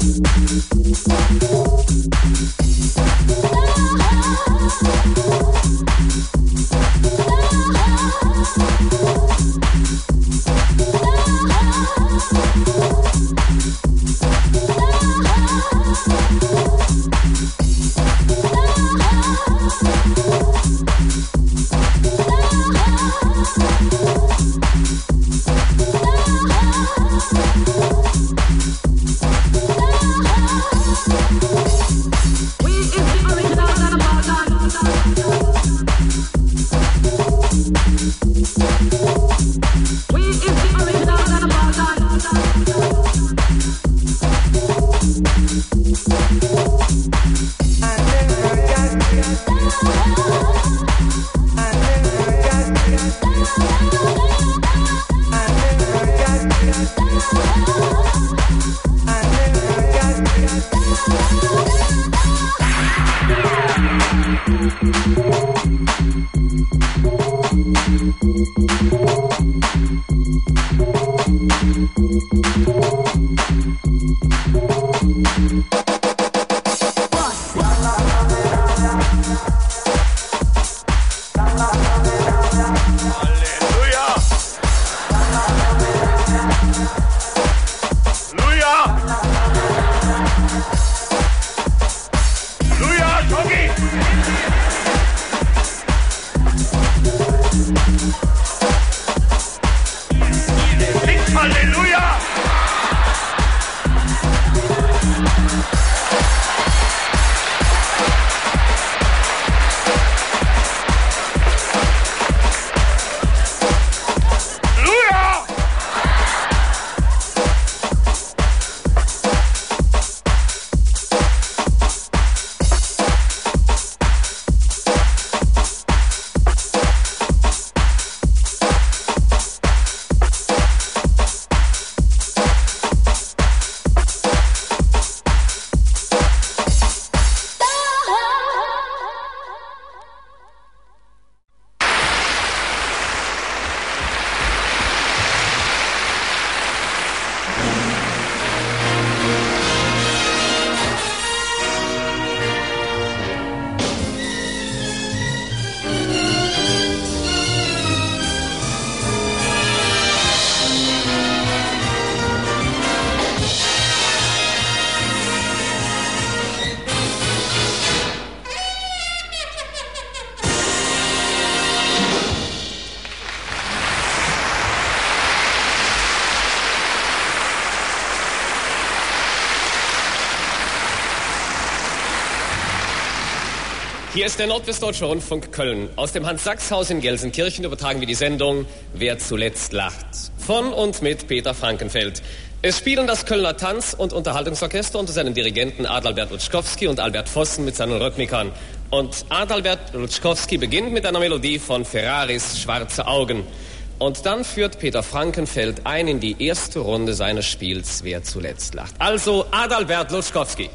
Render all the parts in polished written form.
Hier ist der Nordwestdeutsche Rundfunk Köln. Aus dem Hans-Sachs-Haus in Gelsenkirchen übertragen wir die Sendung Wer zuletzt lacht. Von und mit Peter Frankenfeld. Es spielen das Kölner Tanz- und Unterhaltungsorchester unter seinen Dirigenten Adalbert Lutschkowski und Albert Vossen mit seinen Rhythmikern. Und Adalbert Lutschkowski beginnt mit einer Melodie von Ferraris Schwarze Augen. Und dann führt Peter Frankenfeld ein in die erste Runde seines Spiels Wer zuletzt lacht. Also Adalbert Lutschkowski.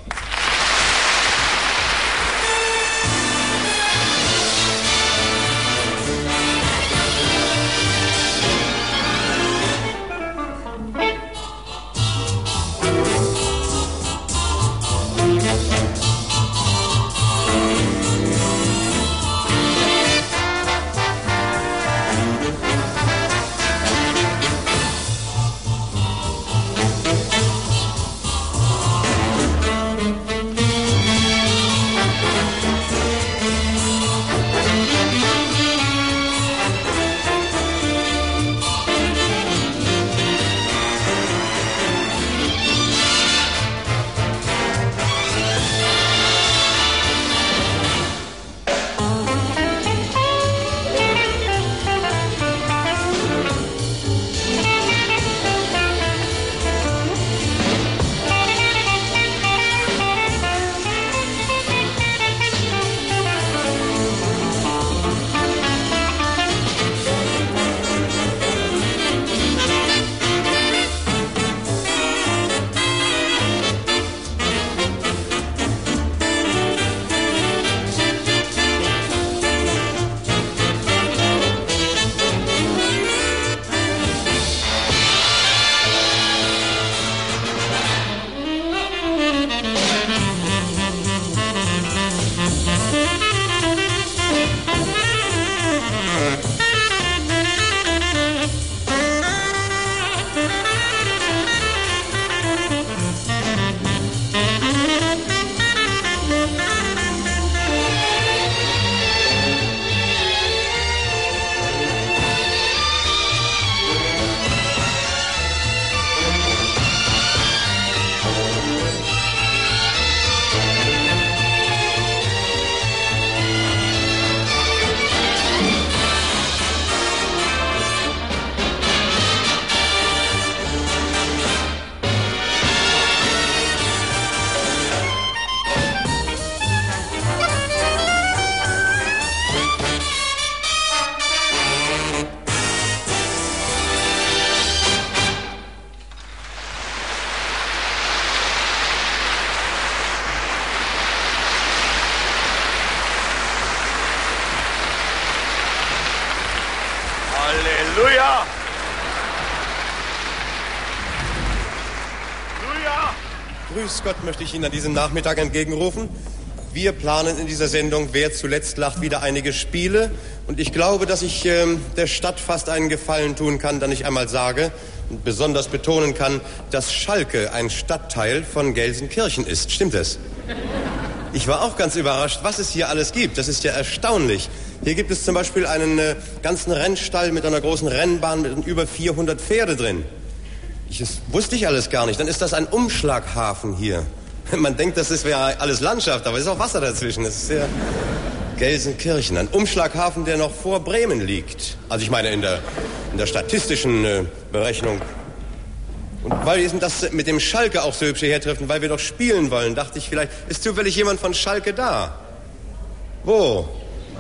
Grüß Gott möchte ich Ihnen an diesem Nachmittag entgegenrufen. Wir planen in dieser Sendung Wer zuletzt lacht wieder einige Spiele. Und ich glaube, dass ich der Stadt fast einen Gefallen tun kann, dann ich einmal sage und besonders betonen kann, dass Schalke ein Stadtteil von Gelsenkirchen ist. Stimmt es? Ich war auch ganz überrascht, was es hier alles gibt. Das ist ja erstaunlich. Hier gibt es zum Beispiel einen ganzen Rennstall mit einer großen Rennbahn mit über 400 Pferde drin. Das wusste ich alles gar nicht. Dann ist das ein Umschlaghafen hier. Man denkt, das wäre alles Landschaft, aber es ist auch Wasser dazwischen. Das ist ja Gelsenkirchen. Ein Umschlaghafen, der noch vor Bremen liegt. Also ich meine in der statistischen Berechnung. Und weil wir das mit dem Schalke auch so hübsch hierher treffen, weil wir doch spielen wollen, dachte ich, vielleicht ist zufällig jemand von Schalke da. Wo?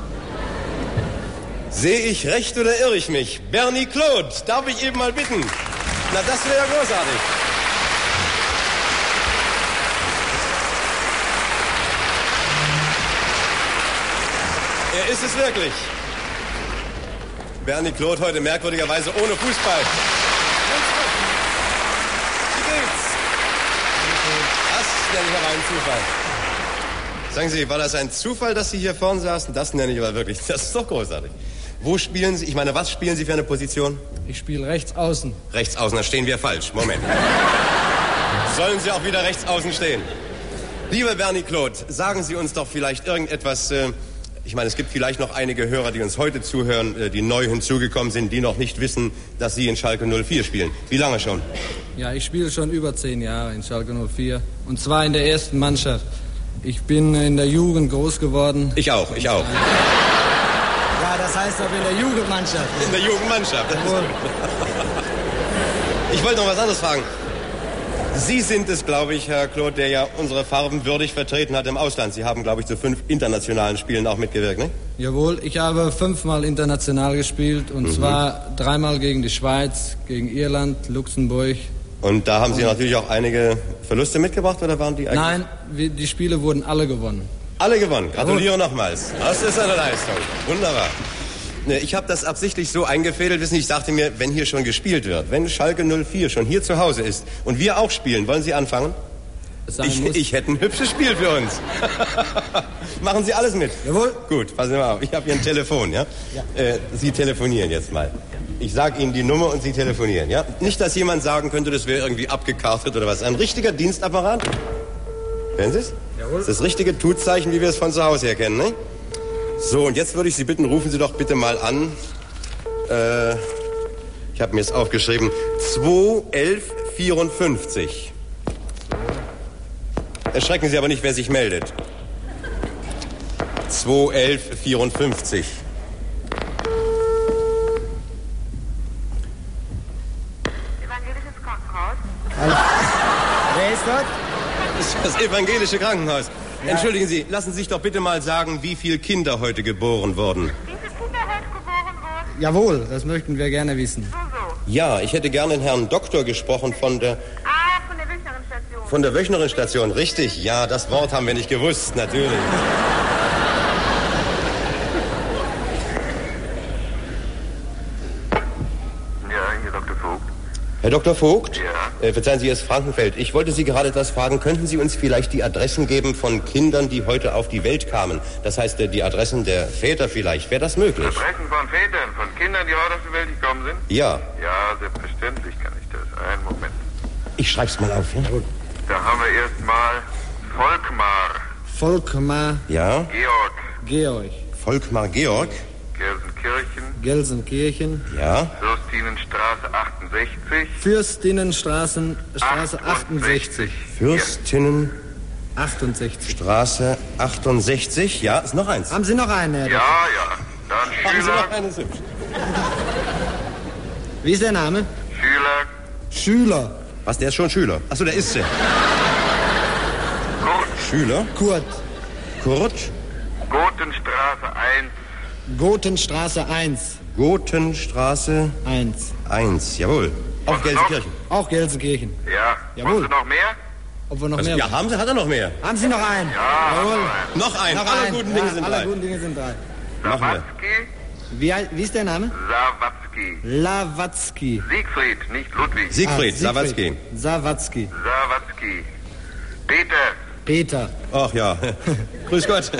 Sehe ich recht oder irre ich mich? Bernie Claude, darf ich eben mal bitten? Na, das wäre ja großartig. Er ist es wirklich. Bernie Claude heute merkwürdigerweise ohne Fußball. Wie geht's? Das nenne ich aber einen Zufall. Sagen Sie, war das ein Zufall, dass Sie hier vorne saßen? Das nenne ich aber wirklich. Das ist doch großartig. Wo spielen Sie? Ich meine, was spielen Sie für eine Position? Ich spiele rechts außen. Rechts außen, da stehen wir falsch. Moment. Sollen Sie auch wieder rechts außen stehen? Lieber Bernie Claude, sagen Sie uns doch vielleicht irgendetwas. Ich meine, es gibt vielleicht noch einige Hörer, die uns heute zuhören, die neu hinzugekommen sind, die noch nicht wissen, dass Sie in Schalke 04 spielen. Wie lange schon? Ja, ich spiele schon über 10 Jahre in Schalke 04. Und zwar in der ersten Mannschaft. Ich bin in der Jugend groß geworden. Ich auch. Ja, das heißt aber in der Jugendmannschaft. In der Jugendmannschaft. Ich wollte noch was anderes fragen. Sie sind es, glaube ich, Herr Claude, der ja unsere Farben würdig vertreten hat im Ausland. Sie haben, glaube ich, zu 5 internationalen Spielen auch mitgewirkt, ne? Jawohl, ich habe 5-mal international gespielt. Und zwar 3-mal gegen die Schweiz, gegen Irland, Luxemburg. Und da haben Sie natürlich auch einige Verluste mitgebracht, oder waren die eigentlich? Nein, die Spiele wurden alle gewonnen. Alle gewonnen. Gratuliere nochmals. Das ist eine Leistung. Wunderbar. Ich habe das absichtlich so eingefädelt, wissen Sie, ich dachte mir, wenn hier schon gespielt wird, wenn Schalke 04 schon hier zu Hause ist und wir auch spielen, wollen Sie anfangen? Ich hätte ein hübsches Spiel für uns. Machen Sie alles mit? Jawohl. Gut, passen Sie mal auf, ich habe hier ein Telefon, ja? Sie telefonieren jetzt mal. Ich sage Ihnen die Nummer und Sie telefonieren, ja? Nicht, dass jemand sagen könnte, das wäre irgendwie abgekartet oder was. Ein richtiger Dienstapparat? Hören Sie es? Jawohl. Das ist das richtige Tutzeichen, wie wir es von zu Hause her kennen, ne? So, und jetzt würde ich Sie bitten, rufen Sie doch bitte mal an. Ich habe mir es aufgeschrieben. 21154. Erschrecken Sie aber nicht, wer sich meldet. 21154. Evangelisches Krankenhaus. Wer ist dort? Das ist das evangelische Krankenhaus. Ja. Entschuldigen Sie, lassen Sie sich doch bitte mal sagen, wie viele Kinder heute geboren wurden. Wie viele Kinder heute geboren wurden? Jawohl, das möchten wir gerne wissen. So. Ja, ich hätte gerne den Herrn Doktor gesprochen von der Wöchnerinstation. Von der Wöchnerinstation, richtig. Ja, das Wort haben wir nicht gewusst, natürlich. Ja, hier Dr. Vogt. Herr Dr. Vogt? Ja. Verzeihen Sie, hier ist Frankenfeld. Ich wollte Sie gerade etwas fragen. Könnten Sie uns vielleicht die Adressen geben von Kindern, die heute auf die Welt kamen? Das heißt, die Adressen der Väter vielleicht. Wäre das möglich? Adressen von Vätern, von Kindern, die heute auf die Welt gekommen sind? Ja. Ja, selbstverständlich kann ich das. Einen Moment. Ich schreib's mal auf, ja? Da haben wir erstmal Volkmar. Volkmar. Ja. Georg. Volkmar Georg. Gelsenkirchen. Ja. Fürstinenstraße 68. Fürstinnenstraße 68. Fürstinnenstraße 68. 68. Ja, ist noch eins. Haben Sie noch einen, Herr Ja. Dann Haben Sie noch Schüler. eines hübsch? Wie ist der Name? Schüler. Was, der ist schon Schüler? Achso, der ist sie. Schüler. Kurt. Gotenstraße 1. Gotenstraße 1. Gotenstraße 1. Jawohl. Auf Gelsenkirchen. Auch Gelsenkirchen. Ja. Jawohl. Wollen Sie noch mehr? Ob wir noch Also, mehr ja, hat er noch mehr? Haben Sie noch einen? Ja. Jawohl. Noch einen. Noch Alle einen. guten Dinge sind alle drei. guten Dinge sind drei. Machen wir. Sawatzki. Wie ist der Name? Sawatzki. Lawatzki. Siegfried, nicht Ludwig. Siegfried, Sawatzki. Sawatzki. Peter. Ach ja. Grüß Gott.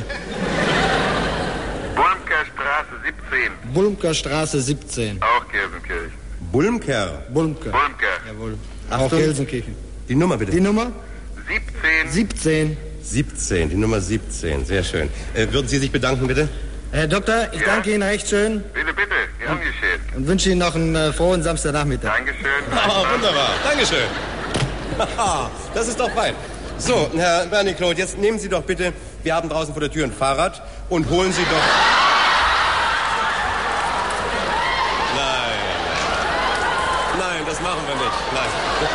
Bulmker Straße 17. Bulmker Straße 17. Auch Gelsenkirchen. Bulmker. Bulmker. Jawohl. Auch Achtung. Gelsenkirchen. Die Nummer bitte. Die Nummer? 17. 17. 17, die Nummer 17. Sehr schön. Würden Sie sich bedanken, bitte? Herr Doktor, ich danke Ihnen recht schön Bitte, gern geschehen. und wünsche Ihnen noch einen frohen Samstagnachmittag. Dankeschön. Wunderbar. Dankeschön. Das ist doch fein. So, Herr Bernie-Claude, jetzt nehmen Sie doch bitte, wir haben draußen vor der Tür ein Fahrrad und holen Sie doch... Nein, das machen wir nicht. Nein.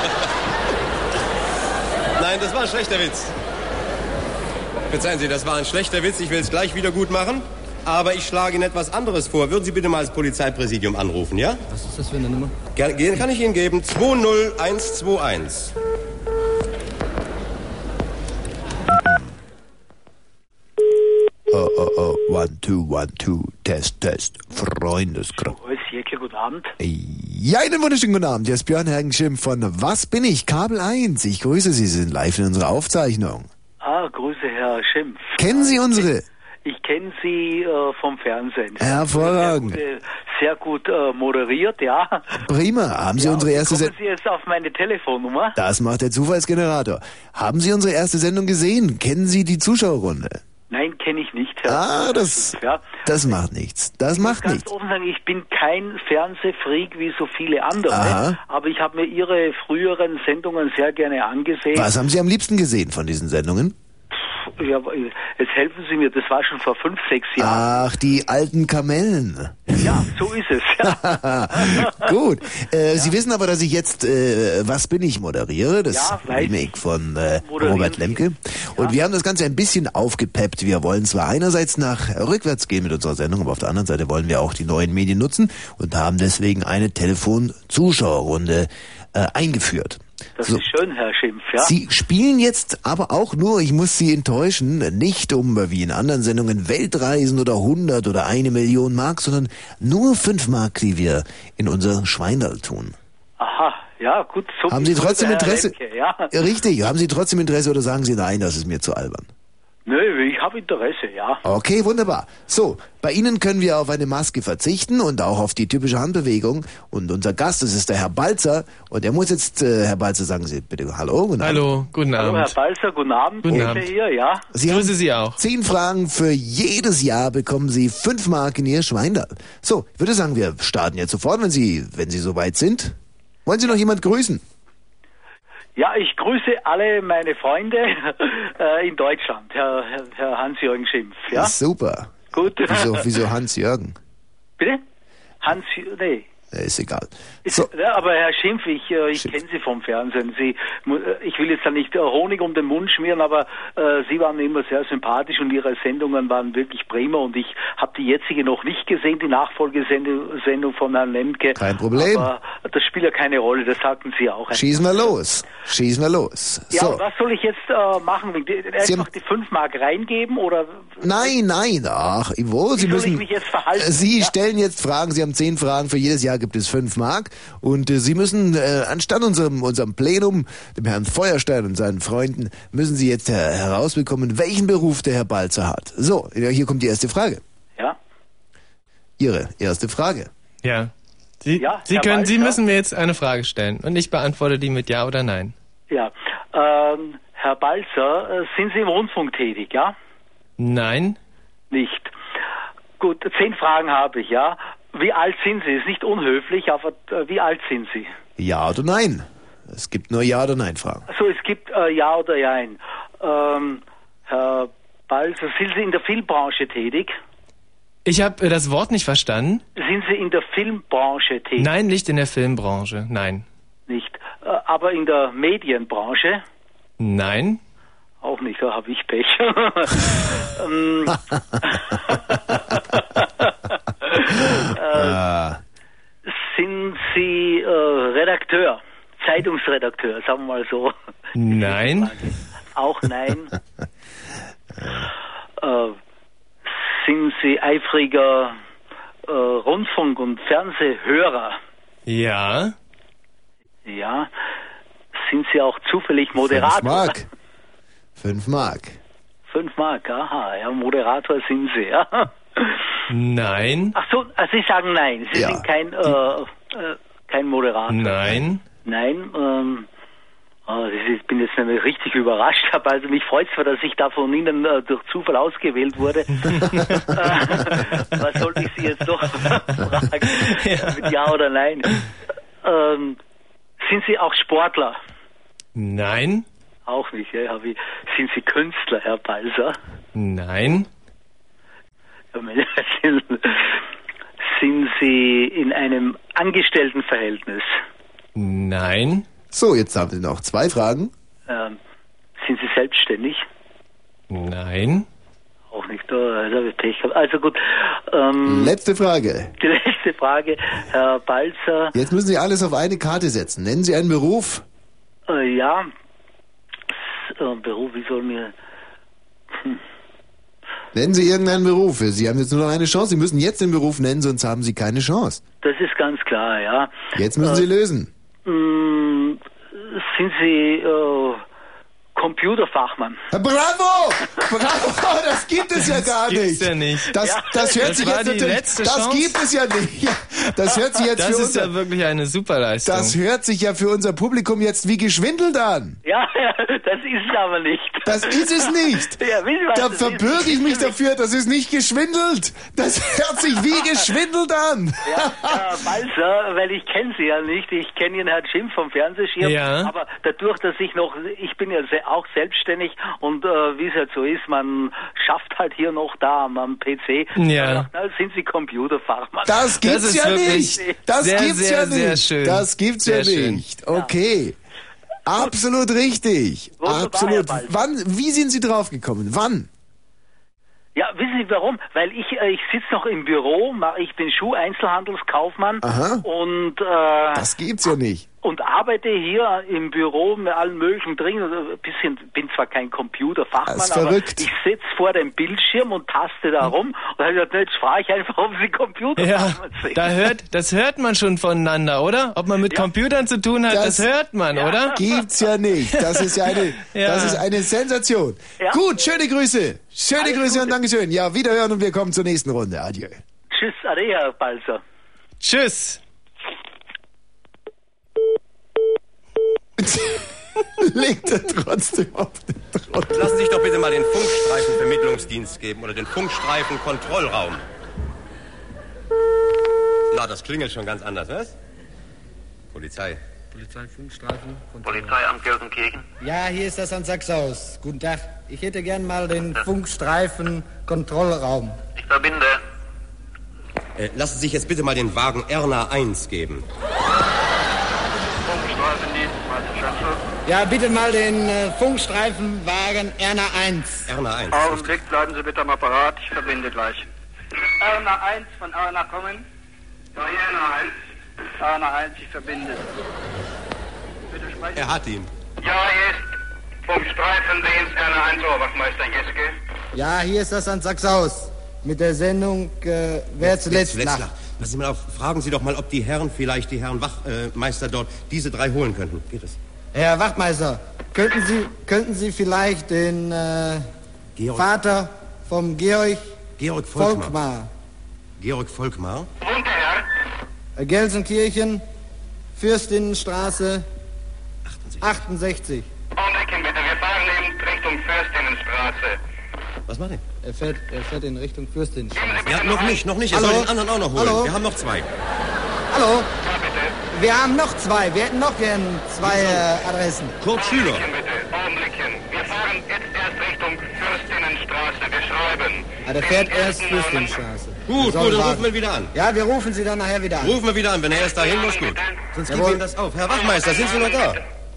Nein, das war ein schlechter Witz. Verzeihen Sie, das war ein schlechter Witz. Ich will es gleich wieder gut machen. Aber ich schlage Ihnen etwas anderes vor. Würden Sie bitte mal das Polizeipräsidium anrufen, ja? Was ist das für eine Nummer? Kann ich Ihnen geben. 20121. Oh, 1, 2, 1, 2, Test, Freundeskreis. Jäckle, guten Abend. Ja, einen wunderschönen guten Abend. Hier ist Björn Hergenschimm von Was bin ich? Kabel 1. Ich grüße Sie, Sie sind live in unserer Aufzeichnung. Grüße Herr Schimpf. Kennen Sie unsere? Ich kenne Sie vom Fernsehen. Hervorragend. Sehr gut moderiert, ja. Prima. Haben Sie unsere erste Kommen Sendung? Sie jetzt auf meine Telefonnummer? Das macht der Zufallsgenerator. Haben Sie unsere erste Sendung gesehen? Kennen Sie die Zuschauerrunde? Nein, kenne ich nicht, Herr Das macht nichts. Das macht ganz nichts. offen sagen, ich bin kein Fernsehfreak wie so viele andere, Aha. aber ich habe mir Ihre früheren Sendungen sehr gerne angesehen. Was haben Sie am liebsten gesehen von diesen Sendungen? Ja, jetzt helfen Sie mir, das war schon vor 5, 6 Jahren. Ach, die alten Kamellen. Ja, so ist es. Ja. Gut. Sie wissen aber, dass ich jetzt Was bin ich moderiere, das Remake von Robert Lemke. Und wir haben das Ganze ein bisschen aufgepeppt. Wir wollen zwar einerseits nach rückwärts gehen mit unserer Sendung, aber auf der anderen Seite wollen wir auch die neuen Medien nutzen und haben deswegen eine Telefon-Zuschauerrunde eingeführt. Das ist schön, Herr Schimpf, ja. Sie spielen jetzt aber auch nur, ich muss Sie enttäuschen, nicht um wie in anderen Sendungen Weltreisen oder 100 oder 1 Million Mark, sondern nur 5 Mark, die wir in unser Schweinerl tun. Aha, ja, gut. So haben Sie trotzdem Interesse? Lemke, ja. Richtig, haben Sie trotzdem Interesse oder sagen Sie nein, das ist mir zu albern? Nö, ich habe Interesse, ja. Okay, wunderbar. So, bei Ihnen können wir auf eine Maske verzichten und auch auf die typische Handbewegung. Und unser Gast, das ist der Herr Balzer. Und er muss jetzt, Herr Balzer, sagen Sie bitte Hallo. Guten Abend. Hallo, guten Abend. Hallo, Herr Balzer, guten Abend. Guten Abend. Hier, ja. Sie Grüße Sie auch. 10 Fragen für jedes Jahr bekommen Sie 5 Mark in Ihr Schweinerl. So, ich würde sagen, wir starten jetzt sofort, wenn Sie soweit sind. Wollen Sie noch jemand grüßen? Ja, ich grüße alle meine Freunde in Deutschland, Herr Hans-Jürgen Schimpf. Ja? Super. Gut. Wieso Hans-Jürgen? Bitte? Nee. Ist egal. So. Ja, aber Herr Schimpf, ich kenne Sie vom Fernsehen. Ich will jetzt da nicht Honig um den Mund schmieren, aber Sie waren immer sehr sympathisch und Ihre Sendungen waren wirklich prima und ich habe die jetzige noch nicht gesehen, die Nachfolgesendung von Herrn Lemke. Kein Problem. Aber das spielt ja keine Rolle, das sagten Sie auch. Schießen wir los. Ja, so. was soll ich jetzt machen? Einfach die 5 Mark reingeben oder? Nein. Ach, Ivo, Sie müssen. Soll ich mich jetzt verhalten? Sie stellen jetzt Fragen. Sie haben 10 Fragen. Für jedes Jahr gibt es 5 Mark. Und Sie müssen, anstatt unserem Plenum, dem Herrn Feuerstein und seinen Freunden, müssen Sie jetzt herausbekommen, welchen Beruf der Herr Balzer hat. So, hier kommt die erste Frage. Ja. Ihre erste Frage. Ja. Sie müssen mir jetzt eine Frage stellen und ich beantworte die mit Ja oder Nein. Ja. Herr Balzer, sind Sie im Rundfunk tätig, ja? Nein. Nicht. Gut, 10 Fragen habe ich, ja. Wie alt sind Sie? Ist nicht unhöflich, aber wie alt sind Sie? Ja oder Nein? Es gibt nur Ja oder Nein Fragen. Also es gibt Ja oder Nein. Herr Balzer, sind Sie in der Filmbranche tätig? Ich habe das Wort nicht verstanden. Sind Sie in der Filmbranche tätig? Nein, nicht in der Filmbranche. Nein. Nicht. Aber in der Medienbranche? Nein. Auch nicht, da habe ich Pech. Sind Sie Redakteur, Zeitungsredakteur, sagen wir mal so? Nein. Auch nein. Sind Sie eifriger Rundfunk- und Fernsehhörer? Ja. Ja. Sind Sie auch zufällig Moderator? 5 Mark. 5 Mark. 5 Mark, aha. Ja, Moderator sind Sie, ja. Nein. Ach so, also Sie sagen nein. Sie sind kein Moderator. Nein. Nein, ich bin jetzt nämlich richtig überrascht. Also mich freut es zwar, dass ich da von Ihnen durch Zufall ausgewählt wurde. Was sollte ich Sie jetzt doch fragen? Mit Ja oder Nein? Sind Sie auch Sportler? Nein. Auch nicht, ja. Sind Sie Künstler, Herr Balser? Nein. Sind Sie in einem Angestelltenverhältnis? Nein. So, jetzt haben Sie noch 2 Fragen. Sind Sie selbstständig? Nein. Auch nicht, da habe ich Pech gehabt. Also gut. Letzte Frage. Die letzte Frage, Herr Balzer. Jetzt müssen Sie alles auf eine Karte setzen. Nennen Sie einen Beruf. Ja. Beruf, wie soll mir... Nennen Sie irgendeinen Beruf. Sie haben jetzt nur noch eine Chance. Sie müssen jetzt den Beruf nennen, sonst haben Sie keine Chance. Das ist ganz klar, ja. Jetzt müssen Sie lösen. Sind Sie Computerfachmann? Bravo! Bravo! Das gibt es ja gar nicht. Das gibt's ja nicht. Das hört sich jetzt natürlich... Das gibt es ja nicht. Das hört sich jetzt das ist ja wirklich eine Superleistung. Das hört sich ja für unser Publikum jetzt wie geschwindelt an. Ja, das ist es aber nicht. Das ist es nicht. Ja, da verbürge ich mich dafür, das ist nicht geschwindelt. Das hört sich wie geschwindelt an. Ja, Balzer, weil ich kenne Sie ja nicht. Ich kenne Ihren Herrn Schimpf vom Fernsehschirm. Ja. Aber dadurch, dass ich bin ja auch selbstständig und wie es halt so ist, man schafft halt hier noch da am PC. Ja. Sind Sie Computerfachmann? Das gibt's ja nicht. Das gibt's ja nicht. Sehr schön. Das gibt's ja nicht. Okay. Absolut richtig. Absolut. Wie sind Sie draufgekommen? Wann? Ja, wissen Sie warum? Weil ich sitze noch im Büro, ich bin Schuheinzelhandelskaufmann. Aha. Und das gibt's ja nicht. Und arbeite hier im Büro mit allen möglichen Dingen. Bin zwar kein Computerfachmann, aber ich sitze vor dem Bildschirm und taste da rum. Und dann habe ich gesagt, jetzt frage ich einfach, ob Sie Computerfachmann sind. Das hört man schon voneinander, oder? Ob man mit Computern zu tun hat, das hört man, oder? Gibt's ja nicht. Das ist ja eine, das ist eine Sensation. Ja. Gut, schöne Grüße. Schöne Grüße und Dankeschön. Ja, wiederhören und wir kommen zur nächsten Runde. Adieu. Tschüss, ade, Herr Balzer. Tschüss. Legt er trotzdem auf den Trottel. Lassen Sie sich doch bitte mal den Funkstreifenvermittlungsdienst geben oder den Funkstreifenkontrollraum. Na, das klingelt schon ganz anders, was? Polizei. Funkstreifen. Polizeiamt Gelsenkirchen. Ja, hier ist das an Sachshaus. Guten Tag. Ich hätte gern mal den Funkstreifen-Kontrollraum. Ich verbinde. Lassen Sie sich jetzt bitte mal den Wagen Erna 1 geben. Funkstreifendienst, Meister Schanzel. Ja, bitte mal den Funkstreifenwagen Erna 1. Erna 1. Augenblick, bleiben Sie bitte am Apparat. Ich verbinde gleich. Erna 1 von Erna kommen. Ja, hier Erna 1. Erna 1, ich verbinde. Bitte sprechen. Er hat ihn. Ja, hier ist Funkstreifendienst Erna 1 Oberwachtmeister Jeske. Ja, hier ist das an Sachshaus. Mit der Sendung Wer zuletzt lacht. Passen Sie mal auf, fragen Sie doch mal, ob die Herren, vielleicht die Herren Wachmeister dort, diese 3 holen könnten. Geht es? Herr Wachtmeister, könnten Sie vielleicht den Vater vom Georg Volkmar. Georg Volkmar? Und der Herr? Gelsenkirchen, Fürstinnenstraße 68. Augenblick bitte, wir fahren eben Richtung Fürstinnenstraße. Was macht er? Er fährt in Richtung Fürstinnenstraße. Ja, noch nicht. Er soll den anderen auch noch holen. Hallo? Wir haben noch 2. Hallo? Ja, bitte. Wir haben noch 2. Wir hätten noch gern 2 Adressen. Kurt Schüler. Augenblickchen. Wir fahren jetzt erst Richtung Fürstinnenstraße. Wir schreiben. Ah, der fährt erst Fürstinnenstraße. Gut, dann rufen wir wieder an. Ja, wir rufen Sie dann nachher wieder an. Rufen wir wieder an, wenn er erst dahin muss, gut. Sonst geben wir ihm das auf. Herr Wachmeister, sind Sie noch da?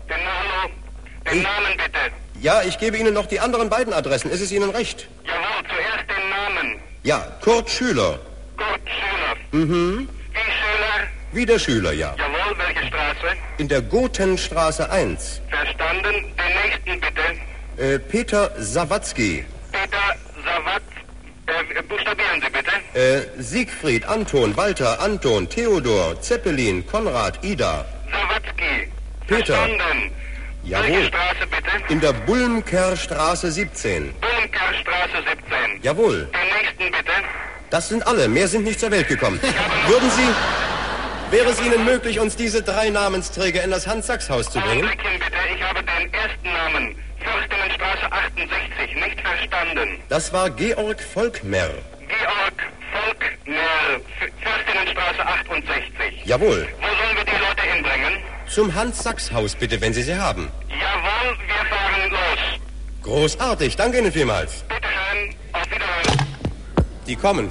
Den Namen bitte. Ja, ich gebe Ihnen noch die anderen beiden Adressen. Ist es Ihnen recht? Jawohl, zuerst den Namen. Ja, Kurt Schüler. Kurt Schüler. Mhm. Wie Schüler? Wie der Schüler, ja. Jawohl, welche Straße? In der Gothenstraße 1. Verstanden. Den nächsten bitte. Peter Sawatzki. Peter Sawatzki. Buchstabieren Sie bitte. Siegfried, Anton, Walter, Anton, Theodor, Zeppelin, Konrad, Ida. Sawatzki. Peter. Verstanden. Jawohl. Welche Straße bitte? In der Bulmkerstraße 17. Bulmkerstraße 17. Jawohl. Den nächsten bitte. Das sind alle, mehr sind nicht zur Welt gekommen. Wäre es Ihnen möglich, uns diese 3 Namensträger in das Hans-Sachs-Haus zu bringen? Augenblickchen bitte, ich habe den ersten Namen. Fürstinnenstraße 68, nicht verstanden. Das war Georg Volkmer. Georg Volkmer, Fürstinnenstraße 68. Jawohl. Wo sollen wir die Leute hinbringen? Zum Hans-Sachs-Haus bitte, wenn Sie sie haben. Jawohl, wir fahren los. Großartig, danke Ihnen vielmals. Bitte schön, auf Wiedersehen. Die kommen.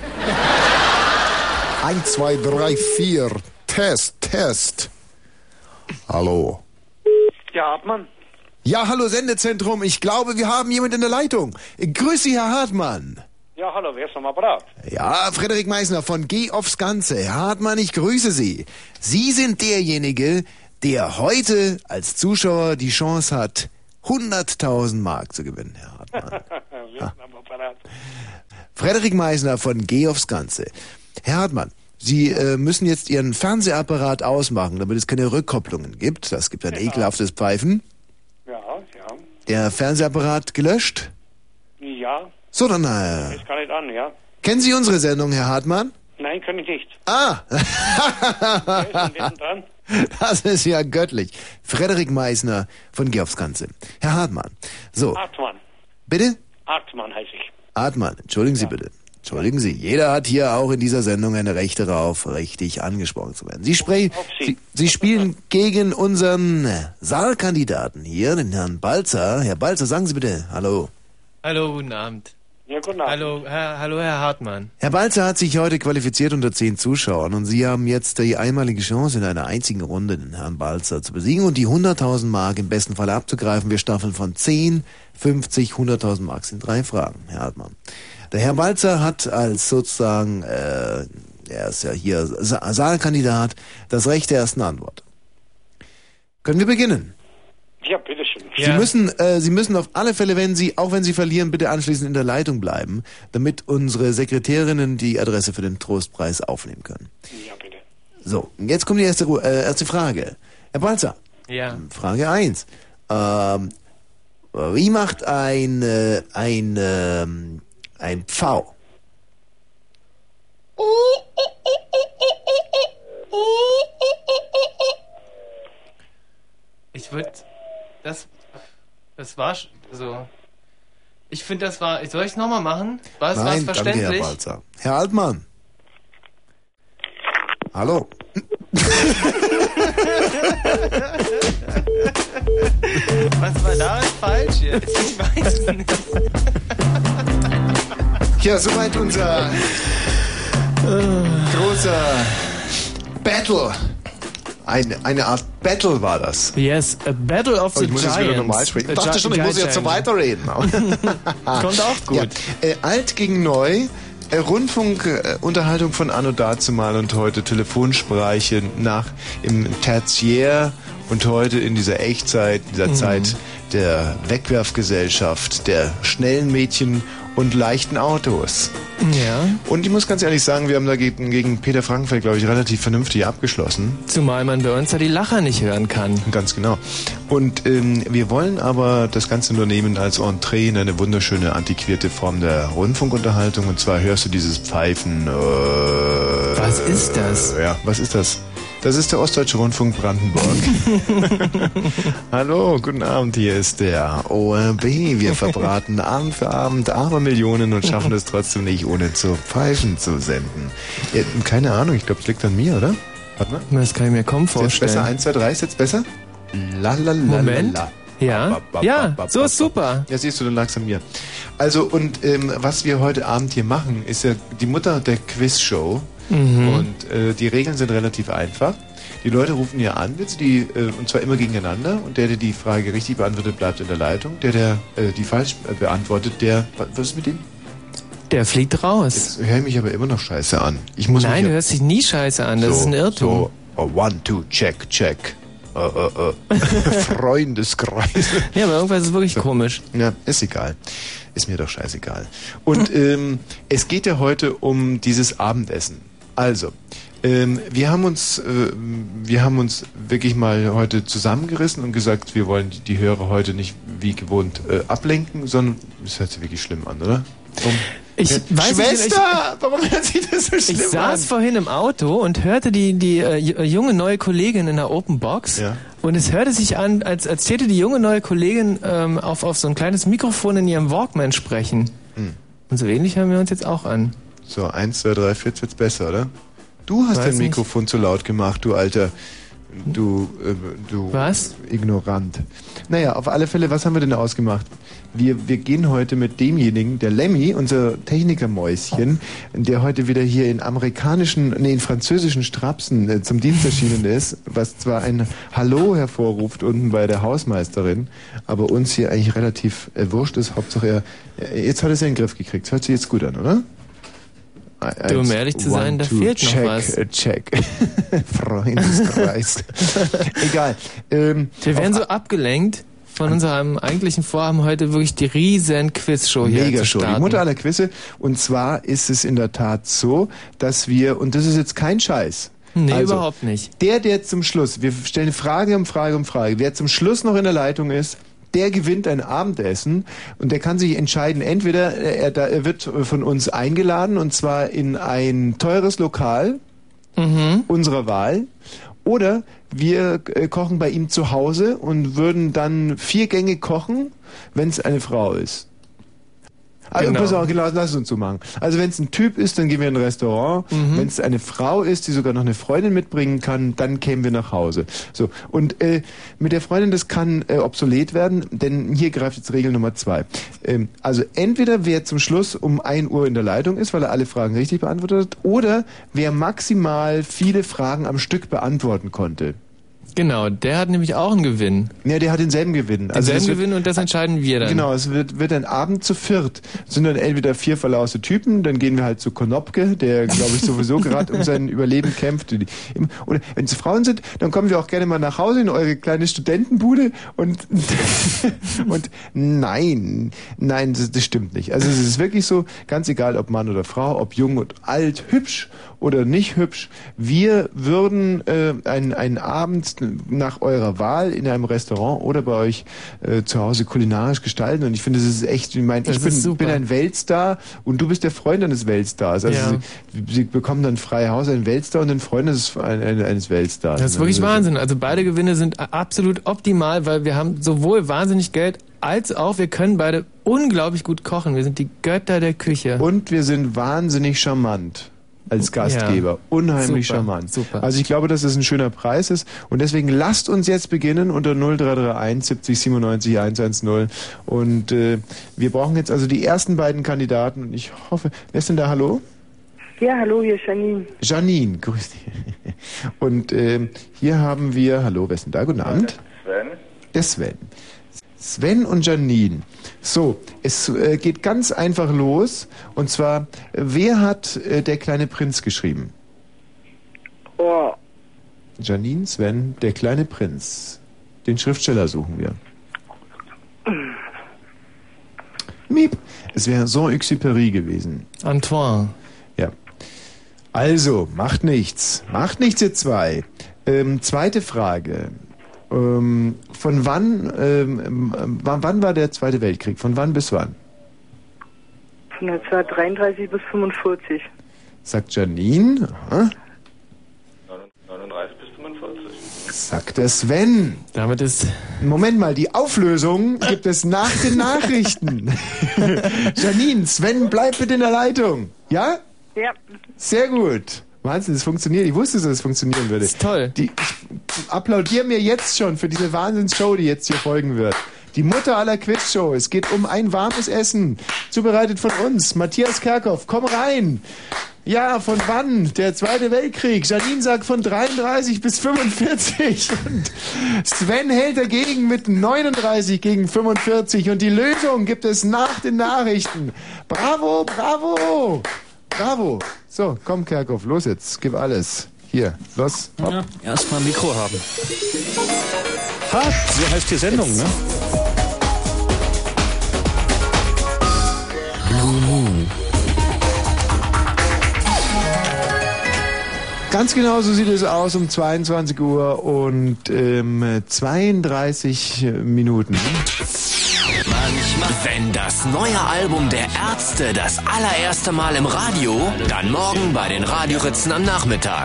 1, 2, 3, 4. Test. Hallo. Ja, Hartmann. Ja, hallo Sendezentrum. Ich glaube, wir haben jemand in der Leitung. Grüß Sie, Herr Hartmann. Ja, hallo, wer ist am Apparat? Ja, Frederik Meissner von Geh aufs Ganze. Herr Hartmann, ich grüße Sie. Sie sind derjenige, der heute als Zuschauer die Chance hat, 100.000 Mark zu gewinnen, Herr Hartmann. Wer ist am Apparat? Frederik Meissner von Geh aufs Ganze. Herr Hartmann, Sie müssen jetzt Ihren Fernsehapparat ausmachen, damit es keine Rückkopplungen gibt. Das gibt ein ekelhaftes Pfeifen. Ja. Der Fernsehapparat gelöscht? Ja. So, dann... Das kann nicht an, ja. Kennen Sie unsere Sendung, Herr Hartmann? Nein, kann ich nicht. Ah! Wer ist denn dran? Das ist ja göttlich. Frederik Meissner von Geh aufs Ganze. Herr Hartmann. So. Hartmann. Bitte? Hartmann heiße ich. Hartmann, entschuldigen Sie bitte. Entschuldigen Sie, jeder hat hier auch in dieser Sendung eine Rechte darauf, richtig angesprochen zu werden. Sie spielen gegen unseren Saalkandidaten hier, den Herrn Balzer. Herr Balzer, sagen Sie bitte Hallo. Hallo, guten Abend. Ja, guten Abend. Hallo, Herr Hartmann. Herr Balzer hat sich heute qualifiziert unter 10 Zuschauern und Sie haben jetzt die einmalige Chance, in einer einzigen Runde den Herrn Balzer zu besiegen und die 100.000 Mark im besten Fall abzugreifen. Wir staffeln von 10, 50, 100.000 Mark sind 3 Fragen, Herr Hartmann. Der Herr Balzer hat als sozusagen, er ist ja hier Saalkandidat, das Recht der ersten Antwort. Können wir beginnen? Ja, bitteschön. Ja. Sie müssen auf alle Fälle, auch wenn Sie verlieren, bitte anschließend in der Leitung bleiben, damit unsere Sekretärinnen die Adresse für den Trostpreis aufnehmen können. Ja, bitte. So, jetzt kommt die erste Frage. Herr Balzer. Ja. Frage 1. Wie macht ein Pfau? Ich würde... Das war so... Ich finde, das war... Soll ich es nochmal machen? War es verständlich? Danke, Herr Balzer. Herr Altmann. Hallo. Was war da falsch jetzt? Ich weiß es nicht. Ja, soweit unser großer Battle. Eine Art Battle war das. Yes, a Battle of the Giants. Ich muss jetzt wieder normal sprechen. Ich dachte schon, ich muss jetzt so weiterreden. Kommt auch gut. Ja. Alt gegen neu. Rundfunkunterhaltung von Anno dazumal und heute Telefonsprache nach im Tertiär und heute in dieser Echtzeit, dieser Zeit der Wegwerfgesellschaft, der schnellen Mädchen und leichten Autos. Ja. Und ich muss ganz ehrlich sagen, wir haben dagegen gegen Peter Frankenfeld, glaube ich, relativ vernünftig abgeschlossen. Zumal man bei uns ja die Lacher nicht hören kann. Ganz genau. Und wir wollen aber das Ganze nur nehmen als Entree in eine wunderschöne, antiquierte Form der Rundfunkunterhaltung. Und zwar hörst du dieses Pfeifen. Was ist das? Ja, was ist das? Das ist der Ostdeutsche Rundfunk Brandenburg. Hallo, guten Abend, hier ist der ORB. Wir verbraten Abend für Abend Abermillionen und schaffen es trotzdem nicht, ohne zu pfeifen zu senden. Ja, keine Ahnung, ich glaube, es liegt an mir, oder? Warte mal. Das kann ich mir kaum vorstellen. Ist jetzt besser? 1, 2, 3, ist jetzt besser? Moment. Ja, so ist super. Ja, siehst du, dann lag's an mir. Also, und was wir heute Abend hier machen, ist ja die Mutter der Quizshow. Und die Regeln sind relativ einfach. Die Leute rufen hier an, und zwar immer gegeneinander. Und der die Frage richtig beantwortet, bleibt in der Leitung. Der die falsch beantwortet, was ist mit dem? Der fliegt raus. Jetzt höre ich mich aber immer noch scheiße an. Nein, du hörst dich nie scheiße an. Das ist ein Irrtum. So, 1, 2, check. Freundeskreis. Ja, aber irgendwas ist wirklich komisch. Ja, ist egal. Ist mir doch scheißegal. Und es geht ja heute um dieses Abendessen. Also, Wir haben uns wirklich mal heute zusammengerissen und gesagt, wir wollen die Hörer heute nicht wie gewohnt ablenken, sondern das hört sich wirklich schlimm an, oder? Schwester! Warum hört sich das so schlimm an? Ich saß vorhin im Auto und hörte die junge neue Kollegin in der Open Box. Ja. Und es hörte sich an, als täte die junge neue Kollegin auf so ein kleines Mikrofon in ihrem Walkman sprechen. Und so ähnlich hören wir uns jetzt auch an. So, 1, 2, 3, 4, jetzt wird's besser, oder? Du hast dein Mikrofon zu laut gemacht, du Alter. Du was? Ignorant. Naja, auf alle Fälle, was haben wir denn ausgemacht? Wir gehen heute mit demjenigen, der Lemmy, unser Technikermäuschen, der heute wieder hier in französischen Strapsen zum Dienst erschienen ist, was zwar ein Hallo hervorruft unten bei der Hausmeisterin, aber uns hier eigentlich relativ wurscht ist. Hauptsache jetzt hat er es ja in den Griff gekriegt. Das hört sich jetzt gut an, oder? Du, um ehrlich zu sein, da fehlt noch was. Check. Freundeskreis. Egal. Wir werden so abgelenkt von unserem eigentlichen Vorhaben, heute wirklich die riesen Quizshow hier zu starten. Die Mutter aller Quizze. Und zwar ist es in der Tat so, dass wir, und das ist jetzt kein Scheiß. Nee, also, überhaupt nicht. Der zum Schluss, wir stellen Frage um Frage um Frage, wer zum Schluss noch in der Leitung ist, der gewinnt ein Abendessen und der kann sich entscheiden, entweder er wird von uns eingeladen und zwar in ein teures Lokal unserer Wahl oder wir kochen bei ihm zu Hause und würden dann 4 Gänge kochen, wenn es eine Frau ist. Also, pass auf, lass es uns so machen. Also wenn es ein Typ ist, dann gehen wir in ein Restaurant. Wenn es eine Frau ist, die sogar noch eine Freundin mitbringen kann, dann kämen wir nach Hause. So, und mit der Freundin, das kann obsolet werden, denn hier greift jetzt Regel Nummer 2. Also entweder wer zum Schluss um 1 Uhr in der Leitung ist, weil er alle Fragen richtig beantwortet hat, oder wer maximal viele Fragen am Stück beantworten konnte. Genau, der hat nämlich auch einen Gewinn. Ja, der hat denselben Gewinn. Denselben Gewinn und das entscheiden wir dann. Genau, es wird ein Abend zu viert. Es sind dann entweder 4 verlauste Typen, dann gehen wir halt zu Konopke, der, glaube ich, sowieso gerade um sein Überleben kämpft. Oder wenn es Frauen sind, dann kommen wir auch gerne mal nach Hause in eure kleine Studentenbude und nein, das stimmt nicht. Also es ist wirklich so, ganz egal ob Mann oder Frau, ob jung und alt, hübsch oder nicht hübsch, wir würden einen Abend nach eurer Wahl in einem Restaurant oder bei euch zu Hause kulinarisch gestalten und ich finde, das ist echt, ich bin ein Weltstar und du bist der Freund eines Weltstars. Also ja. sie bekommen dann freie Haus einen Weltstar und den Freund eines Weltstars. Das ist wirklich Wahnsinn. Also beide Gewinne sind absolut optimal, weil wir haben sowohl wahnsinnig Geld als auch wir können beide unglaublich gut kochen. Wir sind die Götter der Küche. Und wir sind wahnsinnig charmant. Als Gastgeber. Ja. Unheimlich charmant. Super. Also ich glaube, dass es ein schöner Preis ist. Und deswegen lasst uns jetzt beginnen unter 0331 70 97 110. Und wir brauchen jetzt also die ersten beiden Kandidaten. Und ich hoffe, wer ist denn da? Hallo? Ja, hallo, hier ist Janine. Janine, grüß dich. Und hier haben wir, hallo, wer ist denn da? Guten Abend. Sven. Der Sven. Sven und Janine. So, es geht ganz einfach los. Und zwar, wer hat Der kleine Prinz geschrieben? Oh. Janine, Sven, Der kleine Prinz. Den Schriftsteller suchen wir. Miep. Es wäre Saint-Exupéry gewesen. Antoine. Ja. Also, macht nichts. Macht nichts, ihr zwei. Zweite Frage. Von wann war der Zweite Weltkrieg? Von wann bis wann? Von 1933 bis 45. Sagt Janine. Aha. 39 bis 45. Sagt der Sven. Damit ist... Moment mal, die Auflösung gibt es nach den Nachrichten. Janine, Sven, bleib bitte in der Leitung. Ja? Ja. Sehr gut. Wahnsinn, es funktioniert. Ich wusste, dass es funktionieren würde. Das ist toll. Ich applaudiere mir jetzt schon für diese Wahnsinnsshow, die jetzt hier folgen wird. Die Mutter aller Quizshow. Es geht um ein warmes Essen. Zubereitet von uns. Matthias Kerkhoff, komm rein. Ja, von wann? Der Zweite Weltkrieg. Janine sagt von 33 bis 45. Und Sven hält dagegen mit 39 gegen 45. Und die Lösung gibt es nach den Nachrichten. Bravo, bravo. Bravo. So, komm Kerkhoff, los jetzt. Gib alles. Hier, los. Hopp. Ja, erstmal ein Mikro haben. Ha, so heißt die Sendung, jetzt. Ne? Ganz genau so sieht es aus um 22 Uhr und 32 Minuten. Wenn das neue Album der Ärzte das allererste Mal im Radio, dann morgen bei den Radioritzen am Nachmittag.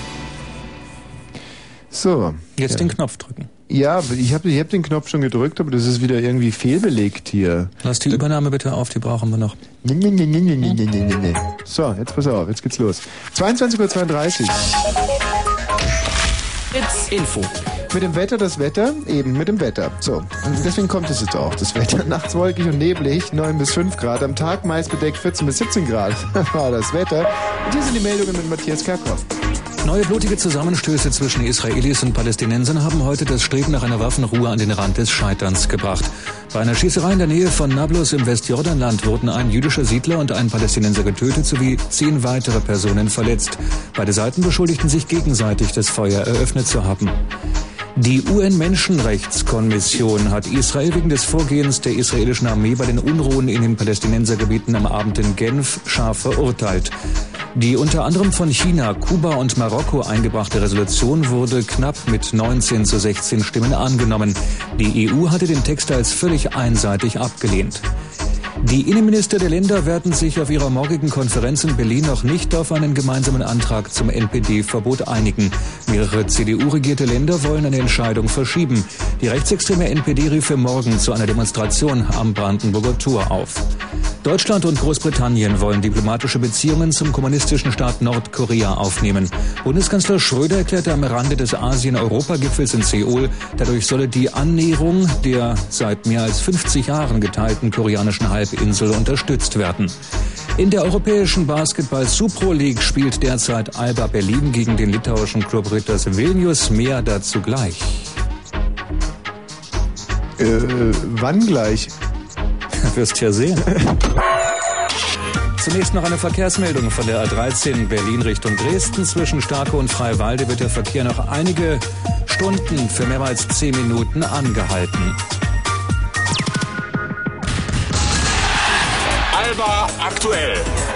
So. Jetzt den Knopf drücken. Ja, ich hab den Knopf schon gedrückt, aber das ist wieder irgendwie fehlbelegt hier. Lass die Übernahme bitte auf, die brauchen wir noch. Nee. So, jetzt pass auf, jetzt geht's los. 22:32 Uhr. It's Info. Mit dem Wetter das Wetter, eben mit dem Wetter. So, und deswegen kommt es jetzt auch, das Wetter. Nachts wolkig und neblig, 9 bis 5 Grad. Am Tag meist bedeckt 14 bis 17 Grad. Das war das Wetter. Und hier sind die Meldungen mit Matthias Kerkhoff. Neue blutige Zusammenstöße zwischen Israelis und Palästinensern haben heute das Streben nach einer Waffenruhe an den Rand des Scheiterns gebracht. Bei einer Schießerei in der Nähe von Nablus im Westjordanland wurden ein jüdischer Siedler und ein Palästinenser getötet sowie 10 weitere Personen verletzt. Beide Seiten beschuldigten sich gegenseitig, das Feuer eröffnet zu haben. Die UN-Menschenrechtskommission hat Israel wegen des Vorgehens der israelischen Armee bei den Unruhen in den Palästinensergebieten am Abend in Genf scharf verurteilt. Die unter anderem von China, Kuba und Marokko eingebrachte Resolution wurde knapp mit 19:16 Stimmen angenommen. Die EU hatte den Text als völlig einseitig abgelehnt. Die Innenminister der Länder werden sich auf ihrer morgigen Konferenz in Berlin noch nicht auf einen gemeinsamen Antrag zum NPD-Verbot einigen. Mehrere CDU-regierte Länder wollen eine Entscheidung verschieben. Die rechtsextreme NPD rief für morgen zu einer Demonstration am Brandenburger Tor auf. Deutschland und Großbritannien wollen diplomatische Beziehungen zum kommunistischen Staat Nordkorea aufnehmen. Bundeskanzler Schröder erklärte am Rande des Asien-Europa-Gipfels in Seoul, dadurch solle die Annäherung der seit mehr als 50 Jahren geteilten koreanischen Halbinsel unterstützt werden. In der europäischen Basketball-Supro League spielt derzeit Alba Berlin gegen den litauischen Klub Ritas Vilnius. Mehr dazu gleich. Wann gleich? Wirst ja sehen. Zunächst noch eine Verkehrsmeldung von der A13 Berlin Richtung Dresden. Zwischen Starke und Freiwalde wird der Verkehr noch einige Stunden für mehrmals 10 Minuten angehalten. Alba aktuell.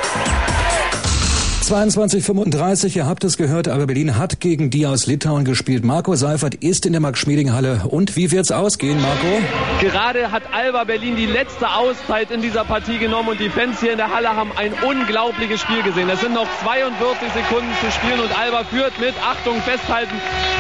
22:35, ihr habt es gehört, Alba Berlin hat gegen die aus Litauen gespielt. Marco Seifert ist in der Max-Schmeling-Halle. Und wie wird's ausgehen, Marco? Gerade hat Alba Berlin die letzte Auszeit in dieser Partie genommen und die Fans hier in der Halle haben ein unglaubliches Spiel gesehen. Es sind noch 42 Sekunden zu spielen und Alba führt mit, Achtung, festhalten,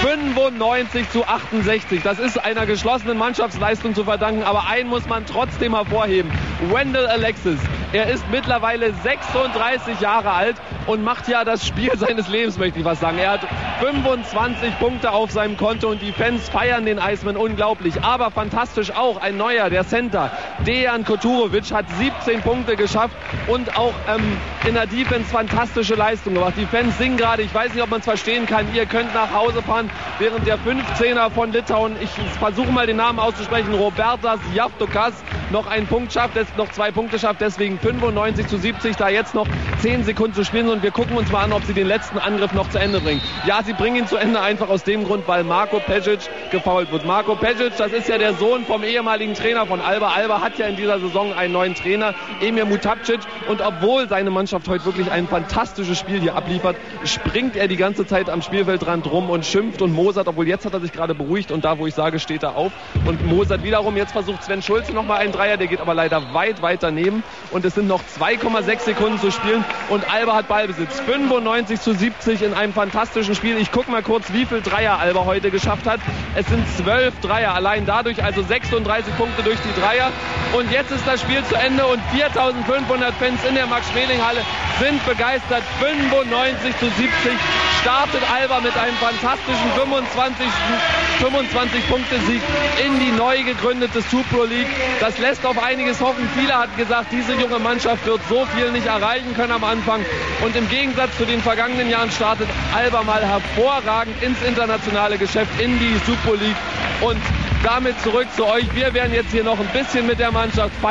95:68. Das ist einer geschlossenen Mannschaftsleistung zu verdanken, aber einen muss man trotzdem hervorheben. Wendell Alexis, er ist mittlerweile 36 Jahre alt und macht ja das Spiel seines Lebens, möchte ich was sagen. Er hat 25 Punkte auf seinem Konto und die Fans feiern den Iceman unglaublich. Aber fantastisch auch ein neuer, der Center, Dejan Koturovic, hat 17 Punkte geschafft und auch in der Defense fantastische Leistung gemacht. Die Fans singen gerade, ich weiß nicht, ob man es verstehen kann, ihr könnt nach Hause fahren, während der 15er von Litauen, ich versuche mal den Namen auszusprechen, Robertas Javtokas, noch einen Punkt schafft, noch 2 Punkte schafft, deswegen 95:70, da jetzt noch 10 Sekunden zu spielen und wir gucken uns mal an, ob sie den letzten Angriff noch zu Ende bringen. Ja, sie bringen ihn zu Ende einfach aus dem Grund, weil Marko Pešić gefoult wird. Marko Pešić, das ist ja der Sohn vom ehemaligen Trainer von Alba. Alba hat ja in dieser Saison einen neuen Trainer, Emir Mutapcic, und obwohl seine Mannschaft heute wirklich ein fantastisches Spiel hier abliefert, springt er die ganze Zeit am Spielfeldrand rum und schimpft und mosert, obwohl jetzt hat er sich gerade beruhigt und da, wo ich sage, steht er auf und mosert wiederum. Jetzt versucht Sven Schulze nochmal einen Dreier, der geht aber leider weit daneben und es sind noch 2,6 Sekunden zu spielen und Alba hat Ballbesitz. 95:70 in einem fantastischen Spiel. Ich gucke mal kurz, wie viel Dreier Alba heute geschafft hat. Es sind 12 Dreier, allein dadurch also 36 Punkte durch die Dreier. Und jetzt ist das Spiel zu Ende und 4.500 Fans in der Max-Schmeling-Halle sind begeistert. 95:70 startet Alba mit einem fantastischen 25-Punkte-Sieg in die neu gegründete Supro League. Das lässt auf einiges hoffen. Viele hatten gesagt, diese junge Mannschaft wird so viel nicht erreichen können am Anfang. Und im Gegensatz zu den vergangenen Jahren startet Alba mal hervorragend ins internationale Geschäft, in die Supro League. Und damit zurück zu euch. Wir werden jetzt hier noch ein bisschen mit der Mannschaft feiern.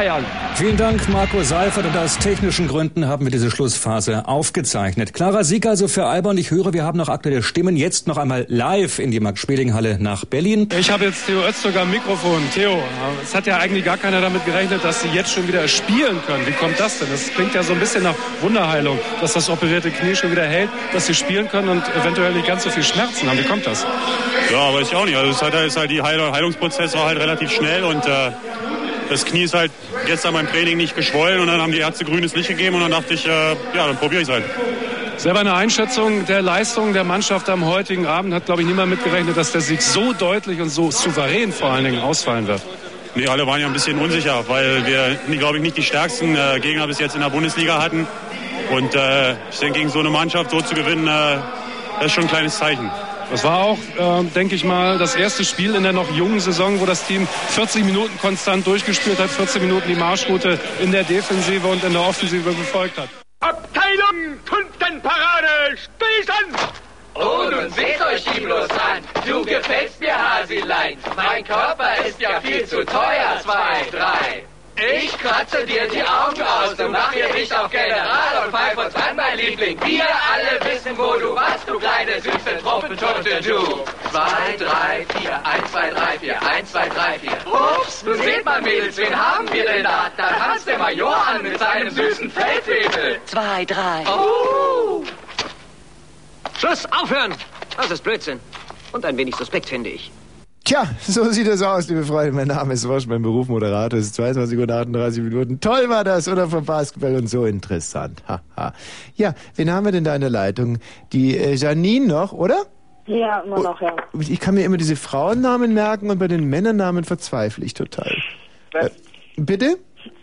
Vielen Dank, Marco Seifert. Und aus technischen Gründen haben wir diese Schlussphase aufgezeichnet. Klarer Sieg also für Alba. Und ich höre, wir haben noch aktuelle Stimmen. Jetzt noch einmal live in die Max-Schmeling-Halle nach Berlin. Ich habe jetzt Theo Öztürk am Mikrofon. Theo, es hat ja eigentlich gar keiner damit gerechnet, dass Sie jetzt schon wieder spielen können. Wie kommt das denn? Das klingt ja so ein bisschen nach Wunderheilung, dass das operierte Knie schon wieder hält, dass Sie spielen können und eventuell nicht ganz so viel Schmerzen haben. Wie kommt das? Ja, weiß ich auch nicht. Also es ist halt die Heilungsprozess war halt relativ schnell und das Knie ist halt gestern beim Training nicht geschwollen und dann haben die Ärzte grünes Licht gegeben und dann dachte ich, dann probiere ich es halt. Selber eine Einschätzung der Leistung der Mannschaft am heutigen Abend hat, glaube ich, niemand mitgerechnet, dass der Sieg so deutlich und so souverän vor allen Dingen ausfallen wird. Nee, alle waren ja ein bisschen unsicher, weil wir, glaube ich, nicht die stärksten Gegner bis jetzt in der Bundesliga hatten. Und ich denke, gegen so eine Mannschaft so zu gewinnen, das ist schon ein kleines Zeichen. Das war auch, denke ich mal, das erste Spiel in der noch jungen Saison, wo das Team 40 Minuten konstant durchgespielt hat, 14 Minuten die Marschroute in der Defensive und in der Offensive befolgt hat. Abteilung Kundenparade, Spießen! Oh, nun seht euch die bloß an. Du gefällst mir, Hasilein. Mein Körper ist ja viel zu teuer. 2, 3. Ich kratze dir die Augen aus und mach hier nicht auf General und pfeif uns an, mein Liebling. Wir alle wissen, wo du warst, du kleine süße Truppentote, du. 2, 3, 4, 1, 2, 3, 4, 1, 2, 3, 4. Ups, nun seht mal, Mädels, wen haben wir denn da? Da tanzt der Major an mit seinem süßen Feldwebel. 2, 3. Oh. Schluss, aufhören! Das ist Blödsinn. Und ein wenig suspekt, finde ich. Tja, so sieht es aus, liebe Freunde. Mein Name ist Wosch, mein Beruf Moderator. Es ist 22:38 . Toll war das, oder, vom Basketball und so interessant. Haha. Ja, wen haben wir denn da in der Leitung? Die Janine noch, oder? Ja, immer noch, ja. Ich kann mir immer diese Frauennamen merken und bei den Männernamen verzweifle ich total. Bitte?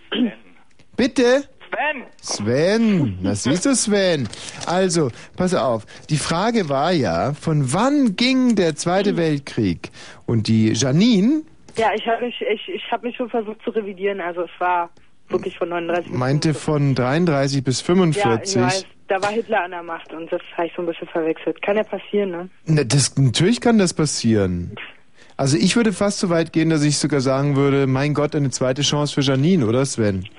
Bitte? Sven, das siehst du, Sven. Also, pass auf, die Frage war ja, von wann ging der Zweite Weltkrieg? Und die Janine... Ja, ich hab mich schon versucht zu revidieren, also es war wirklich von 39 bis meinte 45. Von 33 bis 45. Ja, da war Hitler an der Macht und das habe ich so ein bisschen verwechselt. Kann ja passieren, ne? Natürlich kann das passieren. Also ich würde fast so weit gehen, dass ich sogar sagen würde, mein Gott, eine zweite Chance für Janine, oder Sven?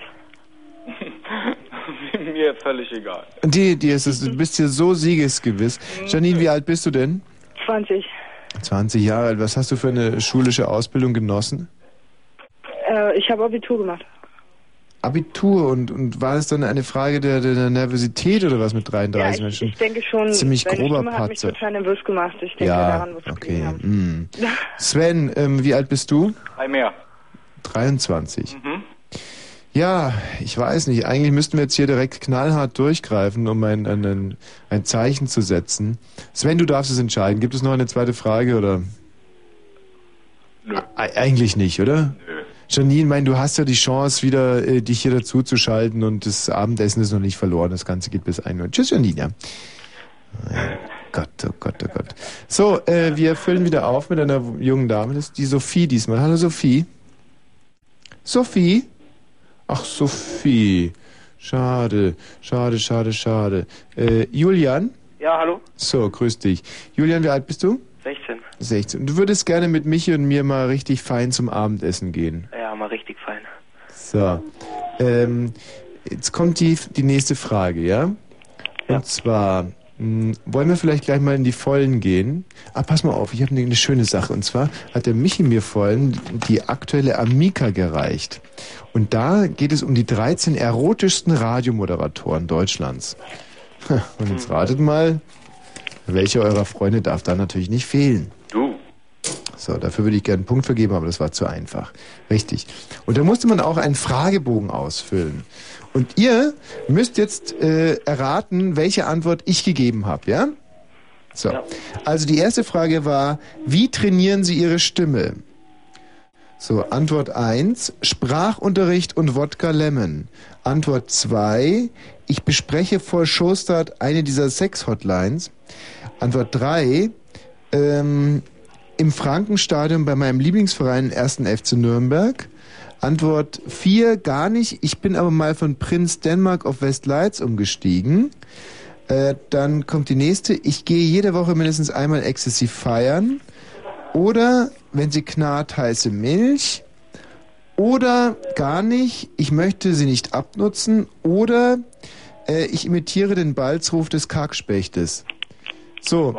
Mir völlig egal. Die ist es, du bist hier so siegesgewiss. Janine, wie alt bist du denn? 20. 20 Jahre alt. Was hast du für eine schulische Ausbildung genossen? Ich habe Abitur gemacht. Abitur und war es dann eine Frage der Nervosität oder was mit 33 Menschen? Ich denke schon, ziemlich deine grober Stimme hat mich Patzer. total nervös gemacht. Ich denke, daran muss es gelegen haben. Sven, wie alt bist du? 3 mehr. 23. Ja, ich weiß nicht. Eigentlich müssten wir jetzt hier direkt knallhart durchgreifen, um ein Zeichen zu setzen. Sven, du darfst es entscheiden. Gibt es noch eine zweite Frage, oder? Nö. Eigentlich nicht, oder? Nö. Janine, du hast ja die Chance, wieder dich hier dazu zu schalten und das Abendessen ist noch nicht verloren. Das Ganze geht bis 1 Uhr. Tschüss, Janine. Ja. Gott, oh Gott, oh Gott. So, wir füllen wieder auf mit einer jungen Dame. Das ist die Sophie diesmal. Hallo, Sophie. Sophie? Ach, Sophie. Schade. Julian? Ja, hallo? So, grüß dich. Julian, wie alt bist du? 16. 16. Du würdest gerne mit Michi und mir mal richtig fein zum Abendessen gehen. Ja, mal richtig fein. So. Jetzt kommt die nächste Frage, ja? Und zwar, wollen wir vielleicht gleich mal in die Vollen gehen? Pass mal auf, ich habe eine schöne Sache. Und zwar hat der Michi mir vorhin die aktuelle Amica gereicht. Und da geht es um die 13 erotischsten Radiomoderatoren Deutschlands. Und jetzt ratet mal, welche eurer Freunde darf da natürlich nicht fehlen? Du. So, dafür würde ich gerne einen Punkt vergeben, aber das war zu einfach. Richtig. Und da musste man auch einen Fragebogen ausfüllen. Und ihr müsst jetzt erraten, welche Antwort ich gegeben habe, ja? So. Ja. Also die erste Frage war, wie trainieren Sie Ihre Stimme? So, Antwort 1, Sprachunterricht und Wodka Lemon. Antwort 2, ich bespreche vor Showstart eine dieser Sex-Hotlines. Antwort 3, im Frankenstadion bei meinem Lieblingsverein 1. FC Nürnberg. Antwort 4, gar nicht. Ich bin aber mal von Prinz Denmark auf Westleitz umgestiegen. Dann kommt die nächste. Ich gehe jede Woche mindestens einmal exzessiv feiern. Oder, wenn sie knarrt, heiße Milch. Oder gar nicht, ich möchte sie nicht abnutzen. Oder ich imitiere den Balzruf des Kackspechtes. So.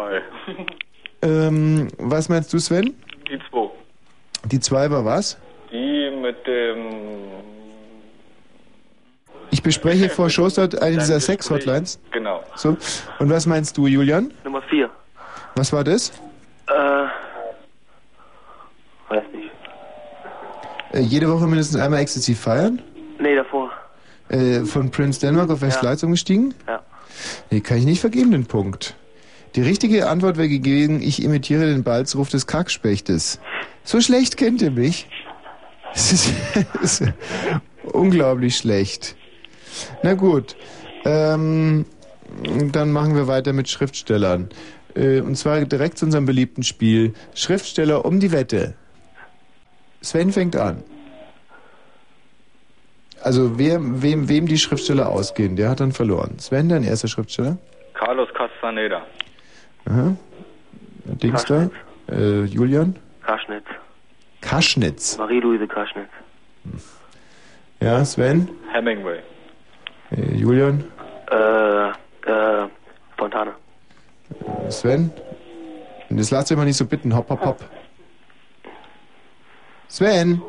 Was meinst du, Sven? Die 2. Die 2 war was? Die mit dem... Ich bespreche vor Showstart eine dieser Sex-Hotlines. Genau. So. Und was meinst du, Julian? Nummer 4. Was war das? Weiß nicht. Jede Woche mindestens einmal exzessiv feiern? Nee, davor. Von Prince Denmark auf Westlights umgestiegen? Ja. Nee, kann ich nicht vergeben, den Punkt. Die richtige Antwort wäre gegeben, ich imitiere den Balzruf des Kackspechtes. So schlecht kennt ihr mich. Es ist unglaublich schlecht. Na gut, dann machen wir weiter mit Schriftstellern. Und zwar direkt zu unserem beliebten Spiel. Schriftsteller um die Wette. Sven fängt an. Also wem die Schriftsteller ausgehen, der hat dann verloren. Sven, dein erster Schriftsteller? Carlos Castaneda. Aha. Dings da? Julian? Kaschnitz. Kaschnitz? Marie-Louise Kaschnitz. Ja, Sven? Hemingway. Julian? Fontane. Sven? Das lasst euch mal nicht so bitten. Hopp, hopp, hopp. Sven?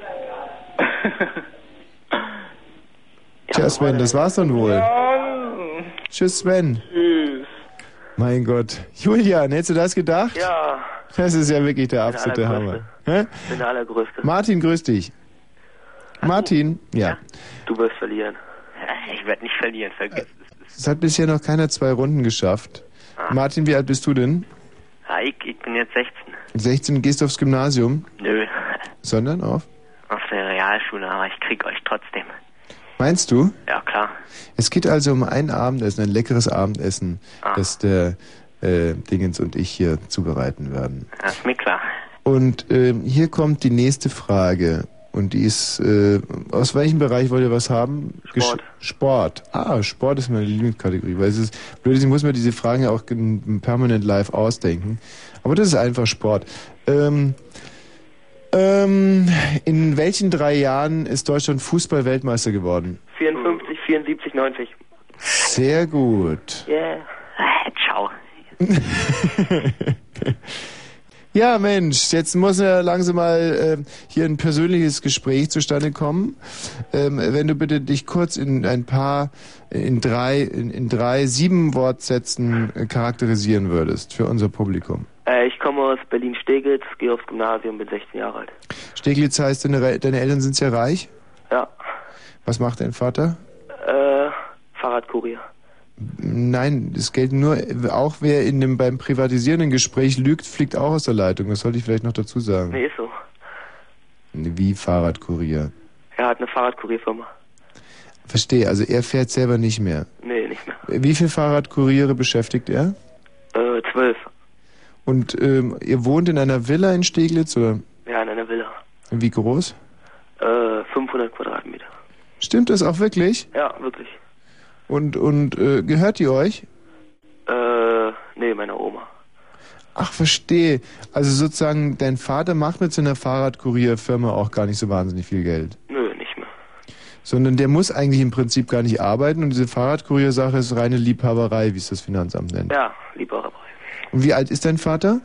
Tja, Sven, das war's dann wohl. Tschüss, Sven. Tschüss. Mein Gott. Julian, hättest du das gedacht? Ja. Das ist ja wirklich der absolute Hammer. Hä? Ich bin der Allergrößte. Martin, grüß dich. Martin? Ja. Du wirst verlieren. Ich werde nicht verlieren, vergiss es. Es hat bisher noch keiner 2 Runden geschafft. Martin, wie alt bist du denn? Ja, ich bin jetzt 16. 16, gehst du aufs Gymnasium? Nö. Sondern auf? Auf der Realschule, aber ich krieg euch trotzdem. Meinst du? Ja, klar. Es geht also um ein Abendessen, ein leckeres Abendessen, das der Dingens und ich hier zubereiten werden. Das ist mir klar. Und hier kommt die nächste Frage. Und die ist, aus welchem Bereich wollt ihr was haben? Sport. Sport. Sport ist meine Lieblingskategorie, weil es ist blöd, ich muss mir diese Fragen ja auch permanent live ausdenken. Aber das ist einfach Sport. In welchen 3 Jahren ist Deutschland Fußball-Weltmeister geworden? 54, 74, 90. Sehr gut. Yeah. Ciao. Ja, Mensch, jetzt muss ja langsam mal hier ein persönliches Gespräch zustande kommen. Wenn du bitte dich kurz in drei 7-Wortsätzen charakterisieren würdest für unser Publikum. Ich komme aus Berlin-Steglitz, gehe aufs Gymnasium, bin 16 Jahre alt. Steglitz heißt, deine Eltern sind sehr reich? Ja. Was macht dein Vater? Fahrradkurier. Nein, das gilt nur, auch wer beim privatisierenden Gespräch lügt, fliegt auch aus der Leitung. Das sollte ich vielleicht noch dazu sagen. Nee, ist so. Wie Fahrradkurier? Er hat eine Fahrradkurierfirma. Verstehe, also er fährt selber nicht mehr. Nee, nicht mehr. Wie viele Fahrradkuriere beschäftigt er? 12. Und ihr wohnt in einer Villa in Steglitz, oder? Ja, in einer Villa. Wie groß? 500 Quadratmeter. Stimmt das auch wirklich? Ja, wirklich. Und gehört die euch? Nee, meiner Oma. Ach, verstehe. Also sozusagen, dein Vater macht mit seiner Fahrradkurierfirma auch gar nicht so wahnsinnig viel Geld. Nö, nicht mehr. Sondern der muss eigentlich im Prinzip gar nicht arbeiten und diese Fahrradkuriersache ist reine Liebhaberei, wie es das Finanzamt nennt. Ja, Liebhaberei. Und wie alt ist dein Vater?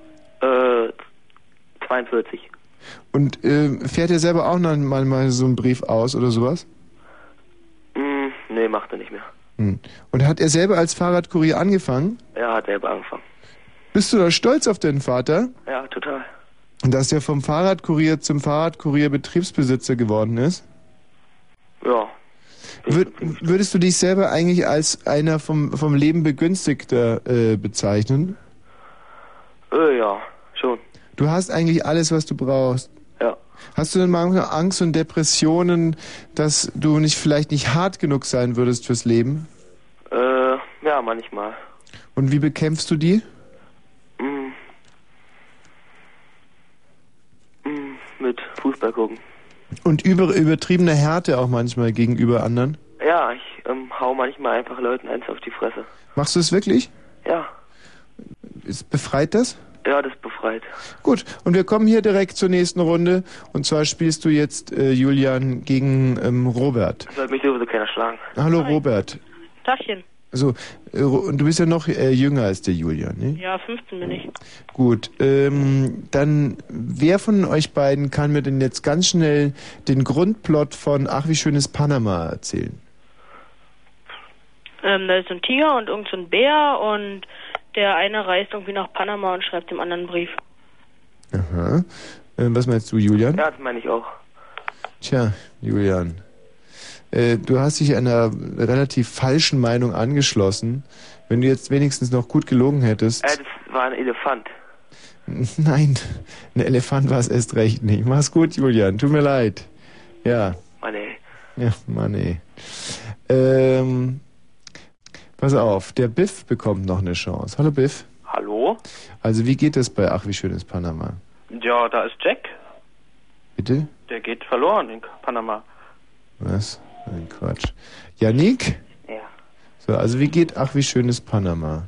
42. Und fährt er selber auch noch mal so einen Brief aus oder sowas? Nee, macht er nicht mehr. Und hat er selber als Fahrradkurier angefangen? Ja, hat selber angefangen. Bist du da stolz auf deinen Vater? Ja, total. Dass er vom Fahrradkurier zum Fahrradkurier-Betriebsbesitzer geworden ist? Ja. Würdest du dich selber eigentlich als einer vom Leben Begünstigter bezeichnen? Ja, schon. Du hast eigentlich alles, was du brauchst. Ja. Hast du denn manchmal Angst und Depressionen, dass du vielleicht nicht hart genug sein würdest fürs Leben? Ja, manchmal. Und wie bekämpfst du die? Mit Fußball gucken. Und übertriebene Härte auch manchmal gegenüber anderen? Ja, ich hau manchmal einfach Leuten eins auf die Fresse. Machst du es wirklich? Ja. Befreit das? Ja, das befreit. Gut, und wir kommen hier direkt zur nächsten Runde. Und zwar spielst du jetzt, Julian, gegen Robert. Soll mich sowieso keiner schlagen. Hallo, Robert. Tachchen. Also, und du bist ja noch jünger als der Julian, ne? Ja, 15 bin ich. Gut, dann, wer von euch beiden kann mir denn jetzt ganz schnell den Grundplot von Ach, wie schön ist Panama erzählen? Da ist so ein Tiger und irgend so ein Bär und der eine reist irgendwie nach Panama und schreibt dem anderen einen Brief. Aha. Was meinst du, Julian? Ja, das meine ich auch. Tja, Julian. Du hast dich einer relativ falschen Meinung angeschlossen. Wenn du jetzt wenigstens noch gut gelogen hättest... Das war ein Elefant. Nein, ein Elefant war es erst recht nicht. Mach's gut, Julian. Tut mir leid. Ja. Mann ey. Ja, Mann ey. Pass auf, der Biff bekommt noch eine Chance. Hallo Biff. Hallo? Also wie geht es bei Ach, wie schön ist Panama? Ja, da ist Jack. Bitte? Der geht verloren in Panama. Was? Ein Quatsch. Yannick? Ja. So, also wie geht Ach, wie schön ist Panama?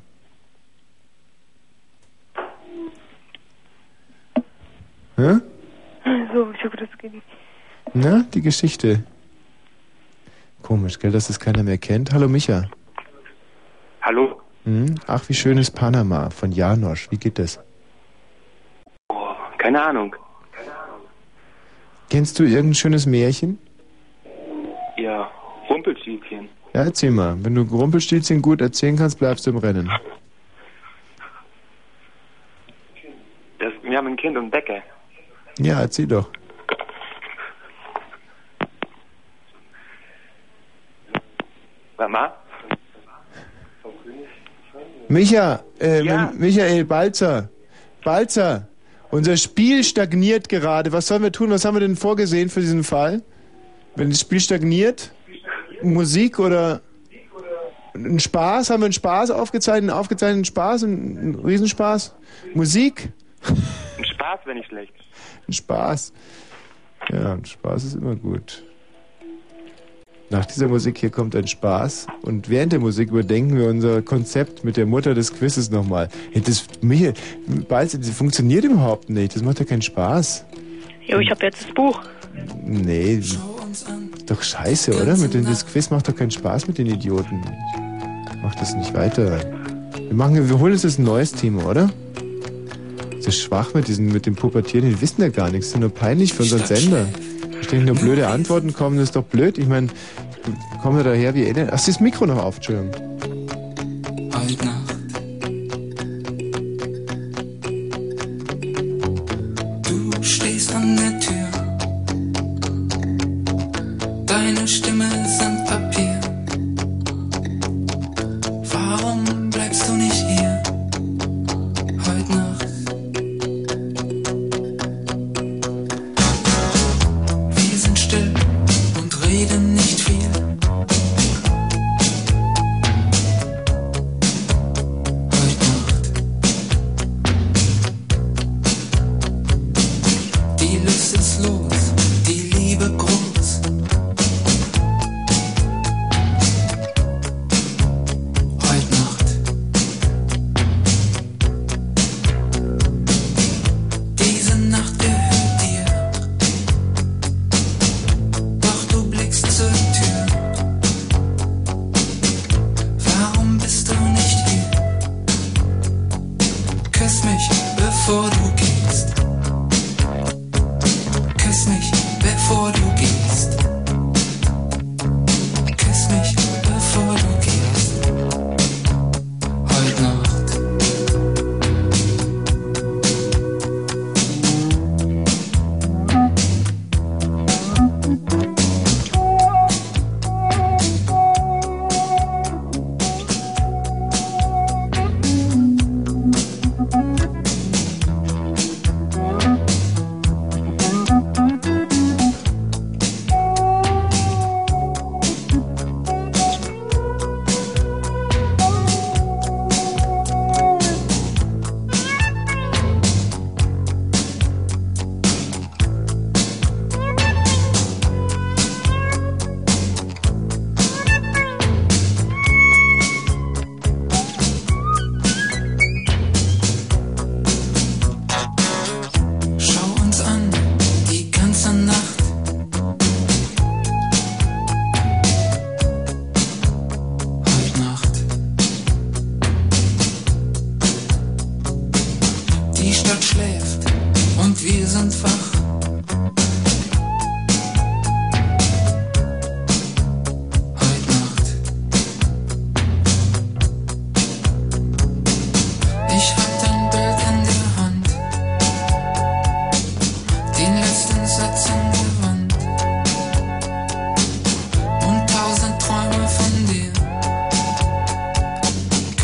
Hä? So, ich hoffe, das geht nicht. Na, die Geschichte. Komisch, gell, dass das keiner mehr kennt. Hallo Micha. Hallo? Ach, wie schön ist Panama von Janosch. Wie geht das? Oh, keine Ahnung. Kennst du irgendein schönes Märchen? Ja, Rumpelstilzchen. Ja, erzähl mal. Wenn du Rumpelstilzchen gut erzählen kannst, bleibst du im Rennen. Wir haben ein Kind und Bäcker. Ja, erzähl doch. Mama? Michael Balzer. Balzer, unser Spiel stagniert gerade. Was sollen wir tun? Was haben wir denn vorgesehen für diesen Fall? Wenn das Spiel stagniert? Musik oder ein Spaß? Haben wir einen Spaß aufgezeichnet? Einen aufgezeichneten Spaß? Einen Riesenspaß? Musik? Ein Spaß wäre nicht schlecht. Ein Spaß. Ja, ein Spaß ist immer gut. Nach dieser Musik hier kommt ein Spaß und während der Musik überdenken wir unser Konzept mit der Mutter des Quizzes nochmal. Das funktioniert überhaupt nicht, das macht ja keinen Spaß. Jo, ich habe jetzt das Buch. Nee, doch scheiße, oder? Das Quiz macht doch keinen Spaß mit den Idioten. Mach das nicht weiter. Wir holen uns jetzt ein neues Thema, oder? Das ist schwach mit dem Pubertieren, die wissen ja gar nichts, das ist nur peinlich für unseren Sender. Ständig nur blöde Antworten kommen, das ist doch blöd. Ich meine, kommen wir daher wie Ach, ist das Mikro noch auf, Entschuldigung. Heute Nacht. Du stehst an der Tür. Deine Stimme ist Sandpapier. Warum bleibst du nicht hier? Heute Nacht. Reden nicht viel. Heute Nacht. Die Lust ist los, die Liebe groß. Heute Nacht. Diese Nacht gehört dir. Zur Tür.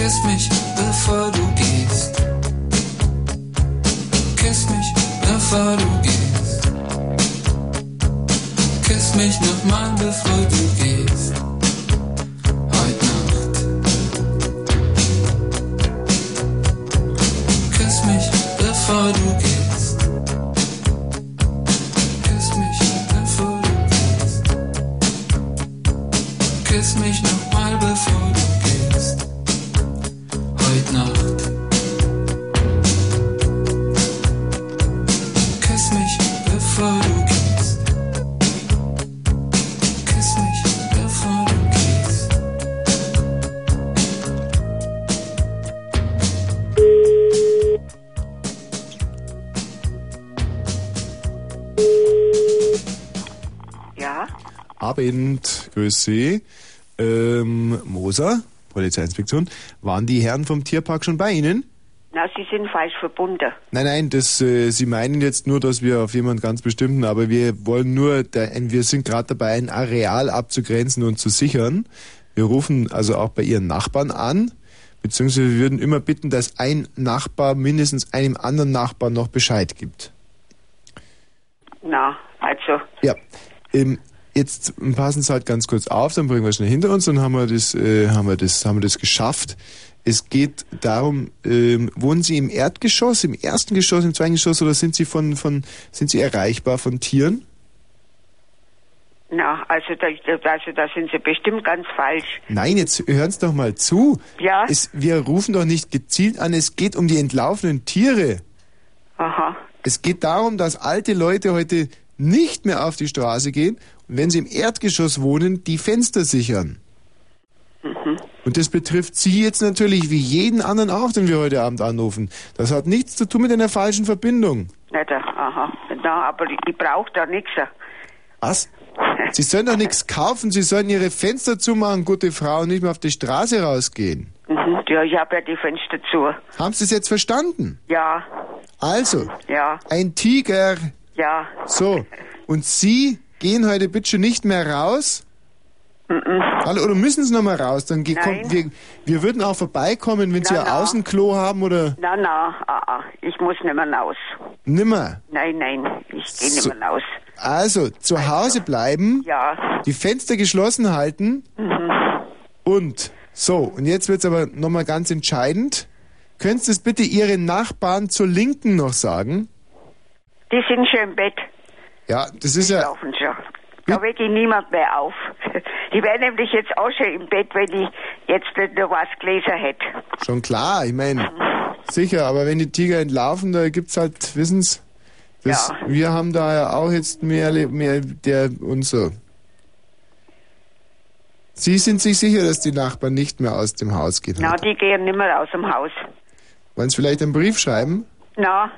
Küss mich, bevor du gehst. Küss mich, bevor du gehst. Küss mich nochmal, bevor du gehst. Heute Nacht. Küss mich, bevor du gehst. Küss mich, bevor du gehst. Küss mich nochmal, bevor du gehst. Heute Nacht. Küss mich, bevor du gehst. Küss mich, bevor du gehst. Ja? Abend, grüß Sie. Moser, Polizeiinspektion. Waren die Herren vom Tierpark schon bei Ihnen? Na, Sie sind falsch verbunden. Nein, Sie meinen jetzt nur, dass wir auf jemand ganz bestimmten, aber wir wollen nur, wir sind gerade dabei, ein Areal abzugrenzen und zu sichern. Wir rufen also auch bei Ihren Nachbarn an, beziehungsweise wir würden immer bitten, dass ein Nachbar mindestens einem anderen Nachbarn noch Bescheid gibt. Na, also. Ja, jetzt passen Sie halt ganz kurz auf, dann bringen wir schnell hinter uns, dann haben wir das geschafft. Es geht darum, wohnen Sie im Erdgeschoss, im ersten Geschoss, im zweiten Geschoss oder sind Sie sind Sie erreichbar von Tieren? Na, also da sind Sie bestimmt ganz falsch. Nein, jetzt hören Sie doch mal zu. Ja? Wir rufen doch nicht gezielt an, es geht um die entlaufenen Tiere. Aha. Es geht darum, dass alte Leute heute nicht mehr auf die Straße gehen und wenn sie im Erdgeschoss wohnen, die Fenster sichern. Mhm. Und das betrifft Sie jetzt natürlich wie jeden anderen auch, den wir heute Abend anrufen. Das hat nichts zu tun mit einer falschen Verbindung. Nicht, aha. Na, aber ich brauche da nichts. Was? Sie sollen doch nichts kaufen, Sie sollen Ihre Fenster zumachen, gute Frau, und nicht mehr auf die Straße rausgehen. Mhm. Ja, ich habe ja die Fenster zu. Haben Sie es jetzt verstanden? Ja. Also, ja. Ein Tiger. Ja. So, und Sie gehen heute bitte schon nicht mehr raus? Hallo, oder müssen Sie noch mal raus? Dann wir würden auch vorbeikommen, wenn Sie ein Außenklo haben, oder? Na, ich muss nicht mehr raus. Nimmer? Nein, ich gehe nicht mehr raus. Also, zu Hause bleiben, ja. Die Fenster geschlossen halten und, und jetzt wird's aber nochmal ganz entscheidend. Könntest du es bitte Ihren Nachbarn zur Linken noch sagen? Die sind schon im Bett. Ja, das ist ja... Laufen schon. Da wecke ich niemand mehr auf. Die wäre nämlich jetzt auch schon im Bett, wenn ich jetzt nicht noch was gelesen hätte. Schon klar, ich meine, sicher, aber wenn die Tiger entlaufen, da gibt's halt, wissen Sie, wir haben da ja auch jetzt mehr unser. Sie sind sich sicher, dass die Nachbarn nicht mehr aus dem Haus gehen? Na, die gehen nicht mehr aus dem Haus. Wollen Sie vielleicht einen Brief schreiben? Na,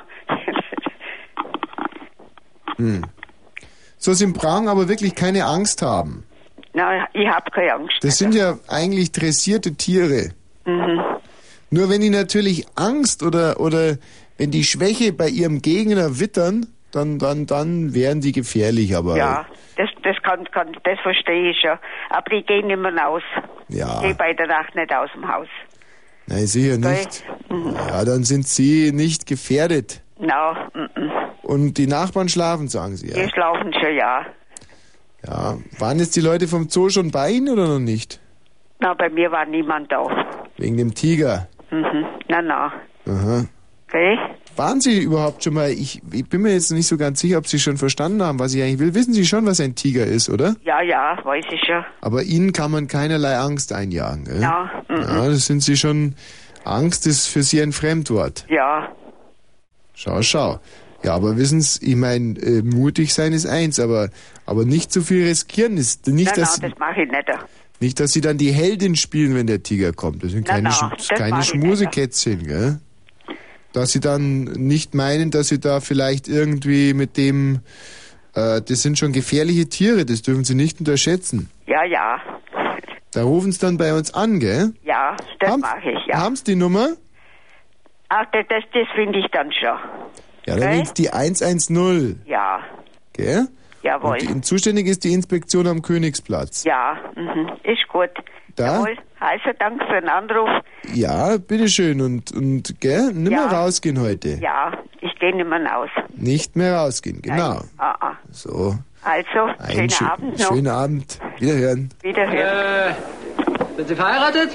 So, Sie brauchen aber wirklich keine Angst haben. Na, ich habe keine Angst. Das sind ja eigentlich dressierte Tiere. Mhm. Nur wenn die natürlich Angst oder wenn die Schwäche bei ihrem Gegner wittern, dann wären die gefährlich, aber... Ja, das verstehe ich schon. Aber die gehen nicht mehr raus. Ja. Ich gehe bei der Nacht nicht aus dem Haus. Nein, sicher nicht. Ja, dann sind Sie nicht gefährdet. Na, Und die Nachbarn schlafen, sagen Sie, ja? Die schlafen schon, ja. Ja, waren jetzt die Leute vom Zoo schon bei Ihnen oder noch nicht? Na, bei mir war niemand da. Wegen dem Tiger? Na. Aha. Okay. Waren Sie überhaupt schon mal, ich bin mir jetzt nicht so ganz sicher, ob Sie schon verstanden haben, was ich eigentlich will. Wissen Sie schon, was ein Tiger ist, oder? Ja, weiß ich schon. Aber Ihnen kann man keinerlei Angst einjagen, gell? Ja. Ja, das sind Sie schon, Angst ist für Sie ein Fremdwort. Ja. Schau. Ja, aber wissen Sie, ich meine, mutig sein ist eins, aber nicht zu viel riskieren ist nicht, das mache ich nicht. Nicht, dass Sie dann die Heldin spielen, wenn der Tiger kommt. Das sind keine Schmusekätzchen, gell? Dass Sie dann nicht meinen, dass Sie da vielleicht irgendwie mit dem, das sind schon gefährliche Tiere, das dürfen Sie nicht unterschätzen. Ja. Da rufen Sie dann bei uns an, gell? Ja, das mache ich, ja. Haben Sie die Nummer? Ach, das finde ich dann schon. Ja, dann ist die 110. Ja. Gell? Jawohl. Und zuständig ist die Inspektion am Königsplatz. Ja, ist gut. Da? Jawohl. Also, danke für den Anruf. Ja, bitteschön. Und gell, nicht mehr rausgehen heute. Ja, ich gehe nicht mehr raus. Nicht mehr rausgehen, genau. Nein. So. Also, schönen Abend noch. Schönen Abend. Wiederhören. Sind Sie verheiratet?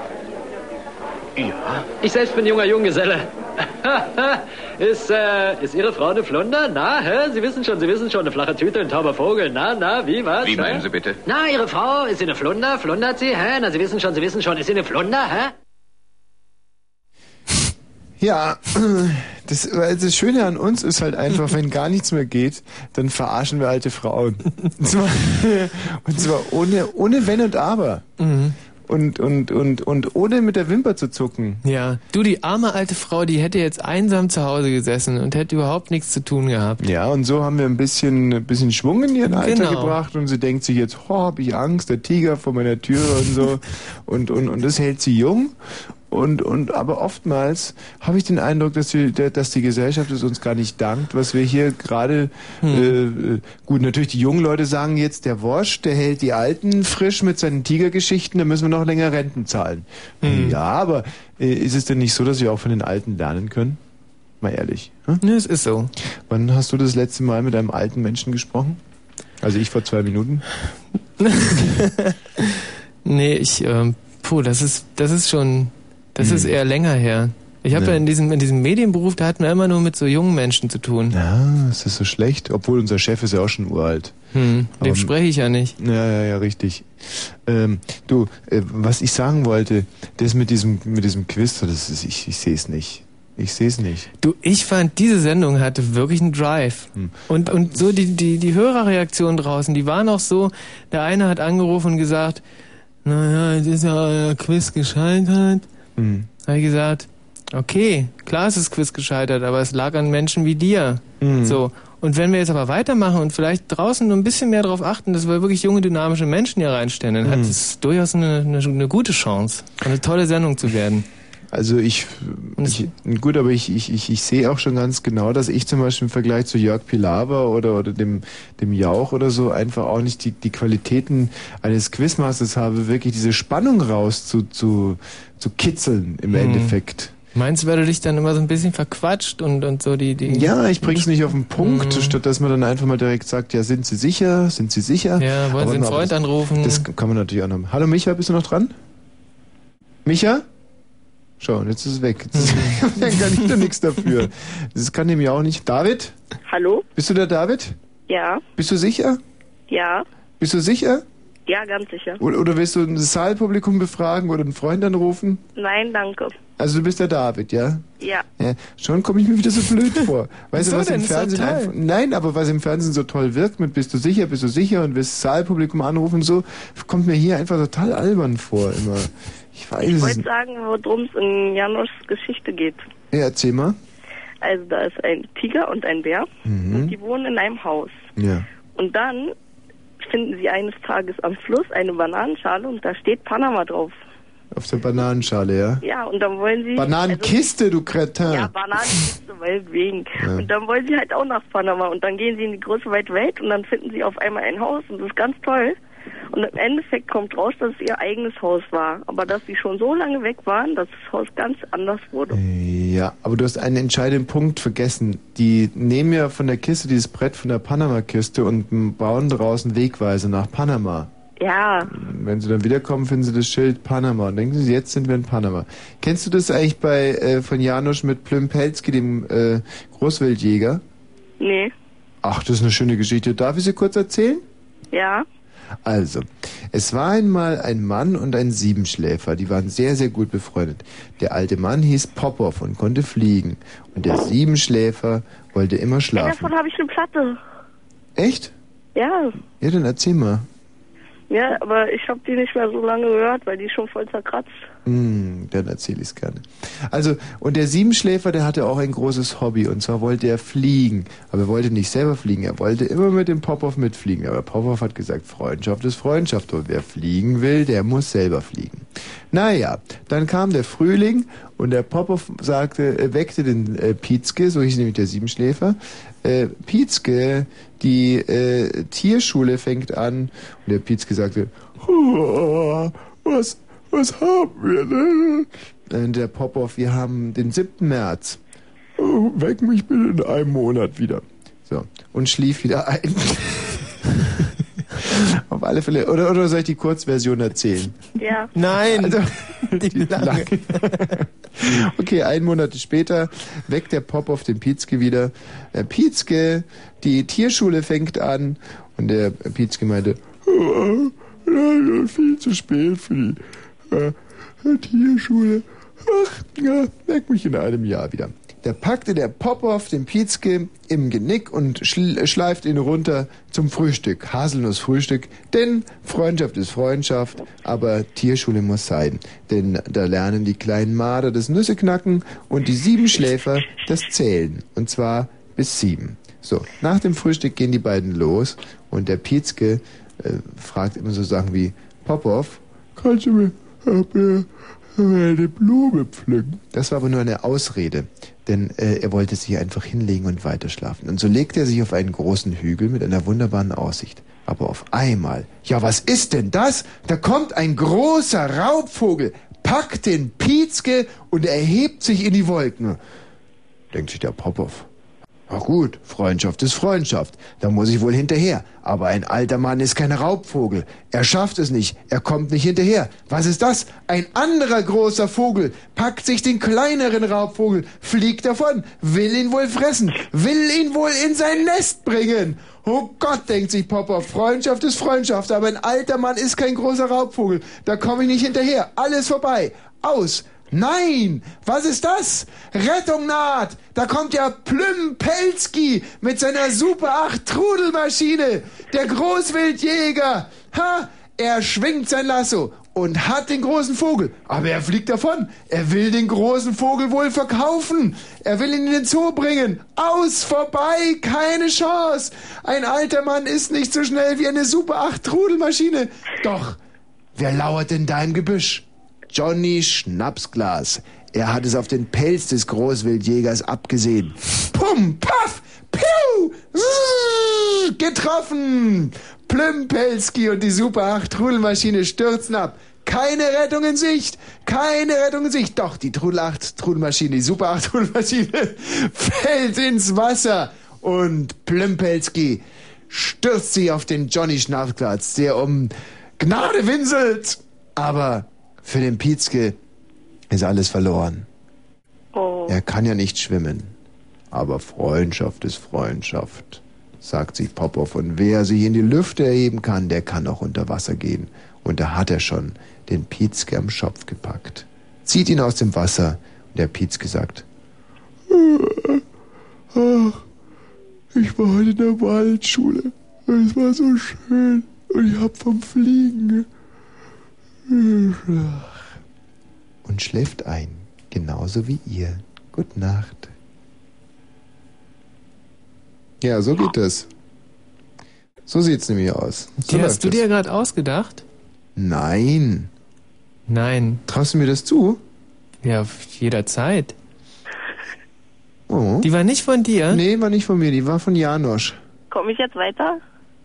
Ja. Ich selbst bin junger Junggeselle. Ist Ihre Frau eine Flunder? Na, hä? Sie wissen schon, eine flache Tüte, ein tauber Vogel. Na, wie, was? Wie meinen Sie bitte? Na, Ihre Frau, ist sie eine Flunder? Flundert sie, hä? Na, Sie wissen schon, ist sie eine Flunder, hä? Ja, das Schöne an uns ist halt einfach, wenn gar nichts mehr geht, dann verarschen wir alte Frauen. Und zwar ohne Wenn und Aber. Mhm. Und ohne mit der Wimper zu zucken. Ja, du, die arme alte Frau, die hätte jetzt einsam zu Hause gesessen und hätte überhaupt nichts zu tun gehabt. Ja, und so haben wir ein bisschen Schwung in ihren Alter gebracht und sie denkt sich jetzt, hab ich Angst, der Tiger vor meiner Türe und so. und das hält sie jung. Aber oftmals habe ich den Eindruck, dass die Gesellschaft es uns gar nicht dankt, was wir hier gerade, gut, natürlich die jungen Leute sagen jetzt, der Wosch, der hält die Alten frisch mit seinen Tigergeschichten, da müssen wir noch länger Renten zahlen. Ja, aber ist es denn nicht so, dass wir auch von den Alten lernen können? Mal ehrlich. Hm? Ja, es ist so. Wann hast du das letzte Mal mit einem alten Menschen gesprochen? Also ich vor 2 Minuten. Nee, das ist schon... Das ist eher länger her. Ich habe ja in diesem Medienberuf, da hatten wir immer nur mit so jungen Menschen zu tun. Ja, ist das so schlecht? Obwohl unser Chef ist ja auch schon uralt. Dem spreche ich ja nicht. Ja, richtig. Was ich sagen wollte, das mit diesem Quiz, ich sehe es nicht. Du, ich fand, diese Sendung hatte wirklich einen Drive. Und so die Hörerreaktionen draußen, die waren auch so, der eine hat angerufen und gesagt, naja, jetzt ist ja euer Quiz gescheitert. Habe ich gesagt, okay, klar ist das Quiz gescheitert, aber es lag an Menschen wie dir. So. Und wenn wir jetzt aber weitermachen und vielleicht draußen nur ein bisschen mehr darauf achten, dass wir wirklich junge, dynamische Menschen hier reinstellen, dann hat es durchaus eine gute Chance, eine tolle Sendung zu werden. Also ich sehe auch schon ganz genau, dass ich zum Beispiel im Vergleich zu Jörg Pilawa oder dem Jauch oder so einfach auch nicht die Qualitäten eines Quizmasters habe, wirklich diese Spannung raus zu kitzeln im Endeffekt. Meinst du, weil du dich dann immer so ein bisschen verquatscht und so die... Ja, ich bring's nicht auf den Punkt, statt dass man dann einfach mal direkt sagt, ja, sind Sie sicher? Ja, wollen Sie einen Freund anrufen? Das kann man natürlich auch noch. Hallo Micha, bist du noch dran? Micha? Schau, und jetzt ist es weg. Dann kann ich da nichts dafür. Das kann dem ja auch nicht. David? Hallo? Bist du der David? Ja. Bist du sicher? Ja. Bist du sicher? Ja, ganz sicher. Oder willst du ein Saalpublikum befragen oder einen Freund anrufen? Nein, danke. Also du bist der David, ja? Ja. Schon komme ich mir wieder so blöd vor. Weißt du, was im Fernsehen so einfach... Nein, aber was im Fernsehen so toll wirkt mit bist du sicher und willst Saalpublikum anrufen, so kommt mir hier einfach total albern vor immer. Ich wollte sagen, worum es in Janoschs Geschichte geht. Ja, erzähl mal. Also da ist ein Tiger und ein Bär und die wohnen in einem Haus. Ja. Und dann finden sie eines Tages am Fluss eine Bananenschale und da steht Panama drauf. Auf der Bananenschale, ja? Ja, und dann wollen sie... Bananenkiste, du Kretin! Ja, Bananenkiste, meinetwegen. Ja. Und dann wollen sie halt auch nach Panama und dann gehen sie in die große weite Welt und dann finden sie auf einmal ein Haus und das ist ganz toll. Und im Endeffekt kommt raus, dass es ihr eigenes Haus war. Aber dass sie schon so lange weg waren, dass das Haus ganz anders wurde. Ja, aber du hast einen entscheidenden Punkt vergessen. Die nehmen ja von der Kiste dieses Brett von der Panama-Kiste und bauen draußen Wegweise nach Panama. Ja. Wenn sie dann wiederkommen, finden sie das Schild Panama. Und denken sie, jetzt sind wir in Panama. Kennst du das eigentlich von Janosch mit Plüm-Pelzki, dem Großwildjäger? Nee. Ach, das ist eine schöne Geschichte. Darf ich sie kurz erzählen? Ja. Also, es war einmal ein Mann und ein Siebenschläfer, die waren sehr, sehr gut befreundet. Der alte Mann hieß Popov und konnte fliegen. Und der Siebenschläfer wollte immer schlafen. Ja, davon habe ich eine Platte. Echt? Ja. Ja, dann erzähl mal. Ja, aber ich habe die nicht mehr so lange gehört, weil die schon voll zerkratzt. Dann erzähle ich es gerne. Also, und der Siebenschläfer, der hatte auch ein großes Hobby, und zwar wollte er fliegen. Aber er wollte nicht selber fliegen, er wollte immer mit dem Popov mitfliegen. Aber Popov hat gesagt, Freundschaft ist Freundschaft, und wer fliegen will, der muss selber fliegen. Naja, dann kam der Frühling, und der Popov weckte den Pietzke, so hieß nämlich der Siebenschläfer, Pietzke, die Tierschule fängt an. Und der Pietzke sagte, was haben wir denn? Der Popov, wir haben den 7. März. Oh, weck mich bitte in einem Monat wieder. So, und schlief wieder ein. Auf alle Fälle. Oder soll ich die Kurzversion erzählen? Ja. Nein. Also, die lange. Okay, 1 Monat später weckt der Popov den Pietzke wieder. Pietzke, die Tierschule fängt an. Und der Pietzke meinte, viel zu spät für die Tierschule. Ach, ja, weck mich in einem Jahr wieder. Da packte der Popov den Pietzke im Genick und schleift ihn runter zum Frühstück. Haselnussfrühstück, denn Freundschaft ist Freundschaft, aber Tierschule muss sein. Denn da lernen die kleinen Marder das Nüsseknacken und die 7 Schläfer das Zählen. Und zwar bis 7. So, nach dem Frühstück gehen die beiden los und der Pietzke fragt immer so Sachen wie, Popov, kannst du mir eine Blume pflücken? Das war aber nur eine Ausrede, denn er wollte sich einfach hinlegen und weiterschlafen. Und so legte er sich auf einen großen Hügel mit einer wunderbaren Aussicht. Aber auf einmal, ja, was ist denn das? Da kommt ein großer Raubvogel, packt den Pietzke und erhebt sich in die Wolken. Denkt sich der Popov. Na gut, Freundschaft ist Freundschaft. Da muss ich wohl hinterher. Aber ein alter Mann ist kein Raubvogel. Er schafft es nicht. Er kommt nicht hinterher. Was ist das? Ein anderer großer Vogel packt sich den kleineren Raubvogel, fliegt davon, will ihn wohl fressen, will ihn wohl in sein Nest bringen. Oh Gott, denkt sich Popov, Freundschaft ist Freundschaft, aber ein alter Mann ist kein großer Raubvogel. Da komme ich nicht hinterher. Alles vorbei. Aus. Nein! Was ist das? Rettung naht! Da kommt ja Plüm-Pelzki mit seiner Super 8 Trudelmaschine! Der Großwildjäger! Ha! Er schwingt sein Lasso und hat den großen Vogel. Aber er fliegt davon. Er will den großen Vogel wohl verkaufen. Er will ihn in den Zoo bringen. Aus, vorbei, keine Chance. Ein alter Mann ist nicht so schnell wie eine Super 8 Trudelmaschine. Doch, wer lauert denn da im Gebüsch? Johnny Schnapsglas. Er hat es auf den Pelz des Großwildjägers abgesehen. Pum, paff, piu, getroffen. Plümpelski und die Super 8 Trudelmaschine stürzen ab. Keine Rettung in Sicht. Keine Rettung in Sicht. Doch, die Trudelmaschine, die Super 8 Trudelmaschine fällt ins Wasser. Und Plümpelski stürzt sich auf den Johnny Schnapsglas, der um Gnade winselt. Aber für den Pietzke ist alles verloren. Oh. Er kann ja nicht schwimmen. Aber Freundschaft ist Freundschaft, sagt sich Popov. Und wer sich in die Lüfte erheben kann, der kann auch unter Wasser gehen. Und da hat er schon den Pietzke am Schopf gepackt. Zieht ihn aus dem Wasser. Und der Pietzke sagt, ach, ich war heute in der Waldschule. Es war so schön. Und ich hab vom Fliegen und schläft ein, genauso wie ihr. Gute Nacht. Ja, so geht es. So sieht's nämlich aus. Die hast du dir gerade ausgedacht? Nein. Nein. Traust du mir das zu? Ja, jederzeit. Oh. Die war nicht von dir? Nee, war nicht von mir, die war von Janosch. Komme ich jetzt weiter?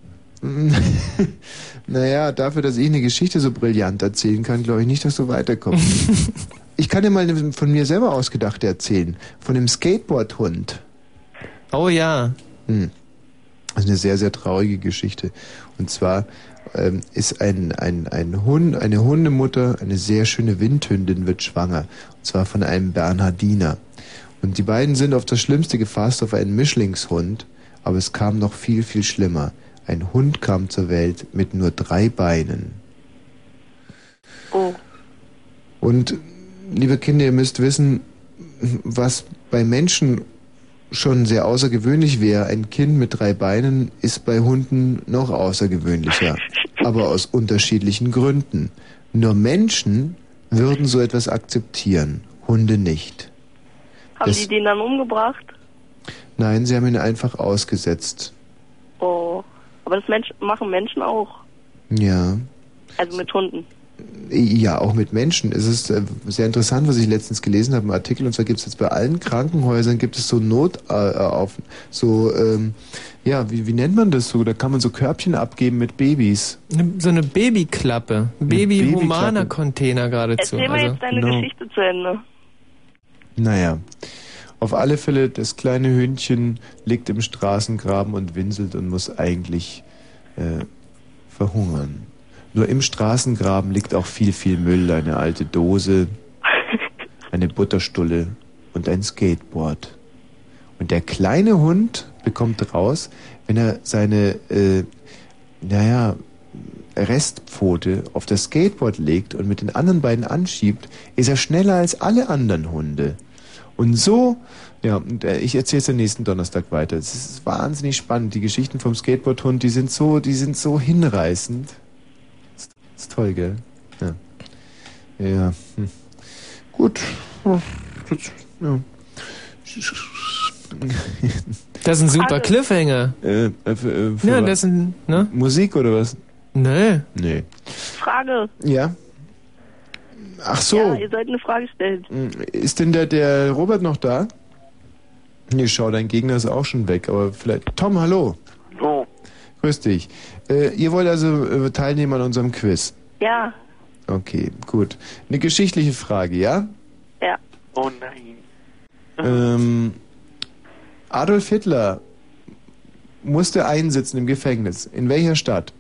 Naja, dafür, dass ich eine Geschichte so brillant erzählen kann, glaube ich nicht, dass du weiterkommst. Ich kann dir mal eine von mir selber ausgedachte erzählen. Von dem Skateboardhund. Oh ja. Das ist eine sehr, sehr traurige Geschichte. Und zwar ist eine Hundemutter, eine sehr schöne Windhündin, wird schwanger. Und zwar von einem Bernhardiner. Und die beiden sind auf das Schlimmste gefasst, auf einen Mischlingshund. Aber es kam noch viel, viel schlimmer. Ein Hund kam zur Welt mit nur 3 Beinen. Oh. Und, liebe Kinder, ihr müsst wissen, was bei Menschen schon sehr außergewöhnlich wäre. Ein Kind mit 3 Beinen ist bei Hunden noch außergewöhnlicher. Aber aus unterschiedlichen Gründen. Nur Menschen würden so etwas akzeptieren, Hunde nicht. Haben die den dann umgebracht? Nein, sie haben ihn einfach ausgesetzt. Oh. Aber das machen Menschen auch. Ja. Also mit Hunden. Ja, auch mit Menschen. Es ist sehr interessant, was ich letztens gelesen habe im Artikel. Und zwar gibt es jetzt bei allen Krankenhäusern gibt es so wie nennt man das so? Da kann man so Körbchen abgeben mit Babys. So eine Babyklappe. Baby-Humaner-Container geradezu. Erzähl mal jetzt deine Geschichte zu Ende. Naja, auf alle Fälle, das kleine Hündchen liegt im Straßengraben und winselt und muss eigentlich verhungern. Nur im Straßengraben liegt auch viel, viel Müll, eine alte Dose, eine Butterstulle und ein Skateboard. Und der kleine Hund bekommt raus, wenn er seine, Restpfote auf das Skateboard legt und mit den anderen beiden anschiebt, ist er schneller als alle anderen Hunde. Und so, ich erzähle es am nächsten Donnerstag weiter. Es ist wahnsinnig spannend. Die Geschichten vom Skateboardhund, die sind so hinreißend. Das ist toll, gell? Ja. Gut. Ja. Das ist ein super Cliffhanger. Das ist ein, ne? Musik oder was? Nee. Frage. Ja? Ach so. Ja, ihr sollt eine Frage stellen. Ist denn der Robert noch da? Nee, schau, dein Gegner ist auch schon weg, aber vielleicht... Tom, hallo. Oh. Grüß dich. Ihr wollt also teilnehmen an unserem Quiz? Ja. Okay, gut. Eine geschichtliche Frage, ja? Ja. Oh nein. Adolf Hitler musste einsitzen im Gefängnis. In welcher Stadt?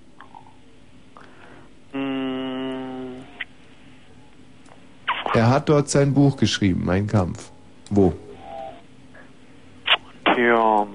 Er hat dort sein Buch geschrieben, Mein Kampf. Wo? Tja,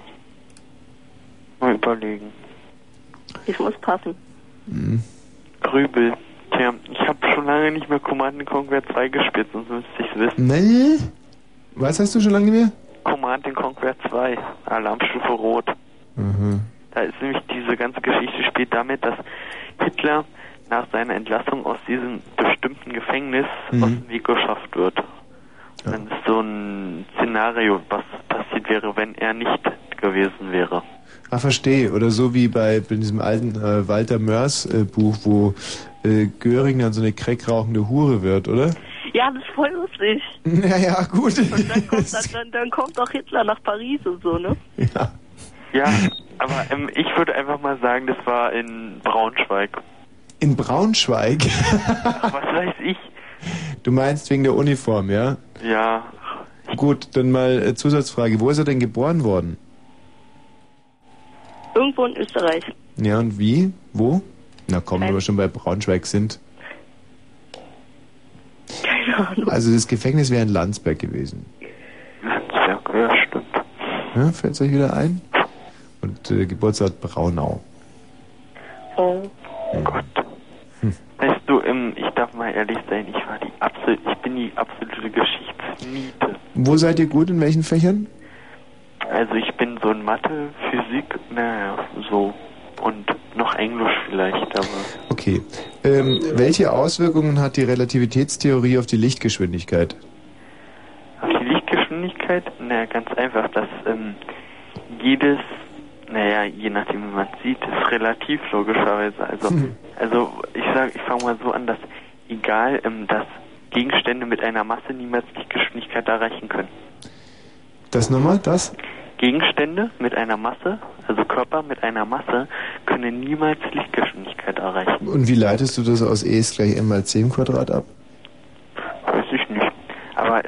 mal überlegen. Ich muss passen. Grübel. Tja, ich habe schon lange nicht mehr Command & Conquer 2 gespielt, sonst müsste ich es wissen. Nee? Was hast du schon lange nicht mehr? Command & Conquer 2, Alarmstufe Rot. Da ist nämlich diese ganze Geschichte spielt damit, dass Hitler nach seiner Entlassung aus diesem bestimmten Gefängnis aus dem Weg geschafft wird. Ja. Dann ist so ein Szenario, was passiert wäre, wenn er nicht gewesen wäre. Ah, verstehe. Oder so wie bei diesem alten Walter Mörs Buch, wo Göring dann so eine crackrauchende Hure wird, oder? Ja, das ist voll lustig. Ja, gut. Und dann kommt auch Hitler nach Paris und so, ne? Ja, aber ich würde einfach mal sagen, das war in Braunschweig. In Braunschweig? Ach, was weiß ich. Du meinst wegen der Uniform, ja? Ja. Gut, dann mal Zusatzfrage. Wo ist er denn geboren worden? Irgendwo in Österreich. Ja, und wie? Wo? Na komm, wenn wir schon bei Braunschweig sind. Keine Ahnung. Also das Gefängnis wäre in Landsberg gewesen. Landsberg, ja, stimmt. Ja, fällt es euch wieder ein? Und Geburtsort Braunau. Oh. Gott. Weißt du, ich darf mal ehrlich sein, ich bin die absolute Geschichtsniete. Wo seid ihr gut, in welchen Fächern? Also ich bin so in Mathe, Physik, so. Und noch Englisch vielleicht, aber... Okay. Welche Auswirkungen hat die Relativitätstheorie auf die Lichtgeschwindigkeit? Auf die Lichtgeschwindigkeit? Ganz einfach, dass jedes... je nachdem wie man sieht, ist relativ logischerweise. Also ich fange mal so an, dass egal, dass Gegenstände mit einer Masse niemals Lichtgeschwindigkeit erreichen können. Das nochmal, das? Gegenstände mit einer Masse, also Körper mit einer Masse, können niemals Lichtgeschwindigkeit erreichen. Und wie leitest du das aus E ist gleich m mal c im Quadrat ab? Weiß ich nicht. Aber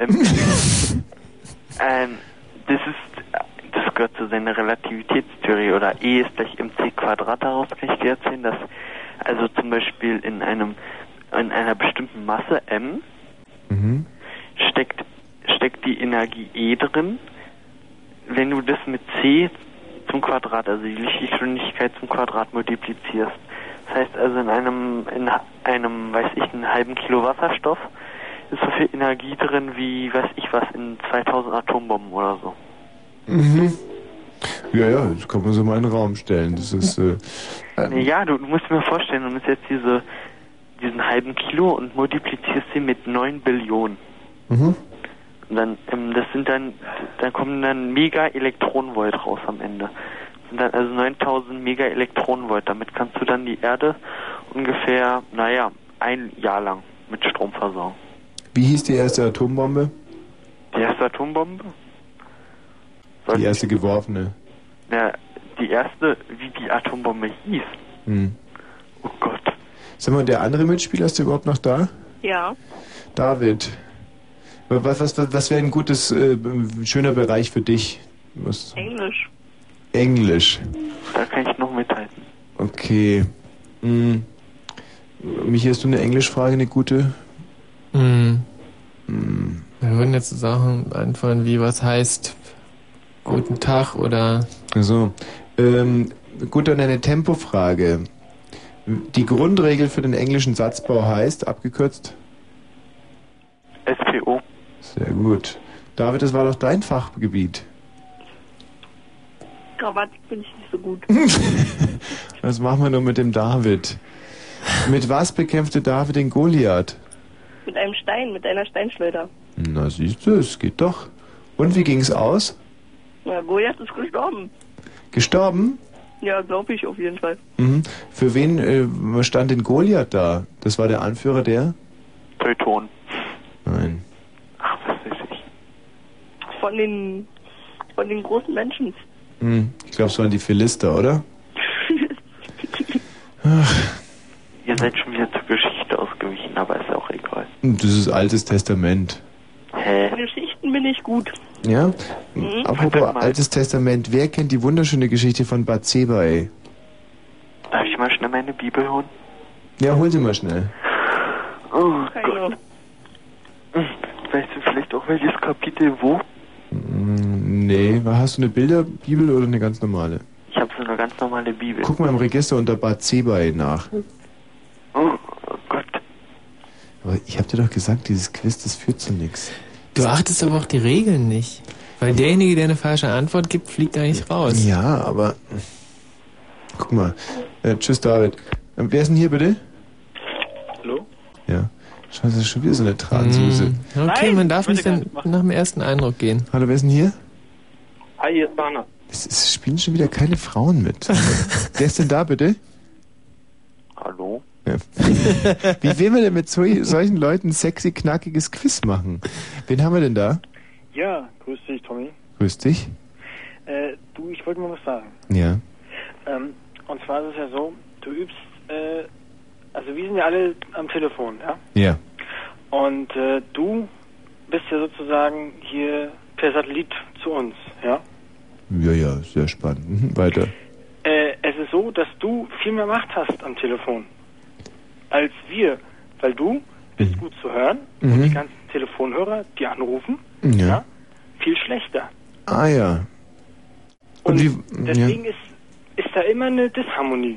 das gehört zu seiner Relativitätstheorie, oder E ist gleich mc Quadrat, daraus kann ich dir erzählen, dass also zum Beispiel in einer bestimmten Masse m steckt die Energie E drin. Wenn du das mit c zum Quadrat, also die Lichtgeschwindigkeit zum Quadrat multiplizierst. Das heißt also in einem, einen halben Kilo Wasserstoff ist so viel Energie drin wie, in 2000 Atombomben oder so. Ja, das kann man so mal in den Raum stellen. Das ist, ja, du musst dir mal vorstellen, du musst jetzt diesen halben Kilo und multiplizierst sie mit 9 Billionen. Und dann, dann kommen dann Mega-Elektronenvolt raus am Ende. Das sind dann also 9000 Mega-Elektronenvolt. Damit kannst du dann die Erde ungefähr, ein Jahr lang mit Strom versorgen. Wie hieß die erste Atombombe? Die erste Atombombe? Die erste geworfene. Ja, die erste, wie die Atombombe hieß. Oh Gott. Sag mal, der andere Mitspieler, ist der überhaupt noch da? Ja. David, was wäre ein gutes, schöner Bereich für dich? Was? Englisch. Da kann ich noch mithalten. Okay. Michi, hast du eine Englischfrage, eine gute? Wir würden jetzt Sachen einfallen wie, was heißt guten Tag oder... So. Gut, dann eine Tempofrage. Die Grundregel für den englischen Satzbau heißt, abgekürzt? SPO. Sehr gut. David, das war doch dein Fachgebiet. Grammatik bin ich nicht so gut. Was machen wir nur mit dem David? Mit was bekämpfte David den Goliath? Mit einem Stein, mit einer Steinschleuder. Na siehst du, es geht doch. Und wie ging's aus? Na, Goliath ist gestorben. Gestorben? Ja, glaube ich auf jeden Fall. Für wen stand denn Goliath da? Das war der Anführer der? Teuton. Nein. Ach, was weiß ich. Von den großen Menschen. Ich glaube, es waren die Philister, oder? Ihr seid schon wieder zur Geschichte ausgewichen, aber ist auch egal. Das ist Altes Testament. Hä? Geschichten bin ich gut. Ja? Apropos Altes Testament, wer kennt die wunderschöne Geschichte von Bathseba, ey? Darf ich mal schnell meine Bibel holen? Ja, hol sie mal schnell. Oh Gott. Weißt du vielleicht auch welches Kapitel wo? Nee, hast du eine Bilderbibel oder eine ganz normale? Ich habe so eine ganz normale Bibel. Guck mal im Register unter Bathseba nach. Oh Gott. Aber ich hab dir doch gesagt, dieses Quiz, das führt zu nichts. Du achtest aber auch die Regeln nicht. Weil derjenige, der eine falsche Antwort gibt, fliegt eigentlich raus. Ja, aber... Guck mal. Tschüss, David. Wer ist denn hier, bitte? Hallo? Ja. Schau, das ist schon wieder so eine Transuse. Okay, Nein, man darf nicht nach dem ersten Eindruck gehen. Hallo, wer ist denn hier? Hi, hier ist Dana. Es spielen schon wieder keine Frauen mit. Wer ist denn da, bitte? Hallo? Ja. Wie will man denn mit solchen Leuten sexy, knackiges Quiz machen? Wen haben wir denn da? Ja, grüß dich, Tommy. Grüß dich. Du, ich wollte mal was sagen. Ja. Und zwar ist es ja so, du übst, also wir sind ja alle am Telefon, ja? Ja. Und du bist ja sozusagen hier per Satellit zu uns, ja? Ja, sehr spannend. Weiter. Es ist so, dass du viel mehr Macht hast am Telefon als wir, weil du bist gut zu hören und die ganzen Telefonhörer, die anrufen, ja, viel schlechter. Ah ja. Und deswegen ist da immer eine Disharmonie.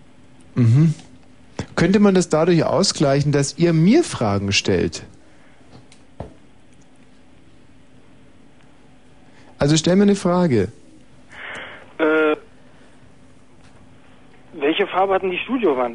Könnte man das dadurch ausgleichen, dass ihr mir Fragen stellt? Also stell mir eine Frage. Welche Farbe hat denn die Studiowand?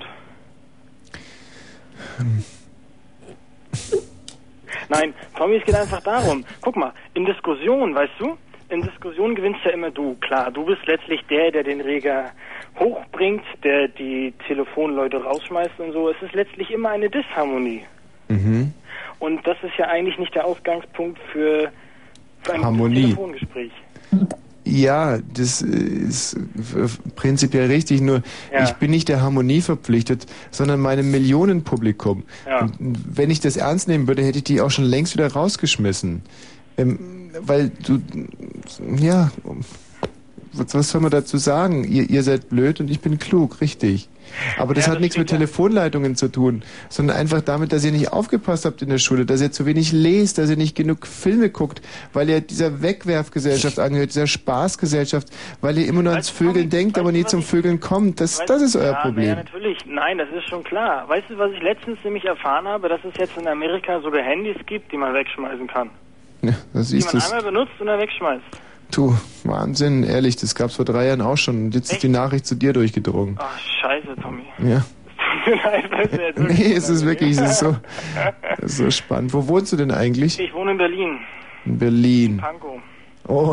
Nein, Tommy, es geht einfach darum. Guck mal, in Diskussionen, weißt du, in Diskussionen gewinnst ja immer du. Klar, du bist letztlich der den Reger hochbringt, der die Telefonleute rausschmeißt und so. Es ist letztlich immer eine Disharmonie. Und das ist ja eigentlich nicht der Ausgangspunkt für ein Harmonie. Telefongespräch. Ja, das ist prinzipiell richtig, nur ich bin nicht der Harmonie verpflichtet, sondern meinem Millionenpublikum. Ja. Und wenn ich das ernst nehmen würde, hätte ich die auch schon längst wieder rausgeschmissen. Weil du, ja, was soll man dazu sagen? Ihr seid blöd und ich bin klug, richtig. Aber das hat nichts mit Telefonleitungen zu tun, sondern einfach damit, dass ihr nicht aufgepasst habt in der Schule, dass ihr zu wenig lest, dass ihr nicht genug Filme guckt, weil ihr dieser Wegwerfgesellschaft angehört, dieser Spaßgesellschaft, weil ihr immer nur ans Vögeln denkt, aber nie zum Vögeln kommt. Das ist euer Problem. Ja, natürlich. Nein, das ist schon klar. Weißt du, was ich letztens nämlich erfahren habe? Dass es jetzt in Amerika sogar Handys gibt, die man wegschmeißen kann. Ja, das siehst du. Die man einmal benutzt und dann wegschmeißt. Du, Wahnsinn, ehrlich, das gab's vor 3 Jahren auch schon. Und jetzt ist die Nachricht zu dir durchgedrungen. Ach, scheiße, Tommy. Ja. Nein, nee, es ist wirklich, es ist so spannend. Wo wohnst du denn eigentlich? Ich wohne in Berlin. In Berlin. In Pankow. Oh.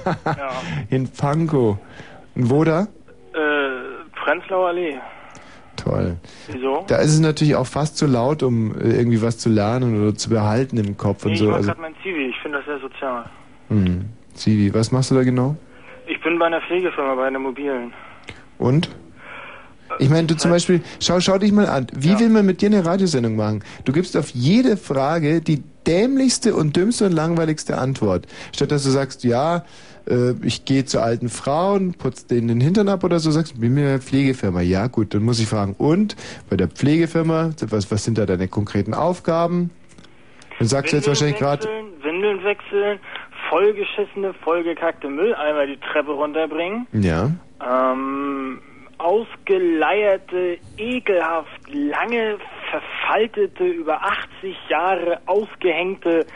In Pankow. Und wo da? Prenzlauer Allee. Toll. Wieso? Da ist es natürlich auch fast zu laut, um irgendwie was zu lernen oder zu behalten im Kopf und so. Ich mach gerade mein Zivi, ich finde das sehr sozial. Zivi, was machst du da genau? Ich bin bei einer Pflegefirma, bei einer mobilen. Und? Ich meine, du zum Beispiel, schau dich mal an. Wie will man mit dir eine Radiosendung machen? Du gibst auf jede Frage die dämlichste und dümmste und langweiligste Antwort. Statt dass du sagst, ja, ich gehe zu alten Frauen, putze denen den Hintern ab oder so, sagst du, bin mir eine Pflegefirma. Ja gut, dann muss ich fragen, und bei der Pflegefirma, was sind da deine konkreten Aufgaben? Dann sagst du jetzt wahrscheinlich gerade... Windeln wechseln, vollgeschissene, vollgekackte Mülleimer die Treppe runterbringen. Ja. Ausgeleierte, ekelhaft lange, verfaltete, über 80 Jahre ausgehängte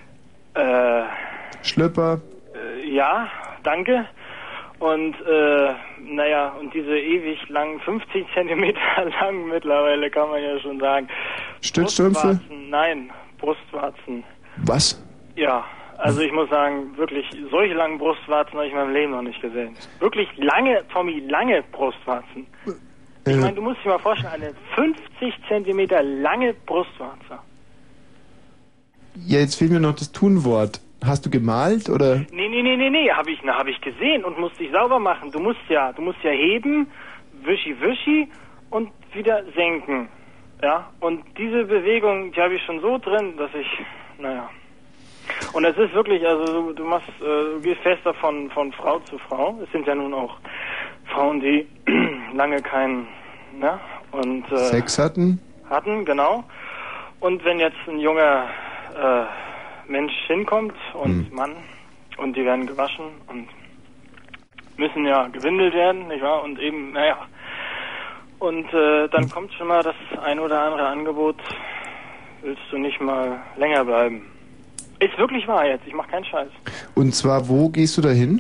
Schlüpper. Ja, danke. Und und diese ewig langen, 50 Zentimeter langen mittlerweile, kann man ja schon sagen. Stützstrümpfe? Brustwarzen, nein, Brustwarzen. Was? Ja, also ich muss sagen, wirklich, solche langen Brustwarzen habe ich in meinem Leben noch nicht gesehen. Wirklich lange, Tommy, lange Brustwarzen. Ich meine, du musst dir mal vorstellen, eine 50 Zentimeter lange Brustwarze. Ja, jetzt fehlt mir noch das Tunwort. Hast du gemalt oder? Nee, hab ich gesehen und musste dich sauber machen. Du musst ja heben, wischi und wieder senken. Ja, und diese Bewegung, die habe ich schon so drin, dass ich, Und es ist wirklich, also du gehst fester von Frau zu Frau. Es sind ja nun auch Frauen, die lange keinen, und Sex hatten, genau. Und wenn jetzt ein junger Mensch hinkommt und Mann und die werden gewaschen und müssen ja gewindelt werden, nicht wahr? Und eben, und dann kommt schon mal das ein oder andere Angebot, willst du nicht mal länger bleiben? Ist wirklich wahr jetzt, ich mach keinen Scheiß. Und zwar, wo gehst du da hin?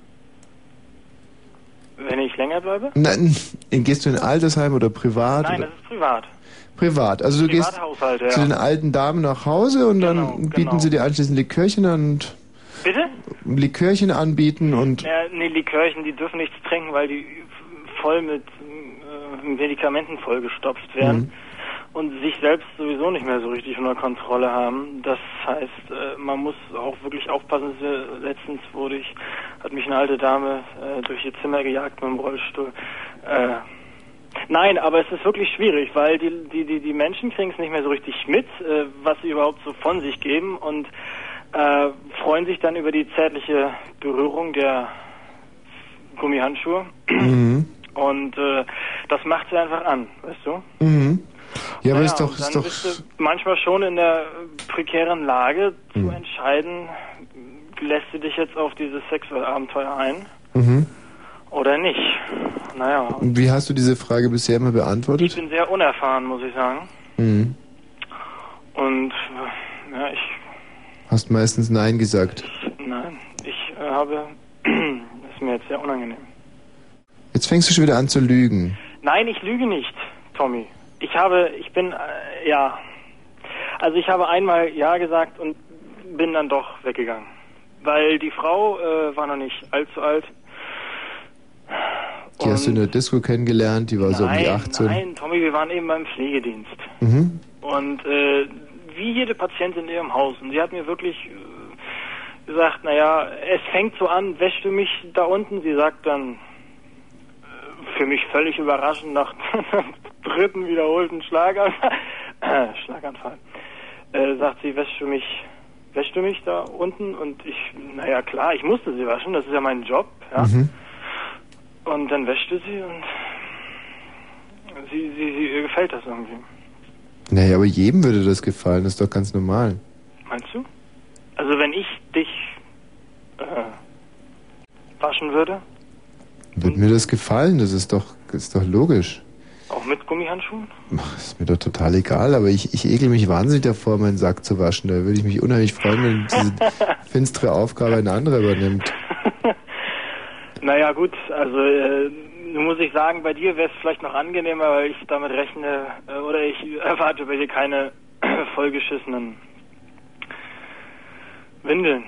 Wenn ich länger bleibe? Nein, gehst du in ein Altersheim oder privat? Nein, das ist privat. Privat, also du gehst zu den alten Damen nach Hause und dann bieten sie dir anschließend Likörchen an und... Bitte? Likörchen anbieten und... Ja, nee, Likörchen, die dürfen nichts trinken, weil die voll mit Medikamenten vollgestopft werden und sich selbst sowieso nicht mehr so richtig unter Kontrolle haben. Das heißt, man muss auch wirklich aufpassen. Letztens hat mich eine alte Dame durch ihr Zimmer gejagt mit dem Rollstuhl. Nein, aber es ist wirklich schwierig, weil die Menschen kriegen es nicht mehr so richtig mit, was sie überhaupt so von sich geben und freuen sich dann über die zärtliche Berührung der Gummihandschuhe. Und das macht sie einfach an, weißt du? Ja, aber ist doch... bist du manchmal schon in der prekären Lage zu entscheiden, lässt du dich jetzt auf dieses Sexabenteuer ein oder nicht? Und wie hast du diese Frage bisher immer beantwortet? Ich bin sehr unerfahren, muss ich sagen. Und ich... Hast meistens Nein gesagt. Ich habe... das ist mir jetzt sehr unangenehm. Jetzt fängst du schon wieder an zu lügen. Nein, ich lüge nicht, Tommy. Ich habe einmal Ja gesagt und bin dann doch weggegangen. Weil die Frau war noch nicht allzu alt. Die hast du in der Disco kennengelernt, die war so um die 18. Nein, Tommy, wir waren eben beim Pflegedienst. Und wie jede Patientin in ihrem Haus. Und sie hat mir wirklich gesagt, es fängt so an, wäschst du mich da unten? Sie sagt dann, für mich völlig überraschend, nach dritten wiederholten Schlaganfall, sagt sie, wäschst du mich da unten? Und ich, klar, ich musste sie waschen, das ist ja mein Job, ja. Und dann wäschte sie und sie ihr gefällt das irgendwie. Naja, aber jedem würde das gefallen, das ist doch ganz normal. Meinst du? Also wenn ich dich waschen würde? Würde mir das gefallen, das ist doch logisch. Auch mit Gummihandschuhen? Ist mir doch total egal, aber ich ekel mich wahnsinnig davor, meinen Sack zu waschen. Da würde ich mich unheimlich freuen, wenn diese finstere Aufgabe ein anderer übernimmt. Naja gut, also nun muss ich sagen, bei dir wäre es vielleicht noch angenehmer, weil ich damit rechne, oder ich erwarte bei dir keine vollgeschissenen Windeln.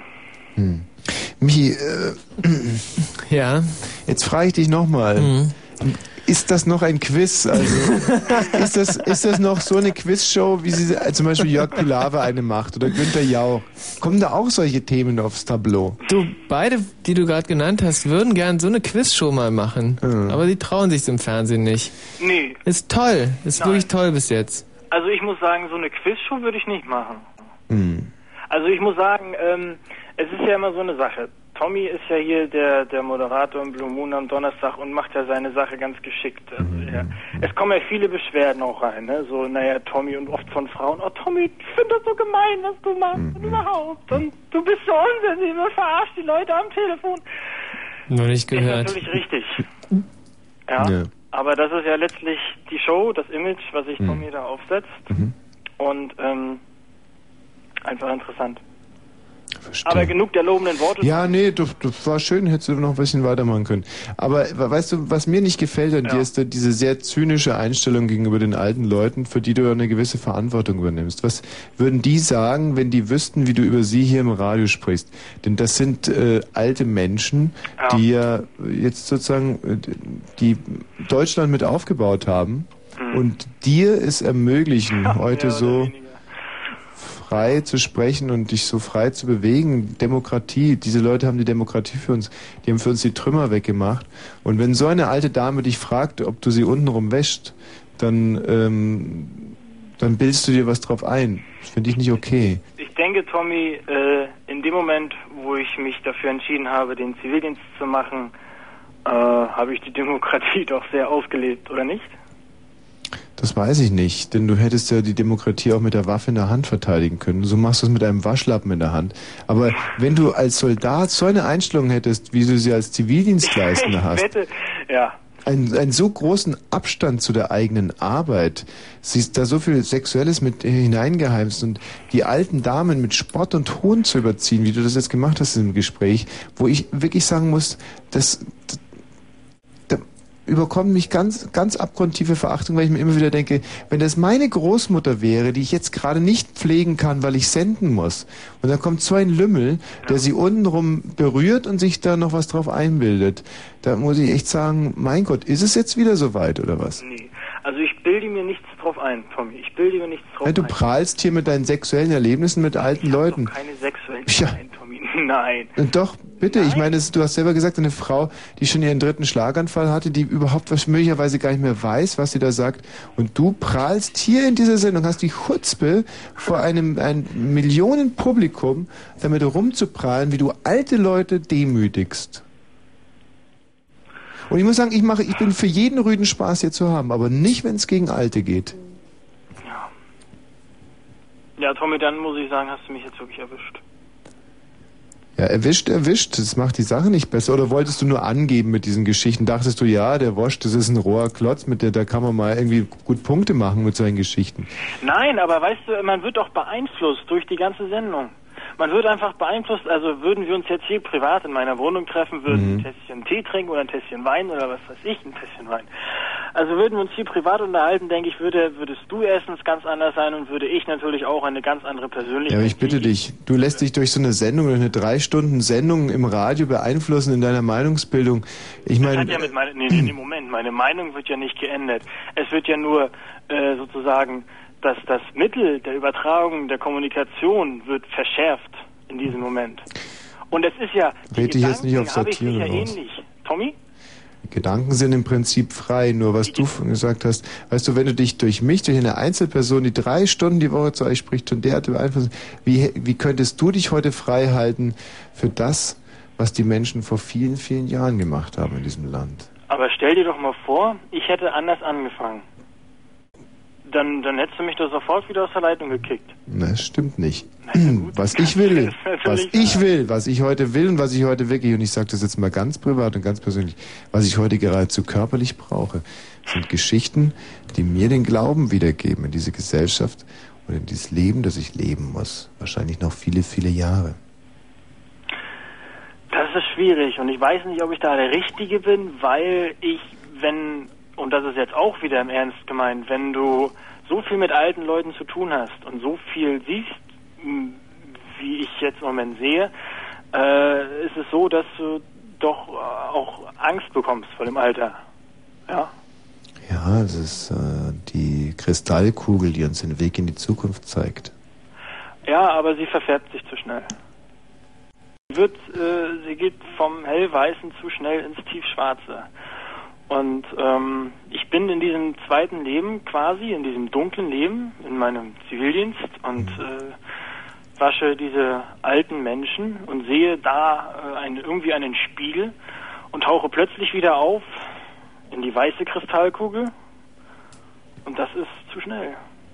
Michi, ja. Jetzt frage ich dich nochmal. Ist das noch ein Quiz? Also, ist das noch so eine Quizshow, wie sie zum Beispiel Jörg Pilawa eine macht oder Günther Jauch? Kommen da auch solche Themen aufs Tableau? Du, beide, die du gerade genannt hast, würden gern so eine Quizshow mal machen. Aber die trauen sich im Fernsehen nicht. Nee. Ist toll. Ist wirklich toll bis jetzt. Also ich muss sagen, so eine Quizshow würde ich nicht machen. Hm. Also ich muss sagen, es ist ja immer so eine Sache. Tommy ist ja hier der Moderator im Blue Moon am Donnerstag und macht ja seine Sache ganz geschickt. Also, es kommen ja viele Beschwerden auch rein, ne? So, Tommy und oft von Frauen. Oh, Tommy, ich finde das so gemein, was du machst und überhaupt. Und du bist so unsensibel, verarscht die Leute am Telefon. Noch nicht gehört. Ist natürlich richtig. Ja. Aber das ist ja letztlich die Show, das Image, was sich Tommy da aufsetzt. Und einfach interessant. Verstehe. Aber genug der lobenden Worte. Ja, nee, das war schön, hättest du noch ein bisschen weitermachen können. Aber weißt du, was mir nicht gefällt an dir, ist diese sehr zynische Einstellung gegenüber den alten Leuten, für die du eine gewisse Verantwortung übernimmst. Was würden die sagen, wenn die wüssten, wie du über sie hier im Radio sprichst? Denn das sind alte Menschen, die ja jetzt sozusagen die Deutschland mit aufgebaut haben und dir es ermöglichen, heute so frei zu sprechen und dich so frei zu bewegen. Demokratie, diese Leute haben die Demokratie für uns, die haben für uns die Trümmer weggemacht. Und wenn so eine alte Dame dich fragt, ob du sie untenrum wäschst, dann bildest du dir was drauf ein. Das finde ich nicht okay. Ich denke, Tommy, in dem Moment, wo ich mich dafür entschieden habe, den Zivildienst zu machen, habe ich die Demokratie doch sehr ausgelebt, oder nicht? Das weiß ich nicht, denn du hättest ja die Demokratie auch mit der Waffe in der Hand verteidigen können. So machst du es mit einem Waschlappen in der Hand. Aber wenn du als Soldat so eine Einstellung hättest, wie du sie als Zivildienstleistender hast, wette, einen so großen Abstand zu der eigenen Arbeit, siehst da so viel Sexuelles mit hineingeheimst und die alten Damen mit Spott und Hohn zu überziehen, wie du das jetzt gemacht hast im Gespräch, wo ich wirklich sagen muss, das überkommt mich ganz, ganz abgrundtiefe Verachtung, weil ich mir immer wieder denke, wenn das meine Großmutter wäre, die ich jetzt gerade nicht pflegen kann, weil ich senden muss, und dann kommt so ein Lümmel, der sie untenrum berührt und sich da noch was drauf einbildet, da muss ich echt sagen, mein Gott, ist es jetzt wieder soweit oder was? Nee, also ich bilde mir nichts drauf ein, Tommy, ich bilde mir nichts drauf ein. Du prahlst hier mit deinen sexuellen Erlebnissen mit alten Leuten. Ich habe keine sexuellen Erlebnisse, Tommy, nein. Doch, bitte, ich meine, du hast selber gesagt, eine Frau, die schon ihren 3. Schlaganfall hatte, die überhaupt möglicherweise gar nicht mehr weiß, was sie da sagt, und du prahlst hier in dieser Sendung, hast die Chutzpe vor einem Millionenpublikum damit rumzuprahlen, wie du alte Leute demütigst. Und ich muss sagen, ich bin für jeden rüden Spaß hier zu haben, aber nicht, wenn es gegen Alte geht. Ja, Tommy, dann muss ich sagen, hast du mich jetzt wirklich erwischt. Ja, erwischt. Das macht die Sache nicht besser. Oder wolltest du nur angeben mit diesen Geschichten? Dachtest du, ja, der Wosch, das ist ein roher Klotz, da kann man mal irgendwie gut Punkte machen mit solchen Geschichten. Nein, aber weißt du, man wird auch beeinflusst durch die ganze Sendung. Man wird einfach beeinflusst, also würden wir uns jetzt hier privat in meiner Wohnung treffen, würden ein Tässchen Tee trinken oder ein Tässchen Wein oder was weiß ich, ein Tässchen Wein. Also würden wir uns hier privat unterhalten, denke ich, würdest du erstens ganz anders sein und würde ich natürlich auch eine ganz andere Persönlichkeit. Ja, aber ich bitte dich, du lässt dich durch so eine Sendung, durch eine 3-Stunden-Sendung im Radio beeinflussen in deiner Meinungsbildung. Ich meine... Moment, meine Meinung wird ja nicht geändert. Es wird ja nur sozusagen... dass das Mittel der Übertragung, der Kommunikation wird verschärft in diesem Moment. Und es ist ja... Red dich jetzt nicht auf Satire raus. Ähnlich. Tommy? Die Gedanken sind im Prinzip frei, nur was du gesagt hast, weißt du, wenn du dich durch eine Einzelperson, die 3 Stunden die Woche zu euch spricht und derart beeinflussen, wie könntest du dich heute frei halten für das, was die Menschen vor vielen, vielen Jahren gemacht haben in diesem Land? Aber stell dir doch mal vor, ich hätte anders angefangen. Dann hättest du mich doch sofort wieder aus der Leitung gekickt. Das stimmt nicht. Was ich will, was ich heute will und was ich heute wirklich, und ich sage das jetzt mal ganz privat und ganz persönlich, was ich heute geradezu körperlich brauche, sind Geschichten, die mir den Glauben wiedergeben in diese Gesellschaft und in dieses Leben, das ich leben muss. Wahrscheinlich noch viele, viele Jahre. Das ist schwierig und ich weiß nicht, ob ich da der Richtige bin, weil und das ist jetzt auch wieder im Ernst gemeint, wenn du so viel mit alten Leuten zu tun hast und so viel siehst, wie ich jetzt im Moment sehe, ist es so, dass du doch auch Angst bekommst vor dem Alter. Ja? Ja, es ist die Kristallkugel, die uns den Weg in die Zukunft zeigt. Ja, aber sie verfärbt sich zu schnell. Sie geht vom Hellweißen zu schnell ins Tiefschwarze. Und ich bin in diesem zweiten Leben quasi, in diesem dunklen Leben, in meinem Zivildienst und wasche diese alten Menschen und sehe da irgendwie einen Spiegel und tauche plötzlich wieder auf in die weiße Kristallkugel und das ist zu schnell.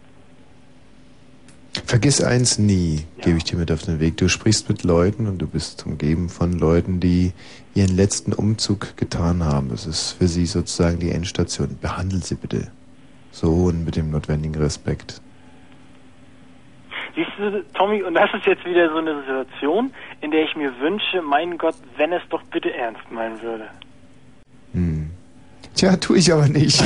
Vergiss eins nie, gebe ich dir mit auf den Weg. Du sprichst mit Leuten und du bist umgeben von Leuten, die ihren letzten Umzug getan haben. Das ist für sie sozusagen die Endstation. Behandelt sie bitte so und mit dem notwendigen Respekt. Siehst du, Tommy, und das ist jetzt wieder so eine Situation, in der ich mir wünsche, mein Gott, wenn es doch bitte ernst meinen würde. Tja, tue ich aber nicht.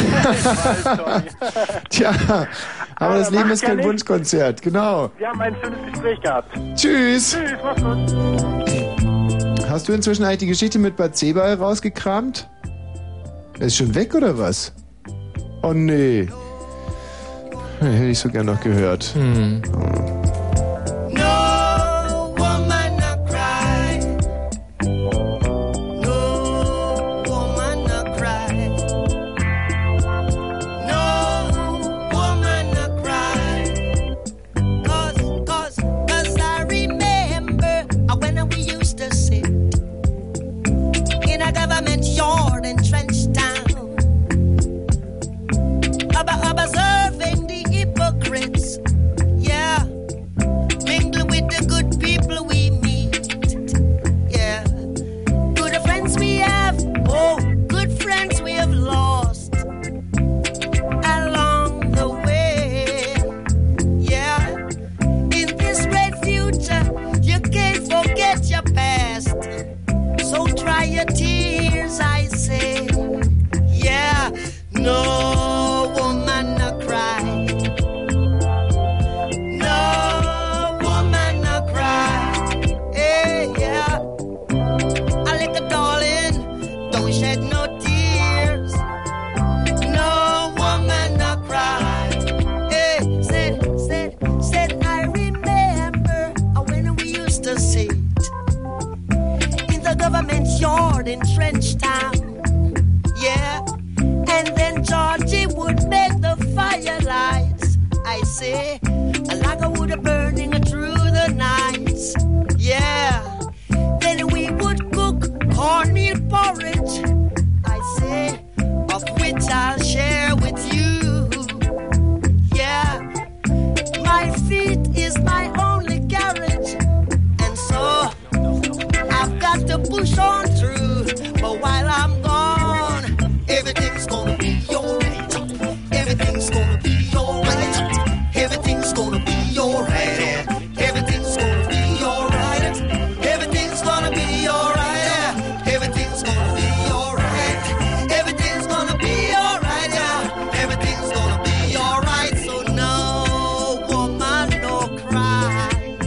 Tja, aber das Leben ist kein Wunschkonzert, genau. Wir haben ein schönes Gespräch gehabt. Tschüss. Tschüss, mach's gut. Hast du inzwischen eigentlich die Geschichte mit Bad Seeberl rausgekramt? Er ist schon weg, oder was? Oh, nee. Hätte ich so gern noch gehört. Observing the hypocrites, yeah. Mingle with the good people we meet, yeah. Good friends we have, oh, good friends we have lost along the way, yeah. In this red future, you can't forget your past, so dry your tears, I say, yeah. No woman no cry. No woman no cry. Hey, yeah. A little darling, don't shed no tears. No woman no cry. Hey, said I remember when we used to sit in the government yard in Trench Town. Yeah. And then Georgie would make the firelights. I say, like a wood burning through the nights. Yeah. Then we would cook cornmeal porridge. I say, of which I'll share with you. Yeah. My feet is my only carriage. And so I've got to push on through. But while I'm gone, everything's gonna be alright. Everything's gonna be alright. Everything's gonna be alright. Everything's gonna be alright. Everything's gonna be alright. Everything's gonna be alright. Everything's gonna be alright. Everything's gonna be alright. So no woman no cry.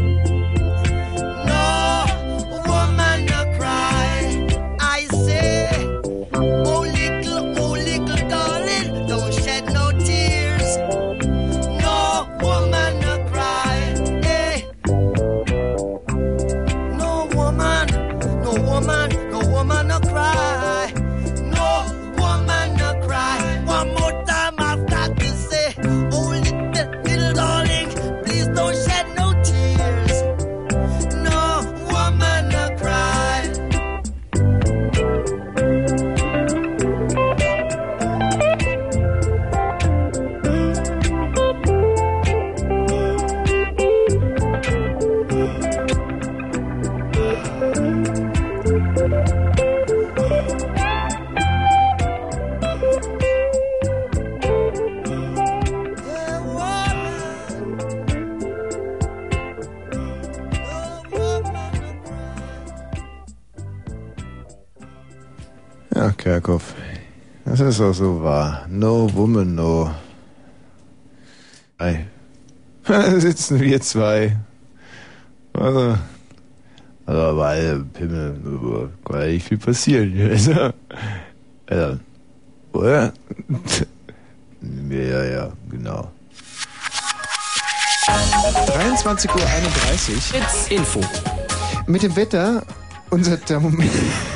No woman no cry. I say, oh little darling, don't shed no tears. No woman no cry. Hey. No woman no cry. No woman no cry. One more time I've got to say, oh little darling, please don't shed no tears. No woman no cry. Ja, Kerkhoff. Das ist auch so wahr. No woman, no. Ei. Da sitzen wir zwei. Also weil, Pimmel, kann ja nicht viel passieren. Also, oder? Ja, genau. 23:31 Uhr. Fritz Info. Mit dem Wetter, unser Thermometer...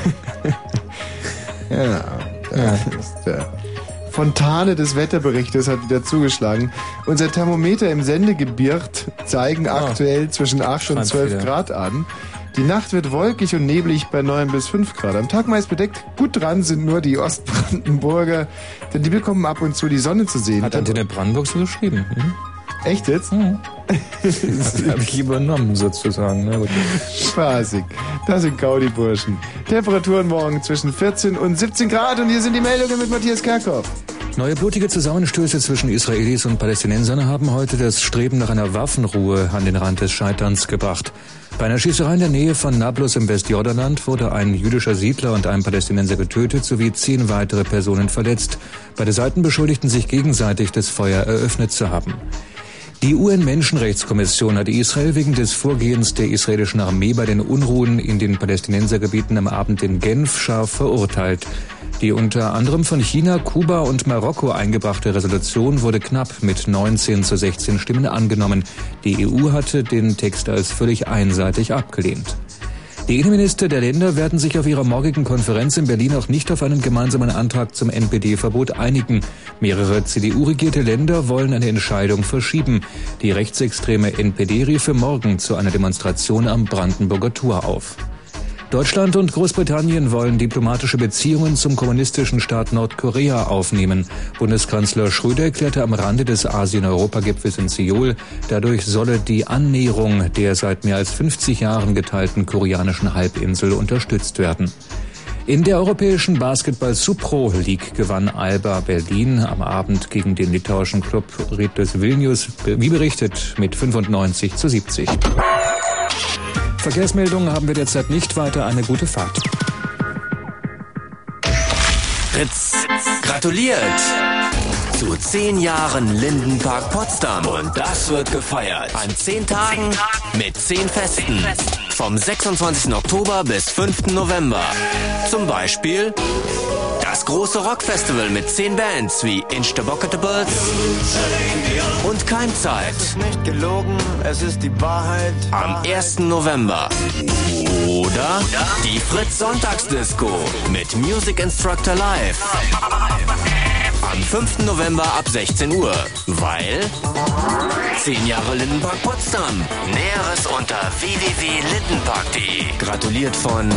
ist der Fontane des Wetterberichtes hat wieder zugeschlagen. Unser Thermometer im Sendegebiet zeigen aktuell zwischen 8 und 12 Grad an. Die Nacht wird wolkig und neblig bei 9 bis 5 Grad. Am Tag meist bedeckt. Gut dran sind nur die Ostbrandenburger, denn die bekommen ab und zu die Sonne zu sehen. Hat Antenne Brandenburg so geschrieben. Echt jetzt? Das habe ich übernommen sozusagen. Na gut. Spaßig. Das sind Gaudi-Burschen. Temperaturen morgen zwischen 14 und 17 Grad und hier sind die Meldungen mit Matthias Kerkhoff. Neue blutige Zusammenstöße zwischen Israelis und Palästinensern haben heute das Streben nach einer Waffenruhe an den Rand des Scheiterns gebracht. Bei einer Schießerei in der Nähe von Nablus im Westjordanland wurde ein jüdischer Siedler und ein Palästinenser getötet sowie 10 weitere Personen verletzt. Beide Seiten beschuldigten sich gegenseitig, das Feuer eröffnet zu haben. Die UN-Menschenrechtskommission hat Israel wegen des Vorgehens der israelischen Armee bei den Unruhen in den Palästinensergebieten am Abend in Genf scharf verurteilt. Die unter anderem von China, Kuba und Marokko eingebrachte Resolution wurde knapp mit 19:16 Stimmen angenommen. Die EU hatte den Text als völlig einseitig abgelehnt. Die Innenminister der Länder werden sich auf ihrer morgigen Konferenz in Berlin auch nicht auf einen gemeinsamen Antrag zum NPD-Verbot einigen. Mehrere CDU-regierte Länder wollen eine Entscheidung verschieben. Die rechtsextreme NPD rief für morgen zu einer Demonstration am Brandenburger Tor auf. Deutschland und Großbritannien wollen diplomatische Beziehungen zum kommunistischen Staat Nordkorea aufnehmen. Bundeskanzler Schröder erklärte am Rande des Asien-Europa-Gipfels in Seoul, dadurch solle die Annäherung der seit mehr als 50 Jahren geteilten koreanischen Halbinsel unterstützt werden. In der europäischen Basketball-Supro League gewann Alba Berlin am Abend gegen den litauischen Klub Ritas Vilnius, wie berichtet, mit 95:70. Verkehrsmeldungen haben wir derzeit nicht weiter. Eine gute Fahrt. Fritz gratuliert zu 10 Jahren Lindenpark Potsdam. Und das wird gefeiert. An 10 Tagen mit 10 Festen. Vom 26. Oktober bis 5. November. Zum Beispiel das große Rockfestival mit 10 Bands wie Instabockables und Keimzeit. Es ist nicht gelogen, es ist die Wahrheit. Am 1. November. Oder die Fritz-Sonntagsdisco mit Music Instructor Live. Am 5. November ab 16 Uhr. Weil 10 Jahre Lindenpark Potsdam. Näheres unter www.lindenpark.de. Gratuliert von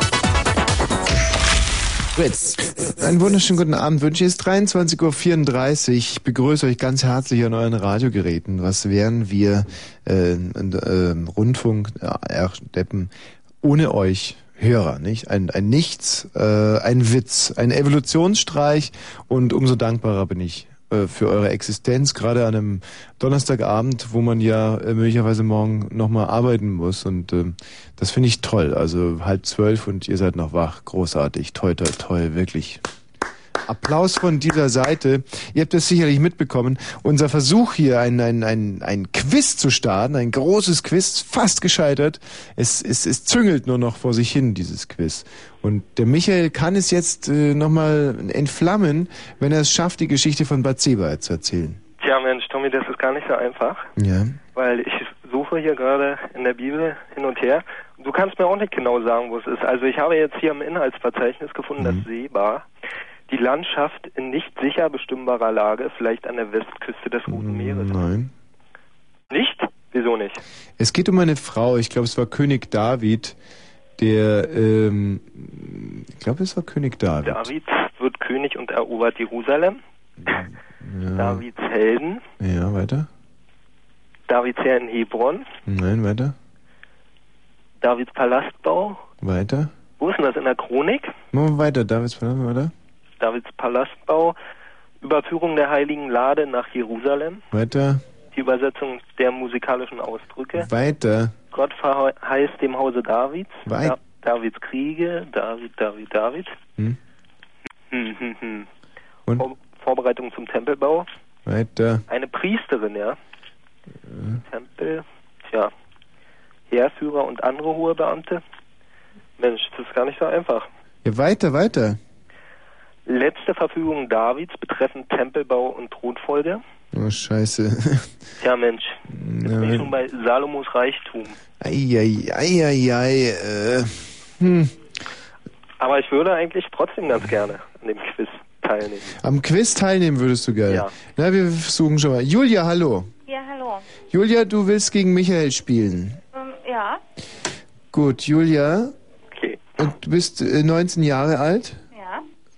Fritz. Einen wunderschönen guten Abend wünsche ich. Es ist 23:34 Uhr. Ich begrüße euch ganz herzlich an euren Radiogeräten. Was wären wir Rundfunk, Deppen, ohne euch Hörer, nicht? Ein Nichts, ein Witz, ein Evolutionsstreich und umso dankbarer bin ich für eure Existenz, gerade an einem Donnerstagabend, wo man ja möglicherweise morgen nochmal arbeiten muss und das finde ich toll. Also 11:30 und ihr seid noch wach. Großartig. Toi, toi, toi. Wirklich. Applaus von dieser Seite. Ihr habt es sicherlich mitbekommen. Unser Versuch hier, ein Quiz zu starten, ein großes Quiz, fast gescheitert. Es züngelt nur noch vor sich hin, dieses Quiz. Und der Michael kann es jetzt nochmal entflammen, wenn er es schafft, die Geschichte von Bathseba zu erzählen. Tja, Mensch, Tommy, das ist gar nicht so einfach. Ja. Weil ich suche hier gerade in der Bibel hin und her. Du kannst mir auch nicht genau sagen, wo es ist. Also ich habe jetzt hier im Inhaltsverzeichnis gefunden, dass Seba die Landschaft in nicht sicher bestimmbarer Lage, vielleicht an der Westküste des Roten Meeres. Nein. Nicht? Wieso nicht? Es geht um eine Frau, ich glaube, es war König David, der, ich glaube, es war König David. David wird König und erobert Jerusalem. Ja. Davids Helden. Ja, weiter. Davids Heer in Hebron. Nein, weiter. Davids Palastbau. Weiter. Wo ist denn das in der Chronik? Machen wir weiter, Davids Palastbau, weiter. Davids Palastbau, Überführung der Heiligen Lade nach Jerusalem. Weiter. Die Übersetzung der musikalischen Ausdrücke. Weiter. Gott verheißt dem Hause Davids. Weiter. Davids Kriege. David. Und? Vorbereitung zum Tempelbau. Weiter. Eine Priesterin, ja. Tempel. Tja. Heerführer und andere hohe Beamte. Mensch, das ist gar nicht so einfach. Ja, weiter. Letzte Verfügung Davids betreffend Tempelbau und Thronfolge. Oh, scheiße. Tja, Mensch. Jetzt bin ich schon bei Salomos Reichtum. Aber ich würde eigentlich trotzdem ganz gerne an dem Quiz teilnehmen. Am Quiz teilnehmen würdest du gerne? Ja. Na, wir versuchen schon mal. Julia, hallo. Ja, hallo. Julia, du willst gegen Michael spielen. Ja. Gut, Julia. Okay. Und du bist 19 Jahre alt? Ja.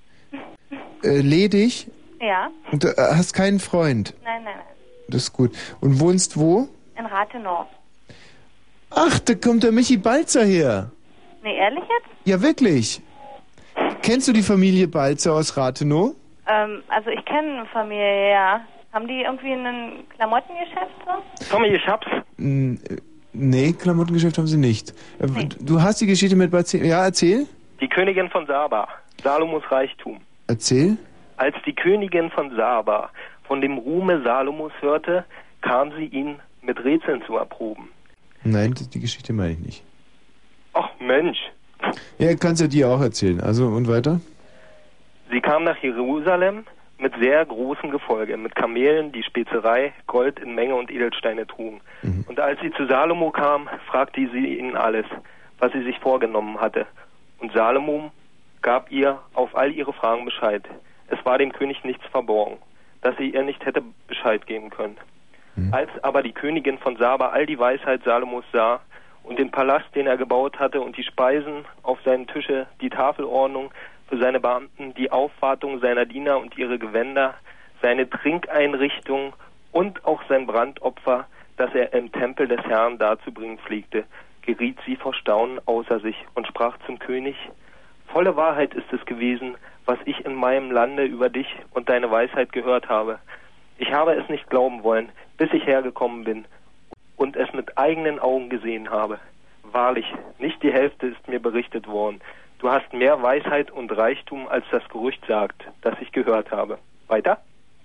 Ledig? Ja. Und du hast keinen Freund? Nein. Das ist gut. Und wohnst wo? In Rathenow. Ach, da kommt der Michi Balzer her. Nee, ehrlich jetzt? Ja, wirklich. Kennst du die Familie Balzer aus Rathenow? Also ich kenne eine Familie, ja. Haben die irgendwie ein Klamottengeschäft so? Tommy, ich hab's. Nee, Klamottengeschäft haben sie nicht. Nee. Du hast die Geschichte mit Balzer... Ja, erzähl. Die Königin von Saba, Salomos Reichtum. Erzähl. Als die Königin von Saba von dem Ruhme Salomos hörte, kam sie ihn mit Rätseln zu erproben. Nein, die Geschichte meine ich nicht. Ach Mensch. Ja, kannst ja dir auch erzählen. Also, und weiter? Sie kam nach Jerusalem mit sehr großem Gefolge, mit Kamelen, die Spezerei, Gold in Menge und Edelsteine trugen. Und als sie zu Salomo kam, fragte sie ihn alles, was sie sich vorgenommen hatte. Und Salomo gab ihr auf all ihre Fragen Bescheid. Es war dem König nichts verborgen, dass sie ihr nicht hätte Bescheid geben können. Als aber die Königin von Saba all die Weisheit Salomos sah und den Palast, den er gebaut hatte, und die Speisen auf seinen Tische, die Tafelordnung für seine Beamten, die Aufwartung seiner Diener und ihre Gewänder, seine Trinkeinrichtung und auch sein Brandopfer, das er im Tempel des Herrn darzubringen pflegte, geriet sie vor Staunen außer sich und sprach zum König: Volle Wahrheit ist es gewesen, was ich in meinem Lande über dich und deine Weisheit gehört habe. Ich habe es nicht glauben wollen, bis ich hergekommen bin und es mit eigenen Augen gesehen habe. Wahrlich, nicht die Hälfte ist mir berichtet worden. Du hast mehr Weisheit und Reichtum, als das Gerücht sagt, das ich gehört habe. Weiter?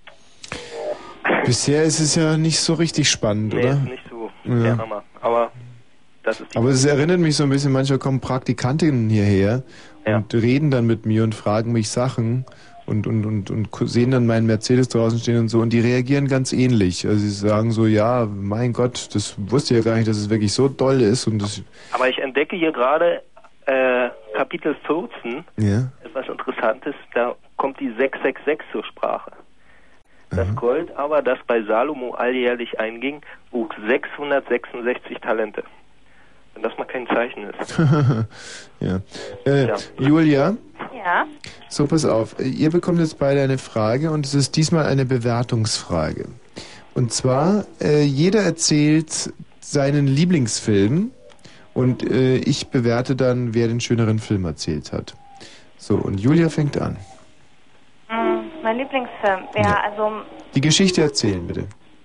Bisher ist es ja nicht so richtig spannend, oder? Nee, nicht so der Hammer. Aber das ist Aber es erinnert mich so ein bisschen, manchmal kommen Praktikantinnen hierher und reden dann mit mir und fragen mich Sachen und sehen dann meinen Mercedes draußen stehen und so, und die reagieren ganz ähnlich. Also sie sagen so, ja, mein Gott, das wusste ich ja gar nicht, dass es wirklich so doll ist. Und das Aber ich entdecke hier gerade Kapitel 14, etwas Interessantes, da kommt die 666 zur Sprache. Das Gold aber, das bei Salomo alljährlich einging, wuchs 666 Talente. Wenn das mal kein Zeichen ist. Julia? Ja? So, pass auf. Ihr bekommt jetzt beide eine Frage, und es ist diesmal eine Bewertungsfrage. Und zwar, jeder erzählt seinen Lieblingsfilm, und ich bewerte dann, wer den schöneren Film erzählt hat. So, und Julia fängt an. Mein Lieblingsfilm, ja, also... Die Geschichte erzählen, bitte.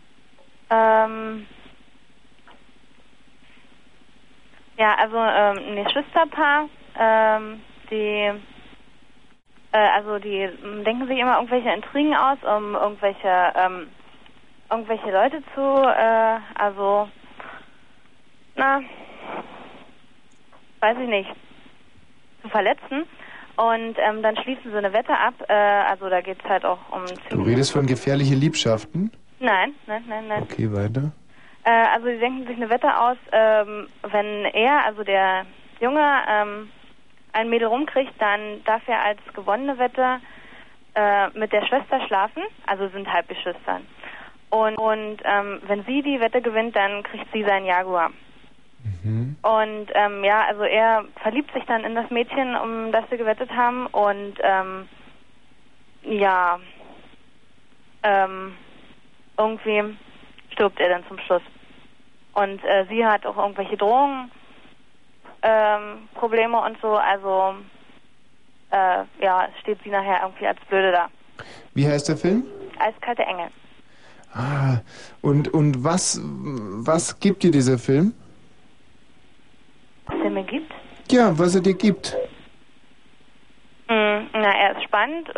Ja, also ein Geschwisterpaar, die denken sich immer irgendwelche Intrigen aus, um irgendwelche Leute zu, weiß ich nicht, zu verletzen. Und dann schließen sie eine Wette ab, also da geht es halt auch um... Du redest von gefährliche Liebschaften? Nein. Okay, weiter. Also sie denken sich eine Wette aus, wenn er, also der Junge, ein Mädel rumkriegt, dann darf er als gewonnene Wette mit der Schwester schlafen, also sind Halbgeschwister. Und wenn sie die Wette gewinnt, dann kriegt sie seinen Jaguar. Und also er verliebt sich dann in das Mädchen, um das sie gewettet haben, und irgendwie stirbt er dann zum Schluss. Und sie hat auch irgendwelche Drogen, Probleme und so, also steht sie nachher irgendwie als Blöde da. Wie heißt der Film? Eiskalte Engel. Ah, und was gibt dir dieser Film? Was er mir gibt? Ja, was er dir gibt. Er ist spannend,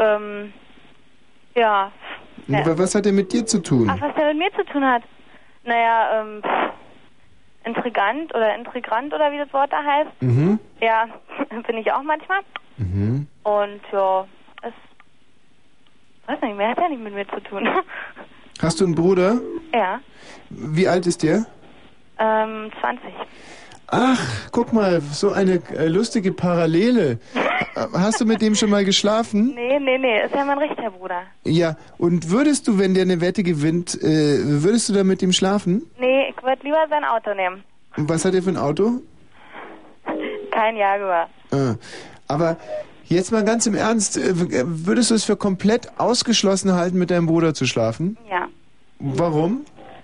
Was hat er mit dir zu tun? Ach, was er mit mir zu tun hat? Naja, intrigant oder wie das Wort da heißt. Ja, bin ich auch manchmal. Und ja, ist Weiß nicht, mehr hat ja nicht mit mir zu tun. Hast du einen Bruder? Ja, Wie alt ist der? 20. Ach, guck mal, so eine lustige Parallele. Hast du mit dem schon mal geschlafen? Nee, ist ja mein richtiger Bruder. Ja, und würdest du, wenn der eine Wette gewinnt, würdest du dann mit ihm schlafen? Nee, ich würde lieber sein Auto nehmen. Und was hat er für ein Auto? Kein Jaguar. Aber jetzt mal ganz im Ernst, würdest du es für komplett ausgeschlossen halten, mit deinem Bruder zu schlafen? Ja. Warum?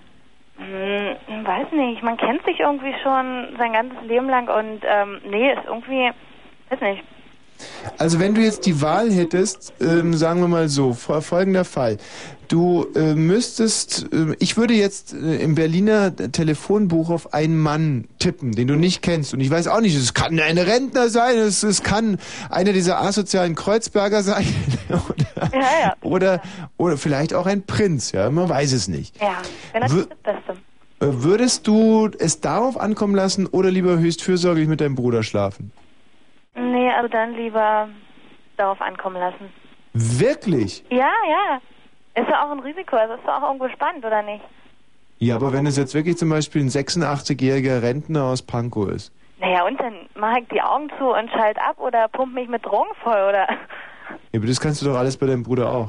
Weiß nicht, man kennt sich irgendwie schon sein ganzes Leben lang und nee, ist irgendwie, weiß nicht. Also wenn du jetzt die Wahl hättest, sagen wir mal so, folgender Fall. Du müsstest, ich würde jetzt im Berliner Telefonbuch auf einen Mann tippen, den du nicht kennst. Und ich weiß auch nicht, es kann ein Rentner sein, es kann einer dieser asozialen Kreuzberger sein. Oder vielleicht auch ein Prinz, ja, man weiß es nicht. Ja, wäre natürlich das Beste. Würdest du es darauf ankommen lassen oder lieber höchst fürsorglich mit deinem Bruder schlafen? Nee, also dann lieber darauf ankommen lassen. Wirklich? Ja. Ist ja auch ein Risiko, also ist doch auch irgendwo spannend, oder nicht? Ja, aber wenn es jetzt wirklich zum Beispiel ein 86-jähriger Rentner aus Pankow ist. Naja, und dann mache ich die Augen zu und schalte ab oder pump mich mit Drogen voll, oder? Ja, aber das kannst du doch alles bei deinem Bruder auch.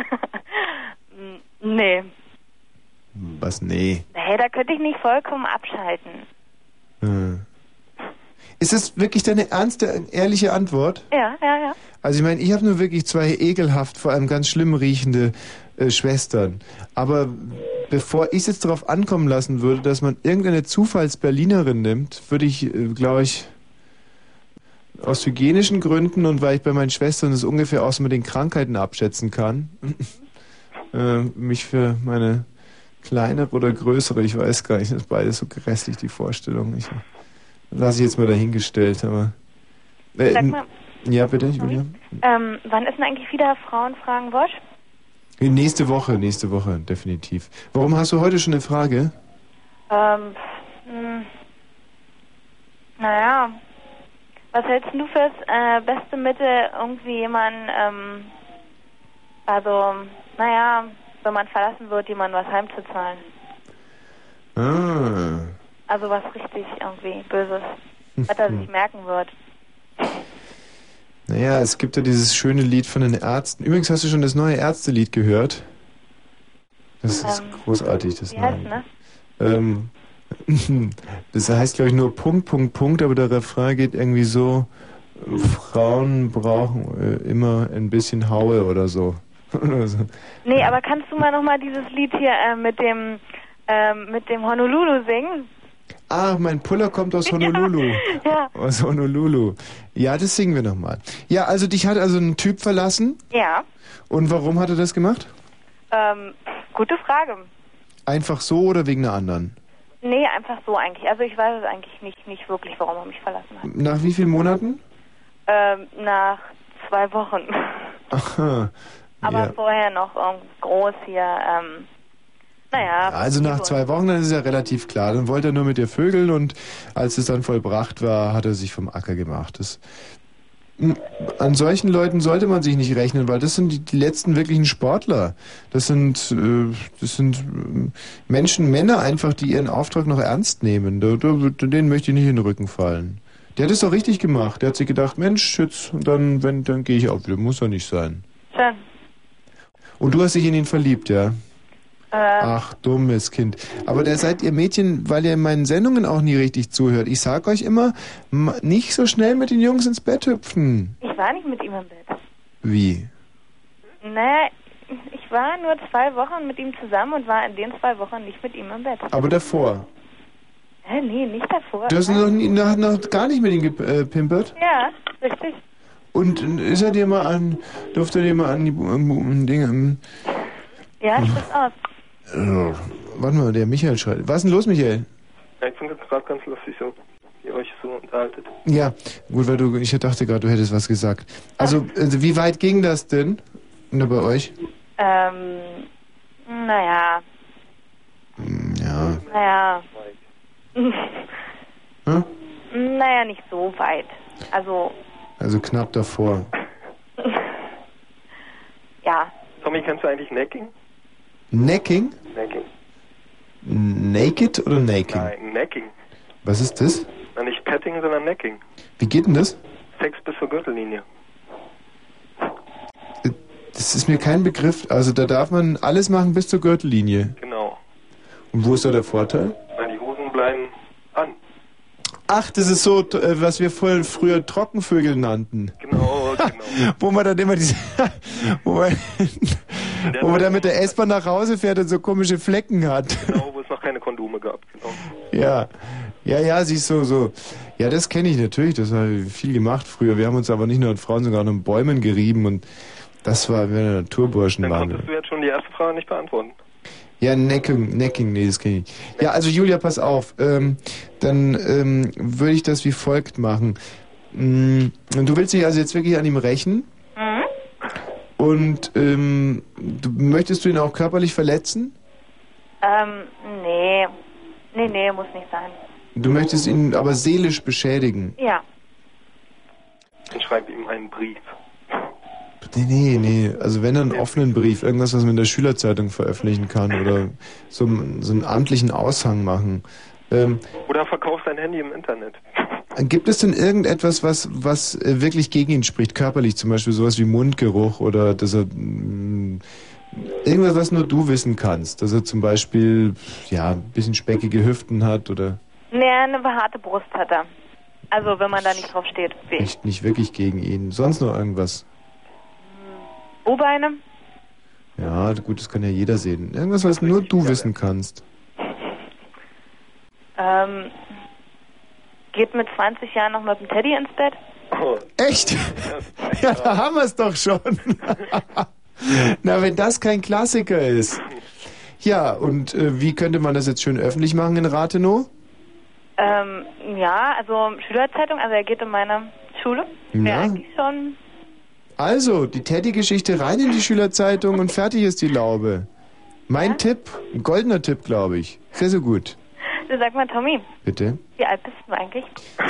Nee. Was, nee? Hey, da könnte ich nicht vollkommen abschalten. Ist das wirklich deine ernste, ehrliche Antwort? Ja. Also ich meine, ich habe nur wirklich zwei ekelhaft, vor allem ganz schlimm riechende Schwestern. Aber bevor ich es jetzt darauf ankommen lassen würde, dass man irgendeine Zufalls-Berlinerin nimmt, würde ich, glaube ich, aus hygienischen Gründen und weil ich bei meinen Schwestern das ungefähr auch so mit den Krankheiten abschätzen kann, mich für meine kleinere oder größere, ich weiß gar nicht, das ist beides so grässlich, die Vorstellung. Lass ich jetzt mal dahingestellt, aber... Sag mal... Ja, bitte, Julia? Wann ist denn eigentlich wieder Frauenfragen Wosch? Nächste Woche, definitiv. Warum hast du heute schon eine Frage? Naja, was hältst du fürs beste Mittel, irgendwie jemanden, wenn man verlassen wird, jemandem was heimzuzahlen? Also was richtig irgendwie Böses, was er sich merken wird. Naja, es gibt ja dieses schöne Lied von den Ärzten. Übrigens, hast du schon das neue Ärzte-Lied gehört? Das ist großartig, das neue. Das heißt, glaube ich, nur Punkt, aber der Refrain geht irgendwie so, Frauen brauchen immer ein bisschen Haue oder so. Nee, aber kannst du mal nochmal dieses Lied hier mit dem Honolulu singen? Ah, mein Puller kommt aus Honolulu. Ja. Aus Honolulu. Ja, das singen wir nochmal. Ja, also dich hat also ein Typ verlassen? Ja. Und warum hat er das gemacht? Gute Frage. Einfach so oder wegen einer anderen? Nee, einfach so eigentlich. Also ich weiß es eigentlich nicht wirklich, warum er mich verlassen hat. Nach wie vielen Monaten? Nach 2 Wochen. Aha. Aber vorher noch groß hier, Also nach 2 Wochen, dann ist es ja relativ klar. Dann wollte er nur mit dir vögeln und als es dann vollbracht war, hat er sich vom Acker gemacht. An solchen Leuten sollte man sich nicht rechnen, weil das sind die letzten wirklichen Sportler. Das sind Männer einfach, die ihren Auftrag noch ernst nehmen. Denen möchte ich nicht in den Rücken fallen. Der hat es doch richtig gemacht. Der hat sich gedacht, Mensch, jetzt, dann gehe ich auch wieder. Muss doch nicht sein. Schön. Und du hast dich in ihn verliebt, ja? Ach, dummes Kind. Aber da seid ihr Mädchen, weil ihr in meinen Sendungen auch nie richtig zuhört. Ich sag euch immer, nicht so schnell mit den Jungs ins Bett hüpfen. Ich war nicht mit ihm im Bett. Wie? Naja, ich war nur 2 Wochen mit ihm zusammen und war in den 2 Wochen nicht mit ihm imEtt. Aber davor? Nee, nicht davor. Du hast noch gar nicht mit ihm gepimpert? Ja, richtig. Und durfte er dir mal an die Dinge... Ja, stimmt aus. Warte mal, der Michael schreit. Was ist denn los, Michael? Ja, ich finde das gerade ganz lustig, so, wie ihr euch so unterhaltet. Ja, gut, weil ich dachte gerade, du hättest was gesagt. Also, wie weit ging das denn bei euch? Naja. Ja. Naja. Hm? Naja, nicht so weit. Also knapp davor. Ja. Sag Tommy, kennst du eigentlich Necking? Necking? Necking. Naked oder Naking? Nein, Necking. Was ist das? Na, nicht Petting, sondern Necking. Wie geht denn das? Sex bis zur Gürtellinie. Das ist mir kein Begriff. Also da darf man alles machen bis zur Gürtellinie. Genau. Und wo ist da der Vorteil? Na, die Hosen bleiben an. Ach, das ist so, was wir früher Trockenvögel nannten. Genau. Wo man dann immer diese... wo man dann mit der S-Bahn nach Hause fährt und so komische Flecken hat. Genau, wo es noch keine Kondome gab. Genau. Ja, siehst du, so. Ja, das kenne ich natürlich, das habe ich viel gemacht früher. Wir haben uns aber nicht nur an Frauen, sogar noch in Bäumen gerieben und das war, wenn wir Naturburschen waren. Dann konntest du jetzt schon die erste Frage nicht beantworten. Ja, Necking, nee, das kenne ich. Ja, also Julia, pass auf. Dann würde ich das wie folgt machen. Du willst dich also jetzt wirklich an ihm rächen? Mhm. Und möchtest du ihn auch körperlich verletzen? Nee. Nee, muss nicht sein. Du möchtest ihn aber seelisch beschädigen? Ja. Dann schreib ihm einen Brief. Nee. Also wenn dann einen offenen Brief, irgendwas, was man in der Schülerzeitung veröffentlichen kann oder so einen amtlichen Aushang machen. Oder verkauf sein Handy im Internet. Gibt es denn irgendetwas, was wirklich gegen ihn spricht, körperlich, zum Beispiel sowas wie Mundgeruch oder dass er irgendwas, was nur du wissen kannst, dass er zum Beispiel ein bisschen speckige Hüften hat oder... Nee, eine behaarte Brust hat er. Also wenn man da nicht drauf steht. Echt nicht wirklich gegen ihn. Sonst noch irgendwas? O-Beine? Ja, gut, das kann ja jeder sehen. Irgendwas, was nur du wissen kannst. Geht mit 20 Jahren noch mit dem Teddy ins Bett? Oh. Echt? Ja, da haben wir es doch schon. Na, wenn das kein Klassiker ist. Ja, und wie könnte man das jetzt schön öffentlich machen in Rathenow? Ja, also Schülerzeitung, also er geht in meine Schule. Wäre eigentlich schon... Also, die Teddy-Geschichte rein in die Schülerzeitung und fertig ist die Laube. Mein Tipp, ein goldener Tipp, glaube ich. Sehr, sehr gut. Du, sag mal, Tommy. Bitte? Wie alt bist du eigentlich?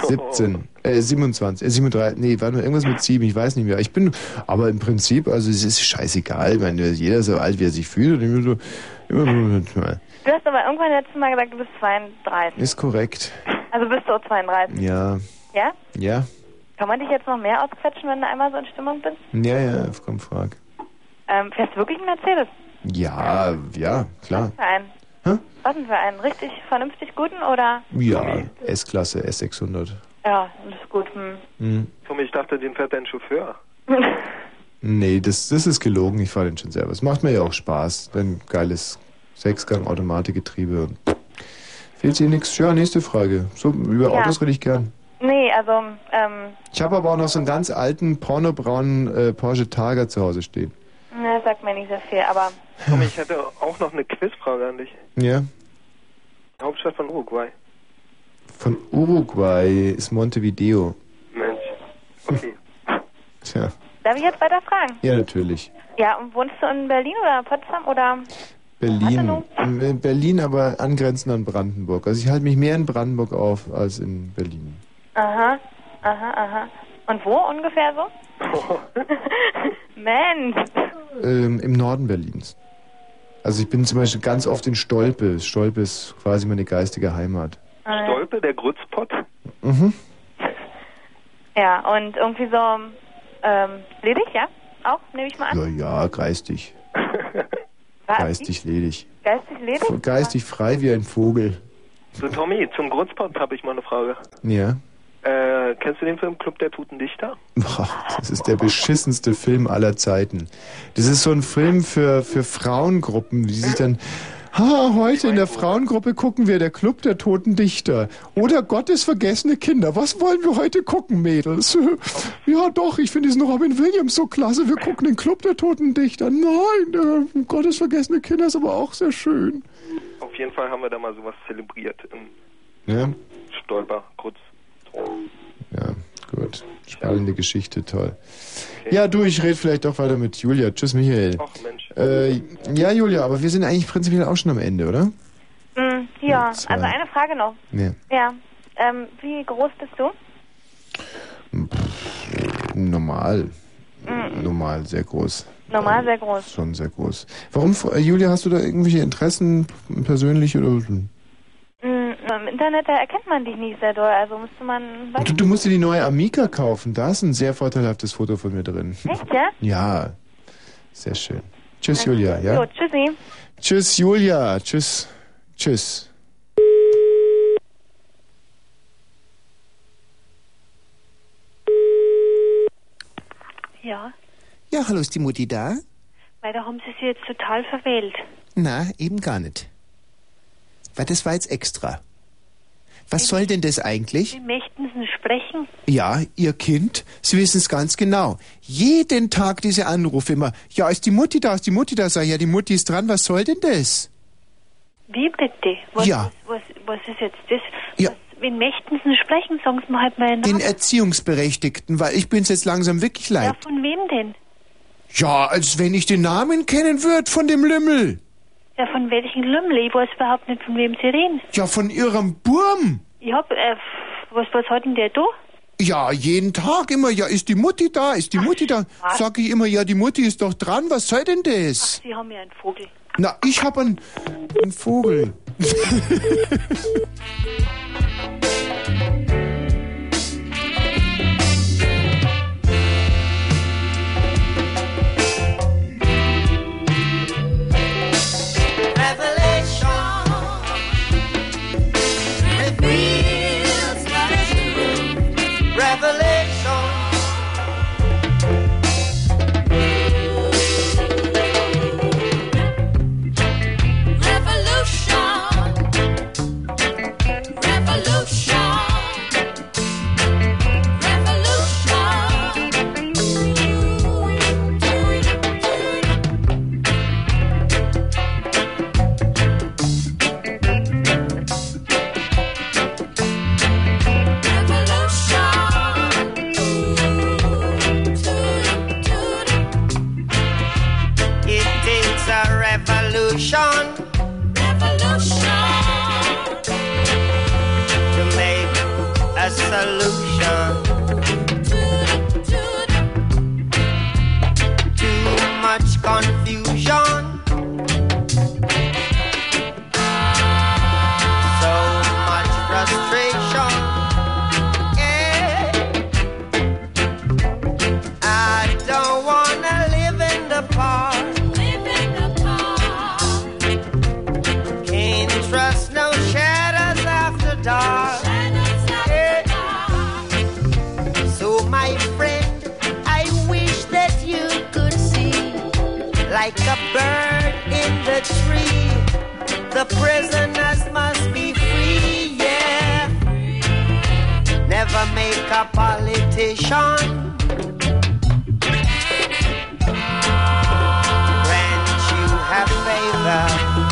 37, nee, war nur irgendwas mit 7, ich weiß nicht mehr. Ich bin, aber im Prinzip, also es ist scheißegal, ich meine, jeder ist so alt, wie er sich fühlt. Und ich bin so, Du hast aber irgendwann letztes Mal gesagt, du bist 32. Ist korrekt. Also bist du auch 32? Ja. Ja? Ja. Kann man dich jetzt noch mehr ausquetschen, wenn du einmal so in Stimmung bist? Ja, komm, frag. Fährst du wirklich einen Mercedes? Ja, klar. Was für einen? Was denn für einen? Richtig vernünftig guten oder? Ja, S-Klasse, S600. Ja, das ist gut. Tommy, ich dachte, den fährt dein Chauffeur. Nee, das ist gelogen, ich fahre den schon selber. Es macht mir ja auch Spaß, ein geiles 6-Gang-Automatikgetriebe und fehlt dir nichts. Ja, nächste Frage. So, über Autos rede ich gern. Nee, also, Ich habe aber auch noch so einen ganz alten, pornobraunen Porsche Targa zu Hause stehen. Ne, sagt mir nicht sehr viel, aber... Tommy, ich hätte auch noch eine Quizfrage an dich. Ja? Hauptstadt von Uruguay. Von Uruguay ist Montevideo. Mensch. Okay. Tja. Darf ich jetzt weiter fragen? Ja, natürlich. Ja, und wohnst du in Berlin oder Potsdam oder... Berlin. In Berlin, aber angrenzend an Brandenburg. Also ich halte mich mehr in Brandenburg auf als in Berlin. Aha. Und wo ungefähr so? Mensch. Im Norden Berlins. Also ich bin zum Beispiel ganz oft in Stolpe. Stolpe ist quasi meine geistige Heimat. Stolpe, der Grützpott? Mhm. Ja, und irgendwie so ledig, ja? Auch, nehme ich mal an? Ja, geistig. Geistig ledig. Geistig ledig? Geistig frei wie ein Vogel. So, Tommy, zum Grützpott habe ich mal eine Frage. Ja? Kennst du den Film Club der Toten Dichter? Boah, das ist der beschissenste Film aller Zeiten. Das ist so ein Film für Frauengruppen, die sich dann... heute in der Frauengruppe gucken wir der Club der Toten Dichter. Oder Gottes vergessene Kinder. Was wollen wir heute gucken, Mädels? Ja doch, ich finde diesen Robin Williams so klasse. Wir gucken den Club der Toten Dichter. Nein, Gottes vergessene Kinder ist aber auch sehr schön. Auf jeden Fall haben wir da mal sowas zelebriert. Ja? Stolper, kurz. Ja, gut. Spannende Geschichte, toll. Okay. Ja, du, ich rede vielleicht doch weiter mit Julia. Tschüss, Michael. Ach, Mensch. Ja, Julia, aber wir sind eigentlich prinzipiell auch schon am Ende, oder? Ja, also eine Frage noch. Ja. Wie groß bist du? Normal. Normal, sehr groß. Normal sehr groß. Schon sehr groß. Warum, Julia, hast du da irgendwelche Interessen persönlich oder? Im Internet, da erkennt man dich nicht sehr doll, also müsste man... Du musst dir die neue Amiga kaufen, da ist ein sehr vorteilhaftes Foto von mir drin. Echt, ja? Ja, sehr schön. Tschüss, Julia, ja? Jo, tschüssi. Tschüss, Julia, tschüss, tschüss. Ja, Ja, hallo, ist die Mutti da? weil da haben sie sie jetzt total verwählt. Na, eben gar nicht. Weil das war jetzt extra. Was soll denn das eigentlich? Sie möchten sie sprechen? Ja, Ihr Kind, Sie wissen es ganz genau. Jeden Tag diese Anrufe immer. Ja, ist die Mutti da, ist die Mutti da? Sag ich, ja, die Mutti ist dran, was soll denn das? Wie bitte? Was ist jetzt das? Ja. Wen möchten sie sprechen? Sagen Sie mal halt meinen Namen. Den Erziehungsberechtigten, weil ich bin's jetzt langsam wirklich leid. Ja, von wem denn? Ja, als wenn ich den Namen kennen würde von dem Lümmel. Ja, von welchen Lümmel? Ich weiß überhaupt nicht, von wem Sie reden. Ja, von Ihrem Burm. Ich hab, was hat denn der da? Ja, jeden Tag immer, ja, ist die Mutti da, ist die Mutti da? was? Sag ich immer, ja, die Mutti ist doch dran, was soll denn das? Sie haben ja einen Vogel. Na, ich hab einen Vogel. Like a bird in the tree, the prisoners must be free, yeah. Never make a politician grant you have favor.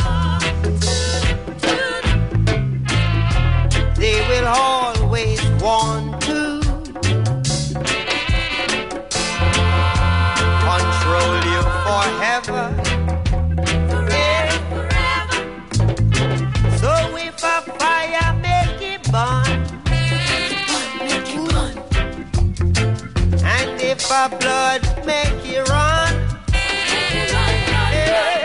They will always want to control you forever. Yeah. So if a fire make it burn, and if a blood make it run, yeah.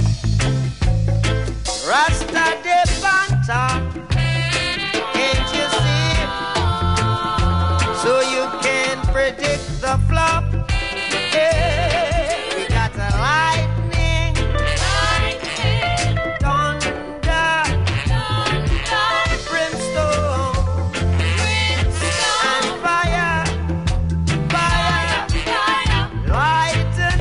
Rasta de Panta, can't you see? So you can predict the flop. Light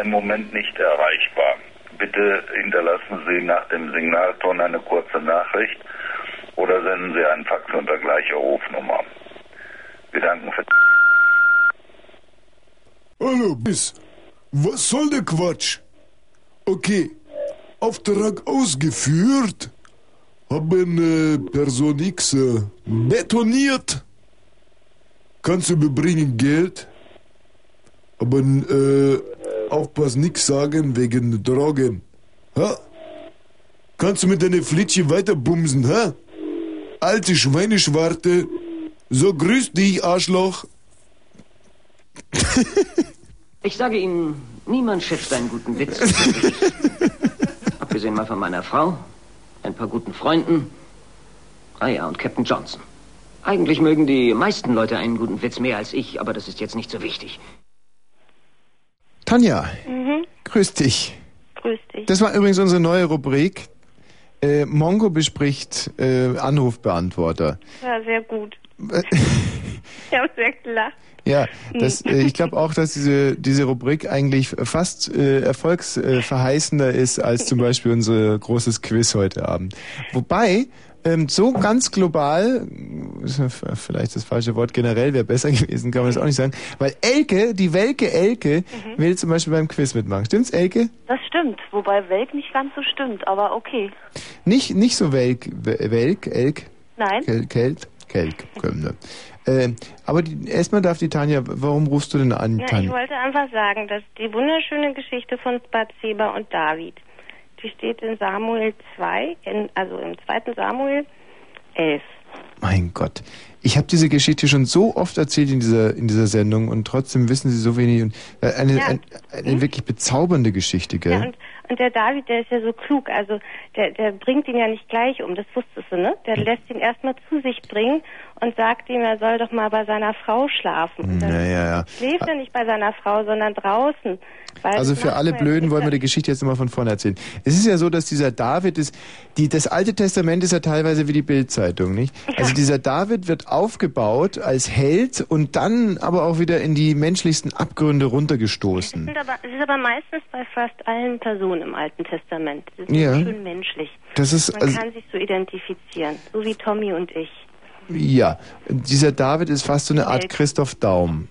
im Moment nicht erreichbar. Bitte hinterlassen Sie nach dem Signalton eine kurze Nachricht oder senden Sie einen Fax unter gleicher Rufnummer. Wir danken für... Hallo, Bis. Was soll der Quatsch? Okay, Auftrag ausgeführt. Haben Person X betoniert. Kannst du überbringen Geld? Aber aufpass, nix sagen wegen Drogen. Ha? Kannst du mit deiner Flitsche weiter bumsen, ha? Alte Schweineschwarte. So grüß dich, Arschloch. Ich sage Ihnen, niemand schätzt einen guten Witz. Abgesehen mal von meiner Frau, ein paar guten Freunden, ja, und Captain Johnson. Eigentlich mögen die meisten Leute einen guten Witz mehr als ich, aber das ist jetzt nicht so wichtig. Tanja, grüß dich. Grüß dich. Das war übrigens unsere neue Rubrik. Mongo bespricht Anrufbeantworter. Ja, sehr gut. Ich habe sehr gelacht. Ja, ich glaube auch, dass diese Rubrik eigentlich fast erfolgsverheißender ist als zum Beispiel unser großes Quiz heute Abend. Wobei, so ganz global, vielleicht das falsche Wort, generell wäre besser gewesen, kann man das auch nicht sagen, weil Elke, die Welke Elke, will zum Beispiel beim Quiz mitmachen. Stimmt's, Elke? Das stimmt, wobei Welk nicht ganz so stimmt, aber okay. Nicht so Elk. Nein. Kelk. Aber erstmal darf die Tanja, warum rufst du denn an, Ja, Tanja? ich wollte einfach sagen, dass die wunderschöne Geschichte von Bathseba und David, die steht in Samuel 2, also im 2. Samuel 11. Mein Gott. Ich habe diese Geschichte schon so oft erzählt in dieser Sendung und trotzdem wissen Sie so wenig. Und eine wirklich bezaubernde Geschichte, gell? Ja, und der David, der ist ja so klug, also der bringt ihn ja nicht gleich um, das wusstest du, ne? Der lässt ihn erstmal zu sich bringen und sagt ihm, er soll doch mal bei seiner Frau schlafen. Und dann schläft er nicht bei seiner Frau, sondern draußen. Also für alle Blöden wollen wir die Geschichte jetzt immer von vorne erzählen. Es ist ja so, dass dieser David das Alte Testament ist ja teilweise wie die Bild-Zeitung, nicht? Ja. Also dieser David wird aufgebaut als Held und dann aber auch wieder in die menschlichsten Abgründe runtergestoßen. Es ist aber meistens bei fast allen Personen im Alten Testament. Das ist Ja. schön menschlich. Man kann sich so identifizieren, so wie Tommy und ich. Ja, dieser David ist fast so eine Art Christoph Daum.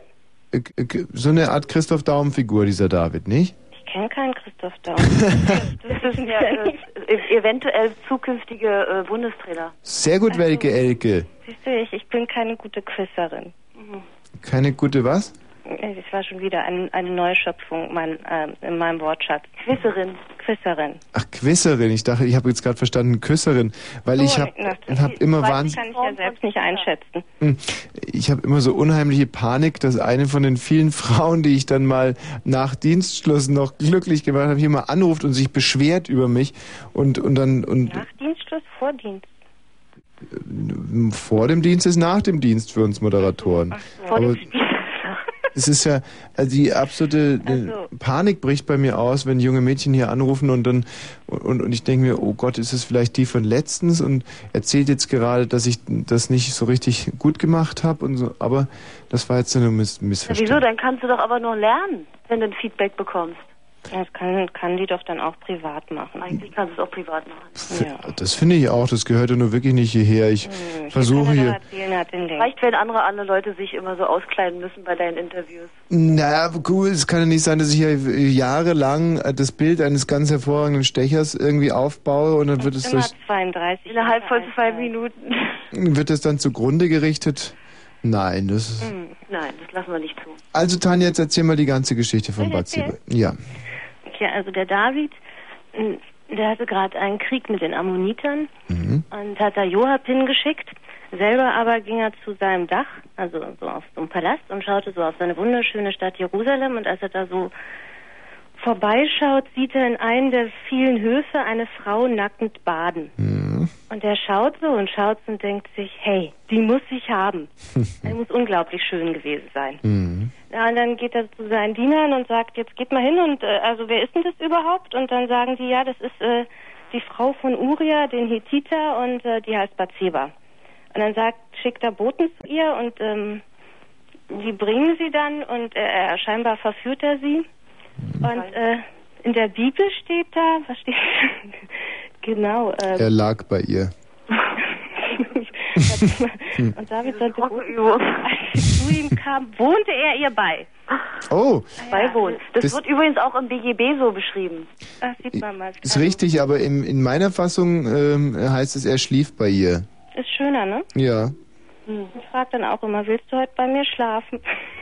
So eine Art Christoph Daum-Figur, dieser David, nicht? Ich kenne keinen Christoph Daum. Das ist ja eventuell zukünftige Bundestrainer. Sehr gut, Welke Elke. Siehst du, ich bin keine gute Quizzerin. Keine gute was? Es war schon wieder eine neue Schöpfung in meinem Wortschatz. Quizzerin. Ach, Quizzerin. Ich dachte, ich habe jetzt gerade verstanden, Küsserin. Weil ich habe immer wahnsinnig... kann ich ja selbst nicht einschätzen. Ich habe immer so unheimliche Panik, dass eine von den vielen Frauen, die ich dann mal nach Dienstschluss noch glücklich gemacht habe, hier mal anruft und sich beschwert über mich und dann... Nach Dienstschluss, vor Dienst? Vor dem Dienst ist nach dem Dienst für uns Moderatoren. Vor dem Spiel. Es ist ja, also die absolute Panik bricht bei mir aus, wenn junge Mädchen hier anrufen und dann und ich denke mir, oh Gott, ist es vielleicht die von letztens und erzählt jetzt gerade, dass ich das nicht so richtig gut gemacht habe und so, aber das war jetzt eine Missverständnis. Wieso? Dann kannst du doch aber noch lernen, wenn du ein Feedback bekommst. Das kann die doch dann auch privat machen. Eigentlich kannst du es auch privat machen. Ja. Das finde ich auch, das gehört ja nur wirklich nicht hierher. Ich versuche hier... Reicht, wenn andere Leute sich immer so auskleiden müssen bei deinen Interviews. Naja, cool, es kann ja nicht sein, dass ich hier jahrelang das Bild eines ganz hervorragenden Stechers irgendwie aufbaue und dann wird es durch... 32. Innerhalb von 2 Minuten. Wird es dann zugrunde gerichtet? Nein, das... Nein, das lassen wir nicht zu. Also Tanja, jetzt erzähl mal die ganze Geschichte von Bathseba. Ja. Okay, also der David, der hatte gerade einen Krieg mit den Ammonitern und hat da Joab hingeschickt. Selber aber ging er zu seinem Dach, also so auf so einem Palast und schaute so auf seine wunderschöne Stadt Jerusalem und als er da so vorbeischaut, sieht er in einem der vielen Höfe eine Frau nackend baden. Und er schaut so und denkt sich, hey, die muss ich haben. Die muss unglaublich schön gewesen sein. Ja, und dann geht er zu seinen Dienern und sagt, jetzt geht mal hin und also wer ist denn das überhaupt? Und dann sagen die, ja, das ist die Frau von Uriah, den Hethiter und die heißt Bathseba. Und dann schickt er Boten zu ihr, und, die bringen sie dann, und scheinbar verführt er sie. Und dann sagt er, Und in der Bibel steht da, was steht genau. Er lag bei ihr. Und David sollte als sie zu ihm kam, wohnte er ihr bei. Oh. Beiwohnen. Das Das- wird übrigens auch im BGB so beschrieben. Das sieht man mal. Ist richtig, aber in meiner Fassung heißt es, er schlief bei ihr. Ist schöner, ne? Ja. Ich frage dann auch immer, willst du heute bei mir schlafen?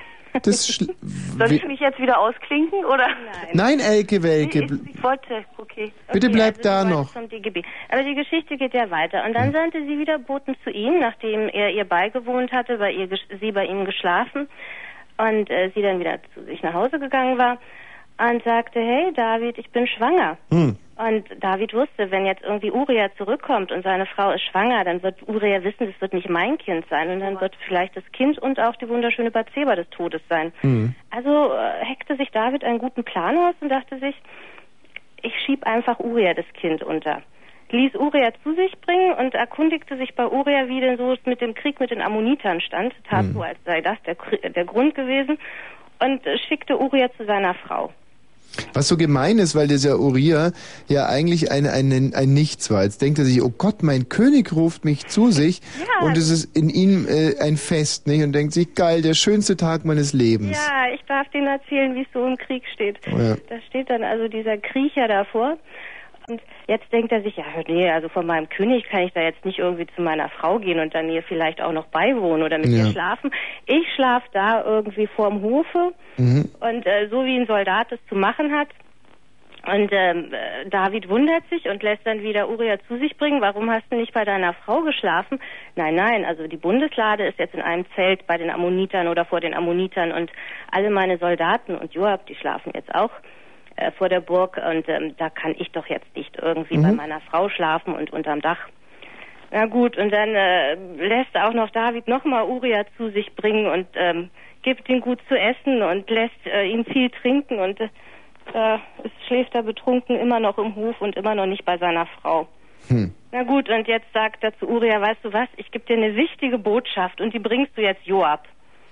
Soll ich mich jetzt wieder ausklinken, oder? Nein, Elke Welke. Ich wollte, okay. Bitte bleib also da du noch. wolltest Zum DGB. Aber die Geschichte geht ja weiter. Und dann sandte sie wieder Boten zu ihm, nachdem er ihr beigewohnt hatte, sie bei ihm geschlafen und sie dann wieder zu sich nach Hause gegangen war und sagte, hey David, ich bin schwanger. Und David wusste, wenn jetzt irgendwie Uriah zurückkommt und seine Frau ist schwanger, dann wird Uriah wissen, das wird nicht mein Kind sein und dann wird vielleicht das Kind und auch die wunderschöne Bathseba des Todes sein. Also heckte sich David einen guten Plan aus und dachte sich, ich schieb einfach Uriah das Kind unter. Ließ Uriah zu sich bringen und erkundigte sich bei Uriah, wie denn so es mit dem Krieg mit den Ammonitern stand, tat so, als sei das der Grund gewesen und schickte Uriah zu seiner Frau. Was so gemein ist, weil dieser Uriah ja eigentlich ein Nichts war. Jetzt denkt er sich, oh Gott, mein König ruft mich zu sich und es ist in ihm ein Fest, nicht? Und denkt sich, geil, der schönste Tag meines Lebens. Ja, ich darf denen erzählen, wie es so im Krieg steht. Ja. Da steht dann also dieser Kriecher davor. Und jetzt denkt er sich, ja, nee, also von meinem König kann ich da jetzt nicht irgendwie zu meiner Frau gehen und dann ihr vielleicht auch noch beiwohnen oder mit ihr schlafen. Ich schlaf da irgendwie vorm Hofe und so wie ein Soldat es zu machen hat. Und David wundert sich und lässt dann wieder Uriah zu sich bringen. Warum hast du nicht bei deiner Frau geschlafen? Nein, also die Bundeslade ist jetzt in einem Zelt bei den Ammonitern oder vor den Ammonitern und alle meine Soldaten und Joab, die schlafen jetzt auch vor der Burg und da kann ich doch jetzt nicht irgendwie bei meiner Frau schlafen und unterm Dach. Na gut, und dann lässt auch noch David nochmal Uriah zu sich bringen und gibt ihm gut zu essen und lässt ihn viel trinken und schläft er betrunken immer noch im Hof und immer noch nicht bei seiner Frau. Na gut, und jetzt sagt er zu Uriah, weißt du was, ich gebe dir eine wichtige Botschaft und die bringst du jetzt Joab.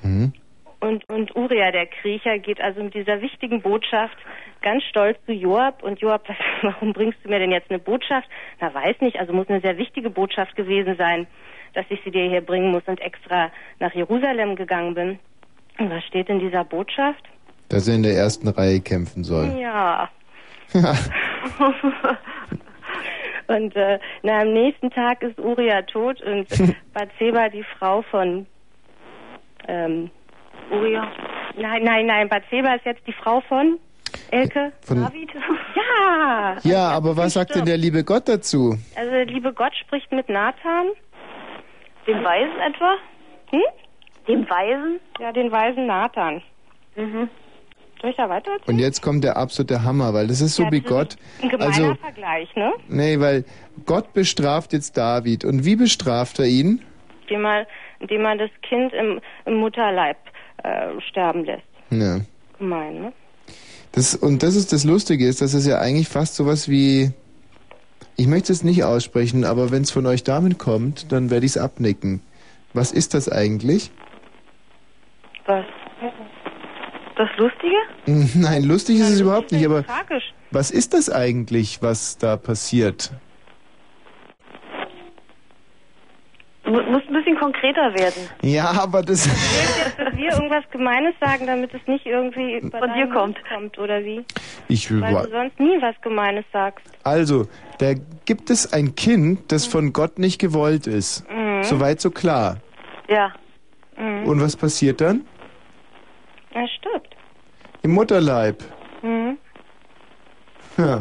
Und Uriah, der Kriecher, geht also mit dieser wichtigen Botschaft ganz stolz zu Joab. Und Joab, warum bringst du mir denn jetzt eine Botschaft? Na, weiß nicht, also muss eine sehr wichtige Botschaft gewesen sein, dass ich sie dir hier bringen muss und extra nach Jerusalem gegangen bin. Und was steht in dieser Botschaft? Dass er in der ersten Reihe kämpfen soll. Ja. Und am nächsten Tag ist Uriah tot und Bathseba, die Frau von Uriah? Nein, Bathseba ist jetzt die Frau von Elke? Von David? Ja! Ja, aber was sagt denn der liebe Gott dazu? Also der liebe Gott spricht mit Nathan. Dem Weisen etwa? Dem Weisen? Ja, den Weisen Nathan. Soll ich da weiter erzählen? Und jetzt kommt der absolute Hammer, weil das ist so wie Gott. Ein gemeiner Vergleich, ne? Nee, weil Gott bestraft jetzt David. Und wie bestraft er ihn? Indem er das Kind im Mutterleib sterben lässt. Ja. Gemein, ne? Das ist das Lustige, ist, dass es ja eigentlich fast sowas wie, ich möchte es nicht aussprechen, aber wenn es von euch Damen kommt, dann werde ich es abnicken. Was ist das eigentlich? Was? Das Lustige? Nein, lustig ist es überhaupt nicht, aber tragisch. Was ist das eigentlich, was da passiert? Du musst ein bisschen konkreter werden. Ja, aber das... Du willst jetzt, dass wir irgendwas Gemeines sagen, damit es nicht irgendwie von dir kommt, oder wie? Weil du sonst nie was Gemeines sagst. Also, da gibt es ein Kind, das von Gott nicht gewollt ist. Soweit so klar. Ja. Und was passiert dann? Er stirbt. Im Mutterleib. Ja.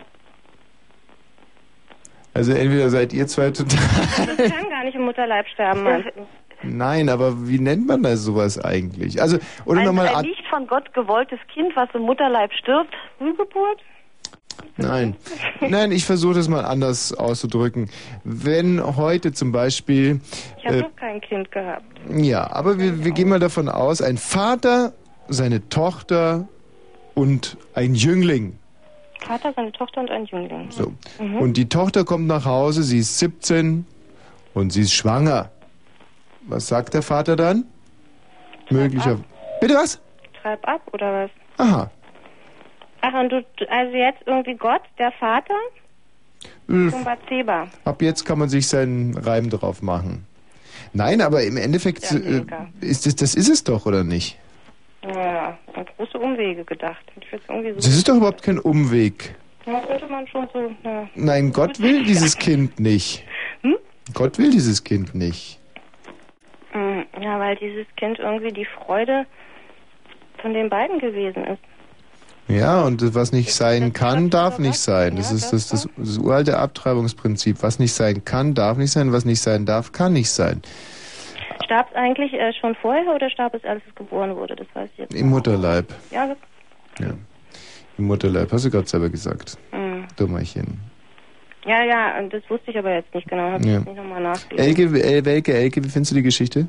Also entweder seid ihr zwei total... Das kann gar nicht im Mutterleib sterben, meinst du? Nein, aber wie nennt man das sowas eigentlich? Also, oder nochmal... Ein nicht von Gott gewolltes Kind, was im Mutterleib stirbt. Frühgeburt? Nein, ich versuche das mal anders auszudrücken. Wenn heute zum Beispiel... Ich habe noch kein Kind gehabt. Ja, aber wir gehen mal davon aus, ein Vater, seine Tochter und ein Jüngling. Vater, seine Tochter und ein Jüngling. So. Und die Tochter kommt nach Hause, sie ist 17 und sie ist schwanger. Was sagt der Vater dann? Möglicherweise. Bitte was? Treib ab, oder was? Aha. Ach, und du, also jetzt irgendwie Gott, der Vater? Zum Bathseba. Ab jetzt kann man sich seinen Reim drauf machen. Nein, aber im Endeffekt ist das ist es doch, oder nicht? Ja, an große Umwege gedacht. Ich find's irgendwie so. Das ist doch überhaupt kein Umweg. Ja, könnte man schon so. Ja. Nein, Gott will dieses Kind nicht. Hm? Gott will dieses Kind nicht. Ja, weil dieses Kind irgendwie die Freude von den beiden gewesen ist. Ja, und was nicht sein kann, darf nicht sein. Das ist das uralte Abtreibungsprinzip. Was nicht sein kann, darf nicht sein. Was nicht sein darf, kann nicht sein. Starb es eigentlich schon vorher oder starb es, als es geboren wurde? Das weiß ich jetzt. Im Mutterleib. Ja. Ja. Im Mutterleib, hast du gerade selber gesagt. Mhm. Dummerchen. Ja, und das wusste ich aber jetzt nicht genau. Hab ich jetzt nicht nochmal nachgelesen. Elke, wie findest du die Geschichte?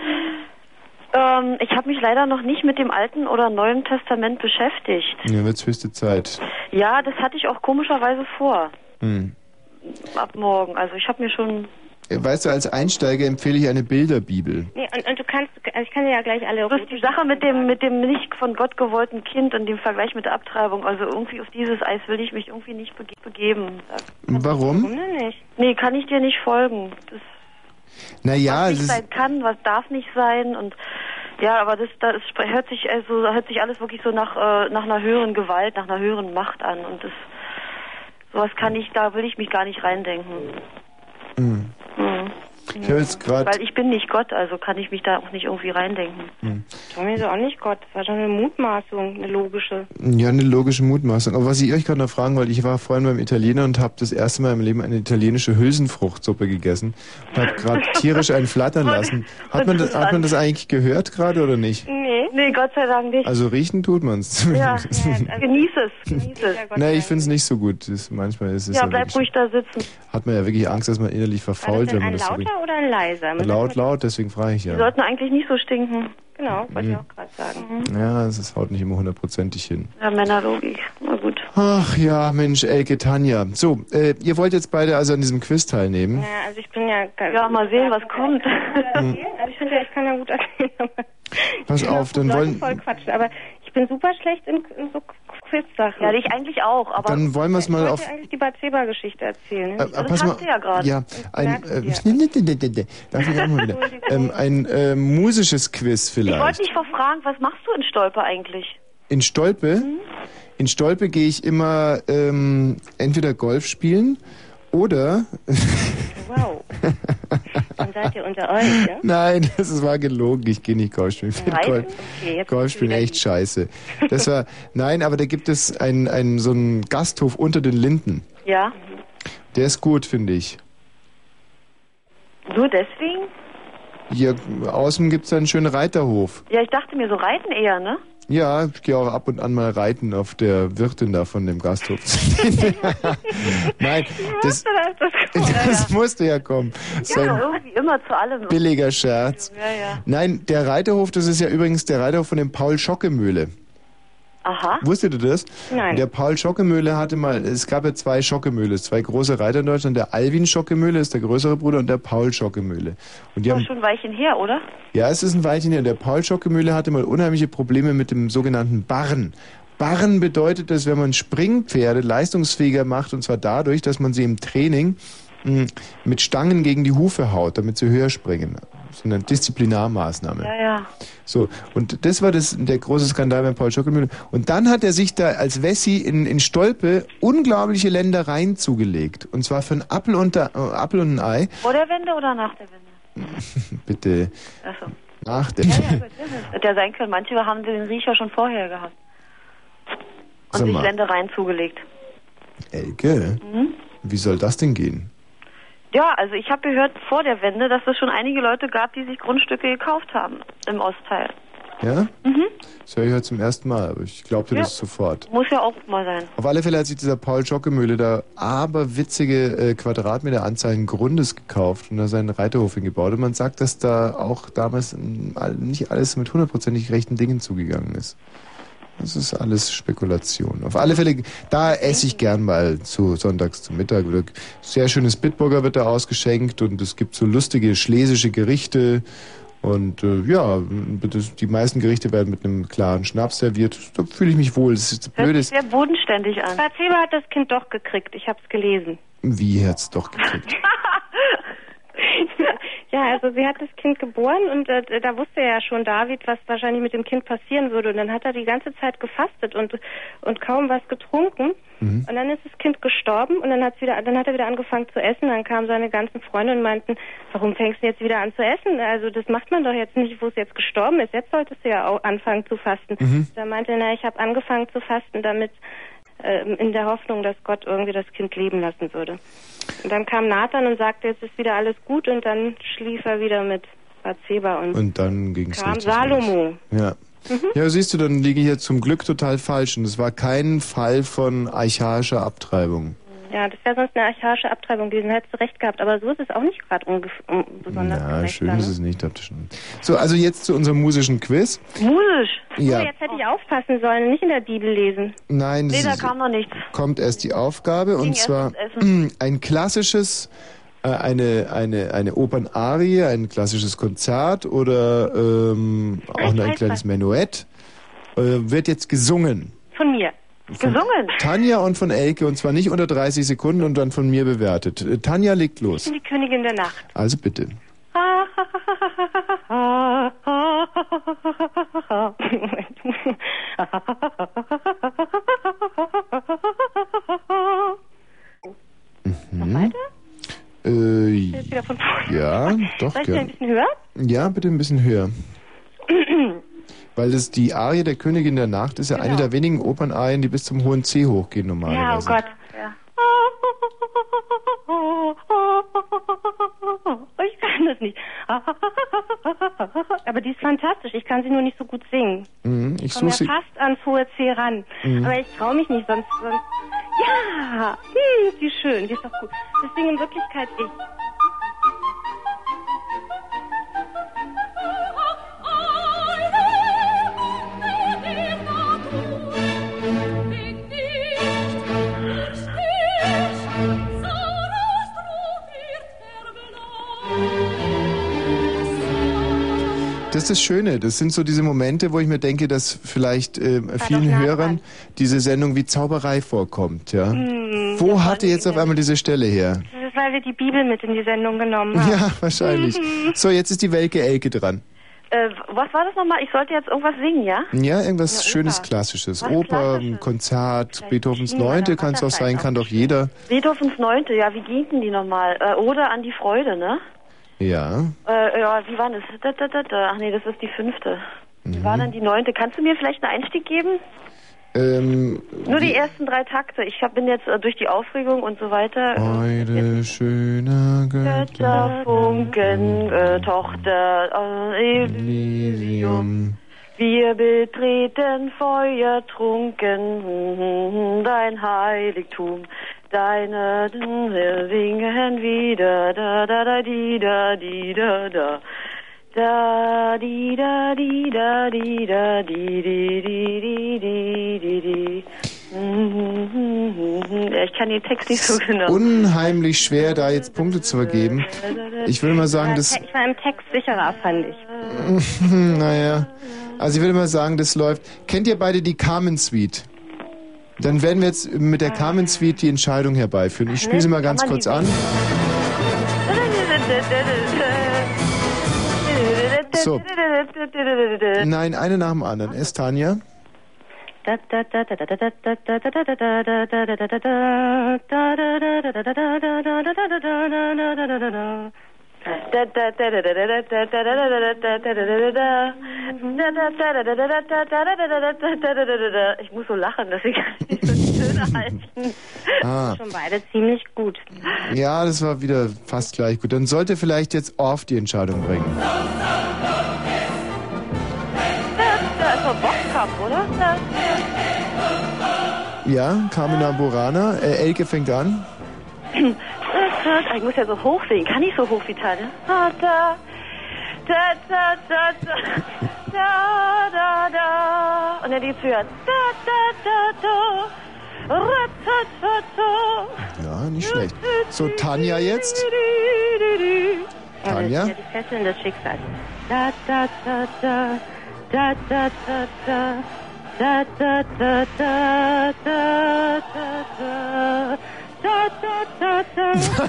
Ich habe mich leider noch nicht mit dem Alten oder Neuen Testament beschäftigt. Ja, wird's höchste Zeit. Ja, das hatte ich auch komischerweise vor. Hm. Ab morgen. Also ich habe mir schon... Weißt du, als Einsteiger empfehle ich eine Bilderbibel. Nee, und du kannst, also ich kann dir ja gleich alle... Das ist die Sache mit dem nicht von Gott gewollten Kind und dem Vergleich mit der Abtreibung. Also irgendwie auf dieses Eis will ich mich irgendwie nicht begeben. Warum? Warum denn nicht? Nee, kann ich dir nicht folgen. Das, naja, was nicht sein kann, was darf nicht sein und... Ja, aber das hört sich alles wirklich so nach einer höheren Gewalt, nach einer höheren Macht an und sowas da will ich mich gar nicht reindenken. Mhm. Mhm. Ich habe jetzt gerade... Weil ich bin nicht Gott, also kann ich mich da auch nicht irgendwie reindenken. Tommy ist auch nicht Gott, das war schon eine Mutmaßung, eine logische. Ja, eine logische Mutmaßung. Aber was ich euch gerade noch fragen wollte, ich war vorhin beim Italiener und habe das erste Mal im Leben eine italienische Hülsenfruchtsuppe gegessen und habe gerade tierisch einen flattern lassen. Hat man das eigentlich gehört gerade oder nicht? Nee, Gott sei Dank nicht. Also riechen tut man es. Ja, genieß es. Nee, ich finde es nicht so gut. Manchmal ist es ja, bleib ruhig da sitzen. Hat man ja wirklich Angst, dass man innerlich verfault, wenn man das so riecht. Ein lauter oder ein leiser? Laut, deswegen frage ich ja. Die sollten eigentlich nicht so stinken. Genau, wollte ich auch gerade sagen. Ja, es haut nicht immer 100%ig hin. Ja, Männerlogik. Na gut. Ach ja, Mensch, Elke, Tanja. So, ihr wollt jetzt beide also an diesem Quiz teilnehmen? Ja, also ich bin ja... Ja, mal sehen, was kommt. Also ich finde, ich kann ja gut erzählen. Pass auf, dann wollen... voll quatschen, aber ich bin super schlecht in so Quiz-Sachen. Ja, ich eigentlich auch, aber... Dann wollen wir es mal auf... Ich wollte eigentlich die Bathseba-Geschichte erzählen. Das pass hast du ja gerade. Ja, darf ich auch mal wieder. Ein musisches Quiz vielleicht. Ich wollte dich verfragen, was machst du in Stolpe eigentlich? In Stolpe? In Stolpe gehe ich immer entweder Golf spielen oder... Wow. Dann seid ihr unter euch, ja? Nein, das war gelogen. Ich gehe nicht Golf spielen. Ich finde Golf spielen echt scheiße. Das war... Nein, aber da gibt es so einen Gasthof unter den Linden. Ja. Der ist gut, finde ich. Nur deswegen? Hier außen gibt es einen schönen Reiterhof. Ja, ich dachte mir so reiten eher, ne? Ja, ich gehe auch ab und an mal reiten auf der Wirtin da von dem Gasthof. Nein, das musste ja kommen. Ja, irgendwie immer zu allem. Billiger Scherz. Ja. Nein, der Reiterhof, das ist ja übrigens der Reiterhof von dem Paul Schockemöhle. Aha. Wusstet ihr das? Nein. Der Paul Schockemöhle hatte mal, es gab ja zwei Schockemöhle, zwei große Reiter in Deutschland. Der Alwin Schockemöhle ist der größere Bruder und der Paul Schockemöhle. Und die Das haben, ist schon ein Weilchen her, oder? ja, es ist ein Weilchen her. Der Paul Schockemöhle hatte mal unheimliche Probleme mit dem sogenannten Barren. Barren bedeutet, dass wenn man Springpferde leistungsfähiger macht, und zwar dadurch, dass man sie im Training mit Stangen gegen die Hufe haut, damit sie höher springen. Das ist eine Disziplinarmaßnahme. Ja. So, und das war der große Skandal bei Paul Schockemöhle. Und dann hat er sich da als Wessi in Stolpe unglaubliche Ländereien zugelegt. Und zwar für einen Apfel und ein Ei. Vor der Wende oder nach der Wende? Bitte. Achso. Nach der Wende. Ja, hätte ja sein können. Manche haben den Riecher schon vorher gehabt. Und Sag sich mal. Ländereien zugelegt. Elke? Wie soll das denn gehen? Ja, also ich habe gehört vor der Wende, dass es schon einige Leute gab, die sich Grundstücke gekauft haben im Ostteil. Ja? Das höre ich heute zum ersten Mal, aber ich glaubte das sofort. Muss ja auch mal sein. Auf alle Fälle hat sich dieser Paul Schockemöhle da aberwitzige Quadratmeteranzahlen Grundes gekauft und da seinen Reiterhof hingebaut. Und man sagt, dass da auch damals nicht alles mit 100%ig rechten Dingen zugegangen ist. Das ist alles Spekulation. Auf alle Fälle, da esse ich gern mal sonntags zum Mittag. Sehr schönes Bitburger wird da ausgeschenkt und es gibt so lustige schlesische Gerichte Und die meisten Gerichte werden mit einem klaren Schnaps serviert. Da fühle ich mich wohl. Das ist das Blöde. Hört sich sehr bodenständig an. Bathseba hat das Kind doch gekriegt. Ich habe es gelesen. Wie hat's doch gekriegt? Ja, also sie hat das Kind geboren und da wusste ja schon David, was wahrscheinlich mit dem Kind passieren würde. Und dann hat er die ganze Zeit gefastet und kaum was getrunken. Und dann ist das Kind gestorben und dann hat er wieder angefangen zu essen. Dann kamen seine ganzen Freunde und meinten, warum fängst du jetzt wieder an zu essen? Also das macht man doch jetzt nicht, wo es jetzt gestorben ist. Jetzt solltest du ja auch anfangen zu fasten. Da meinte er, ich habe angefangen zu fasten, damit in der Hoffnung, dass Gott irgendwie das Kind leben lassen würde. Und dann kam Nathan und sagte, jetzt ist wieder alles gut und dann schlief er wieder mit Bathseba und dann ging's kam richtig Salomo. los. Ja. Ja, siehst du, dann liege ich hier zum Glück total falsch und es war kein Fall von archaischer Abtreibung. Ja, das wäre sonst eine archaische Abtreibung gewesen, hättest du recht gehabt, aber so ist es auch nicht gerade besonders gerecht. Schön ist es nicht, habt ihr schon. So, also jetzt zu unserem musischen Quiz. Musisch? Ja. Oh, jetzt hätte ich aufpassen sollen, nicht in der Bibel lesen. Nein, da kam noch nichts. Kommt erst die Aufgabe und zwar ein klassisches, eine Opernarie, ein klassisches Konzert oder auch ein kleines Menuett wird jetzt gesungen. Von mir. Gesungen? Tanja und von Elke und zwar nicht unter 30 Sekunden und dann von mir bewertet. Tanja legt los. Ich bin die Königin der Nacht. Also bitte. Noch weiter? Ja, doch, Soll ich ein bisschen höher? Ja, bitte ein bisschen höher. Weil das die Arie der Königin der Nacht ist ja eine der wenigen Opernarien, die bis zum hohen C hochgehen normalerweise. Ja, oh Gott. Ja. Ich kann das nicht. Aber die ist fantastisch. Ich kann sie nur nicht so gut singen. Ich komme suche ja fast ans hohe C ran. Aber ich traue mich nicht, sonst... Ja! Ist die schön. Die ist doch gut. Das singe in Wirklichkeit ich. Das ist das Schöne. Das sind so diese Momente, wo ich mir denke, dass vielleicht vielen Hörern diese Sendung wie Zauberei vorkommt. Ja? Wo hatte jetzt auf einmal diese Stelle her? Das ist, weil wir die Bibel mit in die Sendung genommen haben. Ja, wahrscheinlich. So, jetzt ist die Welke Elke dran. Was war das nochmal? Ich sollte jetzt irgendwas singen, ja? Ja, irgendwas Schönes, Klassisches. Oper, Konzert, Beethovens Neunte kann es auch sein, kann doch jeder. Beethovens Neunte, ja, wie ging denn die nochmal? Oder an die Freude, ne? Ja. Ja, wie war das? Ach nee, das ist die 5. Wie war dann die 9.? Kannst du mir vielleicht einen Einstieg geben? Nur die ersten 3 Takte. Ich bin jetzt durch die Aufregung und so weiter. Freude, schöner Götterfunken, Tochter Elysium. Wir betreten feuertrunken dein Heiligtum. Deine singen wieder da da da di da di da da da di da di da di da di di di di di di di. Ich kann den Text nicht so genau. Unheimlich schwer, da jetzt Punkte zu vergeben. Ich will mal sagen, das... Ich war im Text sicherer, fand ich. Naja, also ich will mal sagen, das läuft... Kennt ihr beide die Carmen Suite? Dann werden wir jetzt mit der Carmen Suite die Entscheidung herbeiführen. Ich spiele sie mal ganz kurz an. So. Nein, eine nach dem anderen. Tanja. Ich muss so lachen, dass ich gar nicht so die Töne halten. Schon beide ziemlich gut. Ja, das war wieder fast gleich gut. Dann sollte vielleicht jetzt Orff die Entscheidung bringen. Da ist doch Boxkampf, oder? Ja, Carmina Burana. Elke fängt an. Ich muss ja so hoch singen. Kann ich so hoch wie Tanja? Da, da, da, da, da, da, da, da. Und dann die Tür. Da, da, da, da. Ja, nicht schlecht. So, Tanja jetzt. Tanja? Das ist ja die Fesseln des Schicksals. Da, da, da, da, da, da, da, da, da, da, da, da, da, da, da, da, da.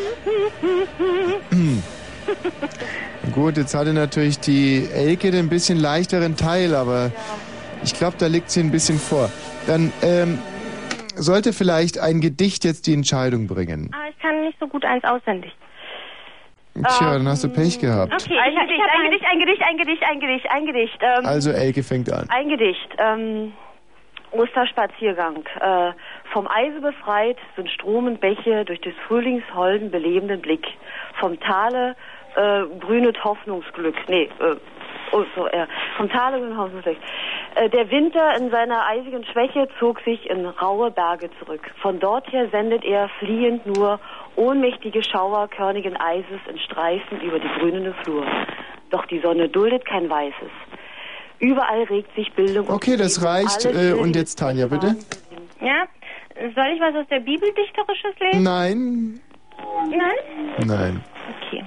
Gut, jetzt hatte natürlich die Elke den bisschen leichteren Teil, aber ich glaube, da liegt sie ein bisschen vor. Dann sollte vielleicht ein Gedicht jetzt die Entscheidung bringen. Ah, ich kann nicht so gut eins auswendig. Tja, dann hast du Pech gehabt. Okay, ein Gedicht. Also Elke fängt an. Ein Gedicht. Osterspaziergang. Vom Eise befreit sind Strom und Bäche durch des Frühlings holden, belebenden Blick. Vom Tale grünet Hoffnungsglück. Vom Tale grünet Hoffnungsglück. Der Winter in seiner eisigen Schwäche zog sich in raue Berge zurück. Von dort her sendet er fliehend nur ohnmächtige Schauer körnigen Eises in Streifen über die grünende Flur. Doch die Sonne duldet kein Weißes. Überall regt sich Bildung. Okay, das reicht. Und jetzt Tanja, bitte. Ja? Soll ich was aus der Bibel Dichterisches lesen? Nein. Nein? Nein. Okay.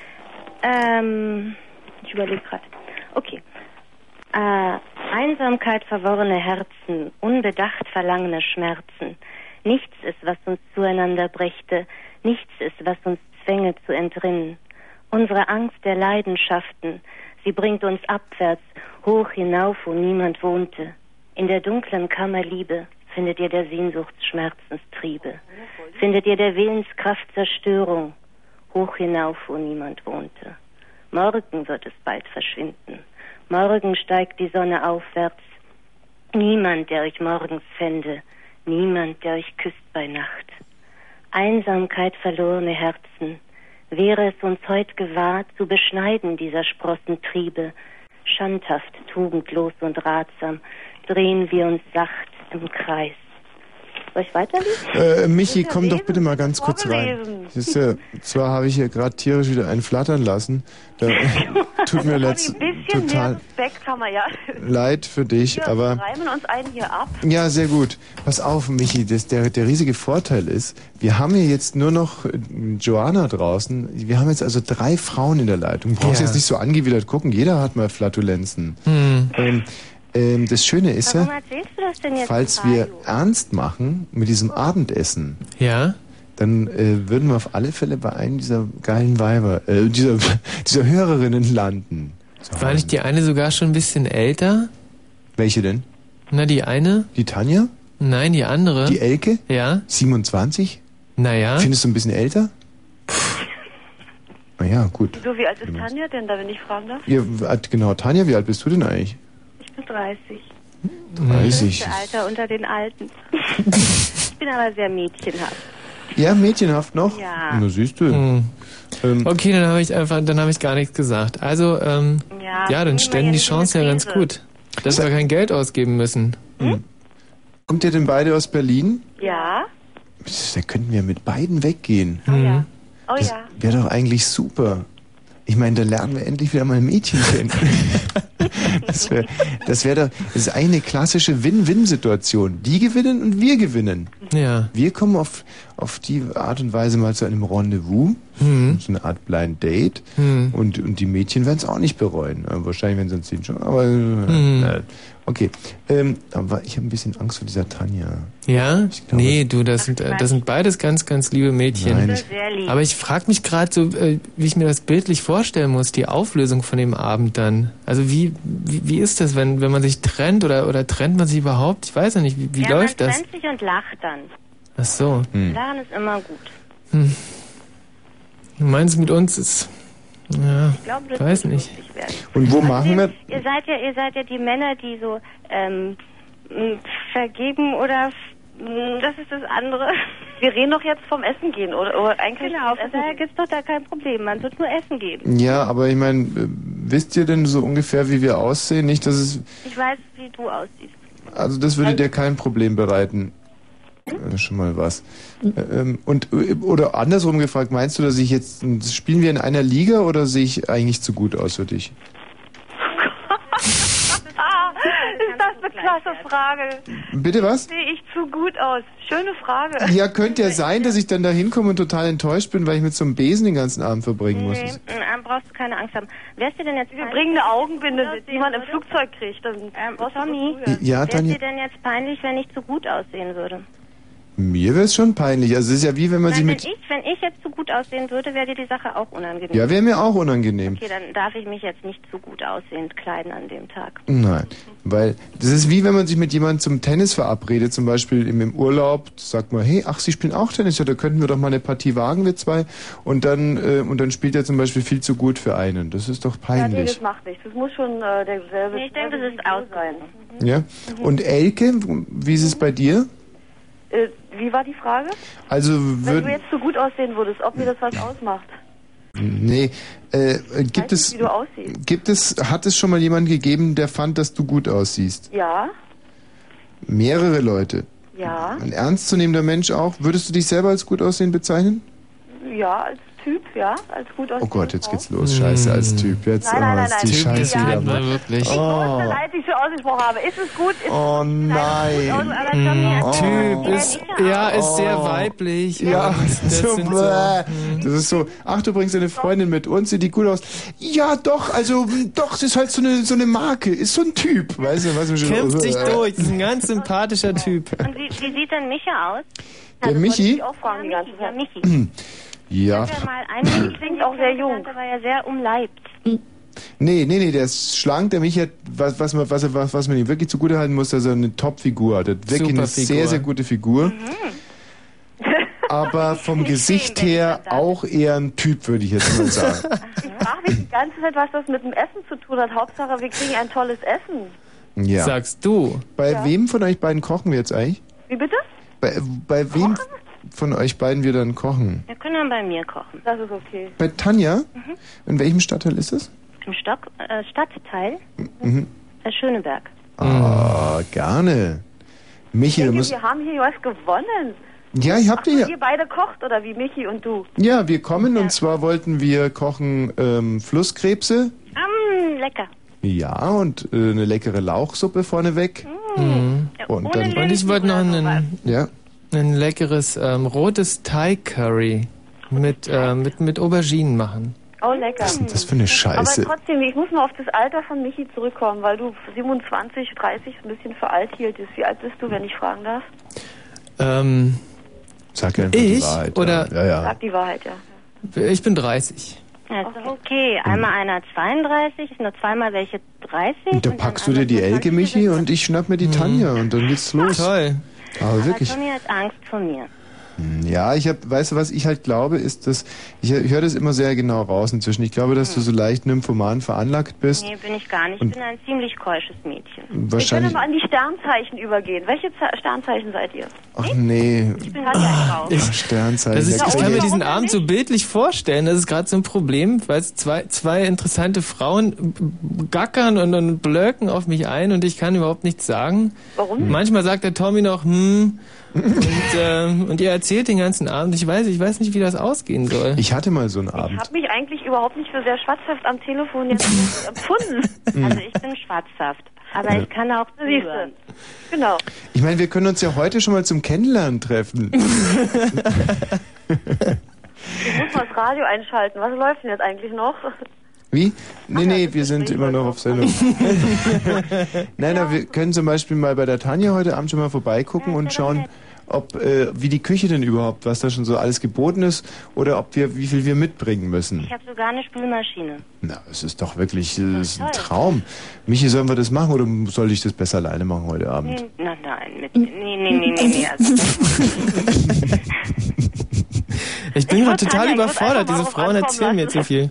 Ich überlege gerade. Okay. Einsamkeit, verworrene Herzen, unbedacht verlangene Schmerzen. Nichts ist, was uns zueinander brächte, nichts ist, was uns zwänge zu entrinnen. Unsere Angst der Leidenschaften, sie bringt uns abwärts, hoch hinauf, wo niemand wohnte. In der dunklen Kammer Liebe findet ihr der Sehnsucht Schmerzenstriebe. Findet ihr der Willenskraft Zerstörung, hoch hinauf, wo niemand wohnte. Morgen wird es bald verschwinden. Morgen steigt die Sonne aufwärts. Niemand, der euch morgens fände, niemand, der euch küsst bei Nacht. Einsamkeit, verlorene Herzen, wäre es uns heut gewahrt, zu beschneiden dieser Sprossen Triebe. Schandhaft, tugendlos und ratsam drehen wir uns sacht im Kreis. Soll ich weiterlesen? Michi, komm doch bitte mal ganz kurz rein. Siehst du, zwar habe ich hier gerade tierisch wieder einen flattern lassen. Tut mir total leid für dich, wir aber... Wir reimen uns einen hier ab. Ja, sehr gut. Pass auf, Michi, der riesige Vorteil ist, wir haben hier jetzt nur noch Joanna draußen. Wir haben jetzt also 3 Frauen in der Leitung. Du brauchst jetzt nicht so angewidert gucken, jeder hat mal Flatulenzen. Das Schöne ist ja, falls wir ernst machen mit diesem Abendessen, dann würden wir auf alle Fälle bei einem dieser geilen Weiber, dieser Hörerinnen landen. War nicht die eine sogar schon ein bisschen älter? Welche denn? Na, die eine. Die Tanja? Nein, die andere. Die Elke? Ja. 27? Naja. Findest du ein bisschen älter? Naja, gut. Du, wie alt ist Tanja denn, da wenn ich fragen darf? Ja, genau, Tanja, wie alt bist du denn eigentlich? 30. 30. Das Alter unter den Alten. Ich bin aber sehr mädchenhaft. Ja, mädchenhaft noch? Ja. Na, siehst du. Okay, dann habe ich gar nichts gesagt. Also, dann stellen die Chancen ja ganz gut, dass wir kein Geld ausgeben müssen. Kommt ihr denn beide aus Berlin? Ja. Da könnten wir mit beiden weggehen. Das wäre doch eigentlich super. Ich meine, da lernen wir endlich wieder mal ein Mädchen kennen. Das ist eine klassische Win-Win-Situation. Die gewinnen und wir gewinnen. Ja. Wir kommen auf die Art und Weise mal zu einem Rendezvous, so eine Art Blind Date, und die Mädchen werden es auch nicht bereuen. Wahrscheinlich werden sie uns sehen schon, aber okay. Aber ich habe ein bisschen Angst vor dieser Tanja. Ja? Nee, du, das sind beides ganz, ganz liebe Mädchen. Nein, sehr lieb. Aber ich frage mich gerade so, wie ich mir das bildlich vorstellen muss, die Auflösung von dem Abend dann. Also wie ist das, wenn man sich trennt oder trennt man sich überhaupt? Ich weiß ja nicht, wie läuft das? Man trennt sich und lacht dann. Ach so. Lachen ist immer gut. Du meinst, mit uns ist... Ja, ich glaube, das weiß wird nicht. lustig werden. Und wo machen wir... Ihr seid ja die Männer, die so vergeben oder... Das ist das andere. Wir reden doch jetzt vom Essen gehen, oder eigentlich? Genau, von daher gibt es doch da kein Problem. Man wird nur Essen geben. Ja, aber ich meine, wisst ihr denn so ungefähr, wie wir aussehen? Nicht, dass es... Ich weiß, wie du aussiehst. Also das würde dir kein Problem bereiten. Das ist schon mal was. Oder andersrum gefragt, meinst du, dass spielen wir in einer Liga oder sehe ich eigentlich zu gut aus für dich? Ist das klasse Frage. Bitte was? Sehe ich zu gut aus? Schöne Frage. Ja, könnte ja sein, dass ich dann da hinkomme und total enttäuscht bin, weil ich mit so einem Besen den ganzen Abend verbringen muss. Nee, brauchst du keine Angst haben. Wer ist dir denn jetzt Wir bringen eine Augenbinde mit, die man im Flugzeug kriegt. Tommy, Ja, wäre Tanja? dir denn jetzt peinlich, wenn ich zu gut aussehen würde? Mir wäre es schon peinlich. Also es ist ja wie wenn man Nein, sie wenn mit... ich jetzt zu gut aussehen würde, wäre dir die Sache auch unangenehm. Ja, wäre mir auch unangenehm. Okay, dann darf ich mich jetzt nicht zu gut aussehend kleiden an dem Tag. Nein, weil das ist wie wenn man sich mit jemandem zum Tennis verabredet, zum Beispiel im Urlaub, sagt man, hey, ach, Sie spielen auch Tennis, ja, da könnten wir doch mal eine Partie wagen, wir zwei, und dann spielt er zum Beispiel viel zu gut für einen. Das ist doch Ja, nee, peinlich. das macht nichts. Das muss schon derselbe Ich denke, das ist aus sein. Ja? Und Elke, wie ist es bei dir? Wie war die Frage? Also Wenn du würden... jetzt so gut aussehen würdest, ob mir das was ausmacht? Nee, gibt es... Wie du aussiehst. Hat es schon mal jemanden gegeben, der fand, dass du gut aussiehst? Ja, Mehrere Leute. ja, Ein ernstzunehmender Mensch auch. Würdest du dich selber als gut aussehend bezeichnen? ja, als Typ, ja, als gut aussehende Oh Gott, jetzt geht's los. Scheiße, als Typ. Jetzt Nein, ist die Typ Scheiße ist wieder ja mal. Ich tut mir leid, wie ich so ausgesprochen habe. Ist es gut? Ist Oh nein. Typ ist, ist sehr weiblich. Ja, Das so, sind das ist so. Ach, du bringst eine Freundin mit uns, sieht die gut aus. Ja, doch, also, doch, das ist halt so eine Marke, ist so ein Typ. Weißt du schon? Kämpft sich durch, ist ein ganz sympathischer Typ. Und wie sieht denn Micha aus? Der Michi? auch fragen die ganze Zeit. Michi. Ja. Ich hab ja mal einen klingt auch sehr jung. Der war ja sehr umleibt. Nee, der ist schlank, der Michi hat, was man ihm wirklich zugutehalten muss, dass er eine Top-Figur hat. Er hat wirklich eine Super Figur. sehr, sehr gute Figur. Aber vom Gesicht her auch eher ein Typ, würde ich jetzt mal sagen. Ich frage mich die ganze Zeit, was das mit dem Essen zu tun hat. Hauptsache, wir kriegen ein tolles Essen. Ja. Sagst du. Bei wem von euch beiden kochen wir jetzt eigentlich? Wie bitte? Bei wem von euch beiden wir dann kochen? Wir können dann bei mir kochen. Das ist okay. Bei Tanja? In welchem Stadtteil ist das? Im Stadtteil Mhm. Schöneberg. Ah, gerne. Michi, du musst... Wir haben hier was gewonnen. Ja, ich hab dir ja... Ihr beide kocht, oder wie Michi und du? Ja, wir kommen und zwar wollten wir kochen Flusskrebse. Lecker. Ja, und eine leckere Lauchsuppe vorneweg. Und dann... Und ich wollte noch ein leckeres rotes Thai-Curry mit Auberginen machen. Oh, lecker. Was ist denn das für eine Scheiße? Aber trotzdem, ich muss mal auf das Alter von Michi zurückkommen, weil du 27, 30 ein bisschen für alt hieltest. Wie alt bist du, wenn ich fragen darf? Sag ja einfach die Ich? Wahrheit. Oder- Ja. Sag die Wahrheit, ja. Ich bin 30. Ja, ist doch okay. Einmal einer 32, nur zweimal welche 30. Und da packst du dir die Elke, Michi, und ich schnapp mir die Tanja und dann geht's los. Toll. Aber wirklich. Tommy hat Angst vor mir. Ja, weißt du, was ich halt glaube, ist, dass, ich höre das immer sehr genau raus inzwischen. Ich glaube, dass du so leicht nymphoman veranlagt bist. Nee, bin ich gar nicht. Und Ich bin ein ziemlich keusches Mädchen. Wir können wahrscheinlich, mal an die Sternzeichen übergehen. Welche Sternzeichen seid ihr? ach nee, Ich bin halt eine Frau. Sternzeichen. Ich kann mir diesen Abend so bildlich vorstellen. Das ist gerade so ein Problem, weil es zwei interessante Frauen gackern und blöken auf mich ein und ich kann überhaupt nichts sagen. Warum? Manchmal sagt der Tommy noch, und ihr erzählt den ganzen Abend. Ich weiß nicht, wie das ausgehen soll. Ich hatte mal so einen Ich Abend. habe mich eigentlich überhaupt nicht für sehr schwatzhaft am Telefon jetzt empfunden. Also ich bin schwatzhaft. Aber ich kann auch zuhören. Genau. Ich meine, wir können uns ja heute schon mal zum Kennenlernen treffen. Ich muss mal das Radio einschalten. Was läuft denn jetzt eigentlich noch? Wie? Nee, wir sind immer noch auf Sendung. Nein, wir können zum Beispiel mal bei der Tanja heute Abend schon mal vorbeigucken und schauen, ob wie die Küche denn überhaupt, was da schon so alles geboten ist, oder wie viel wir mitbringen müssen. Ich habe sogar eine Spülmaschine. Na, es ist doch wirklich das ist ein Traum. Michi, sollen wir das machen oder soll ich das besser alleine machen heute Abend? Nein, nee. Also, Ich bin gerade total Tanja, ich würd überfordert. einfach mal Diese drauf Frauen ankommen erzählen mir lassen. zu viel.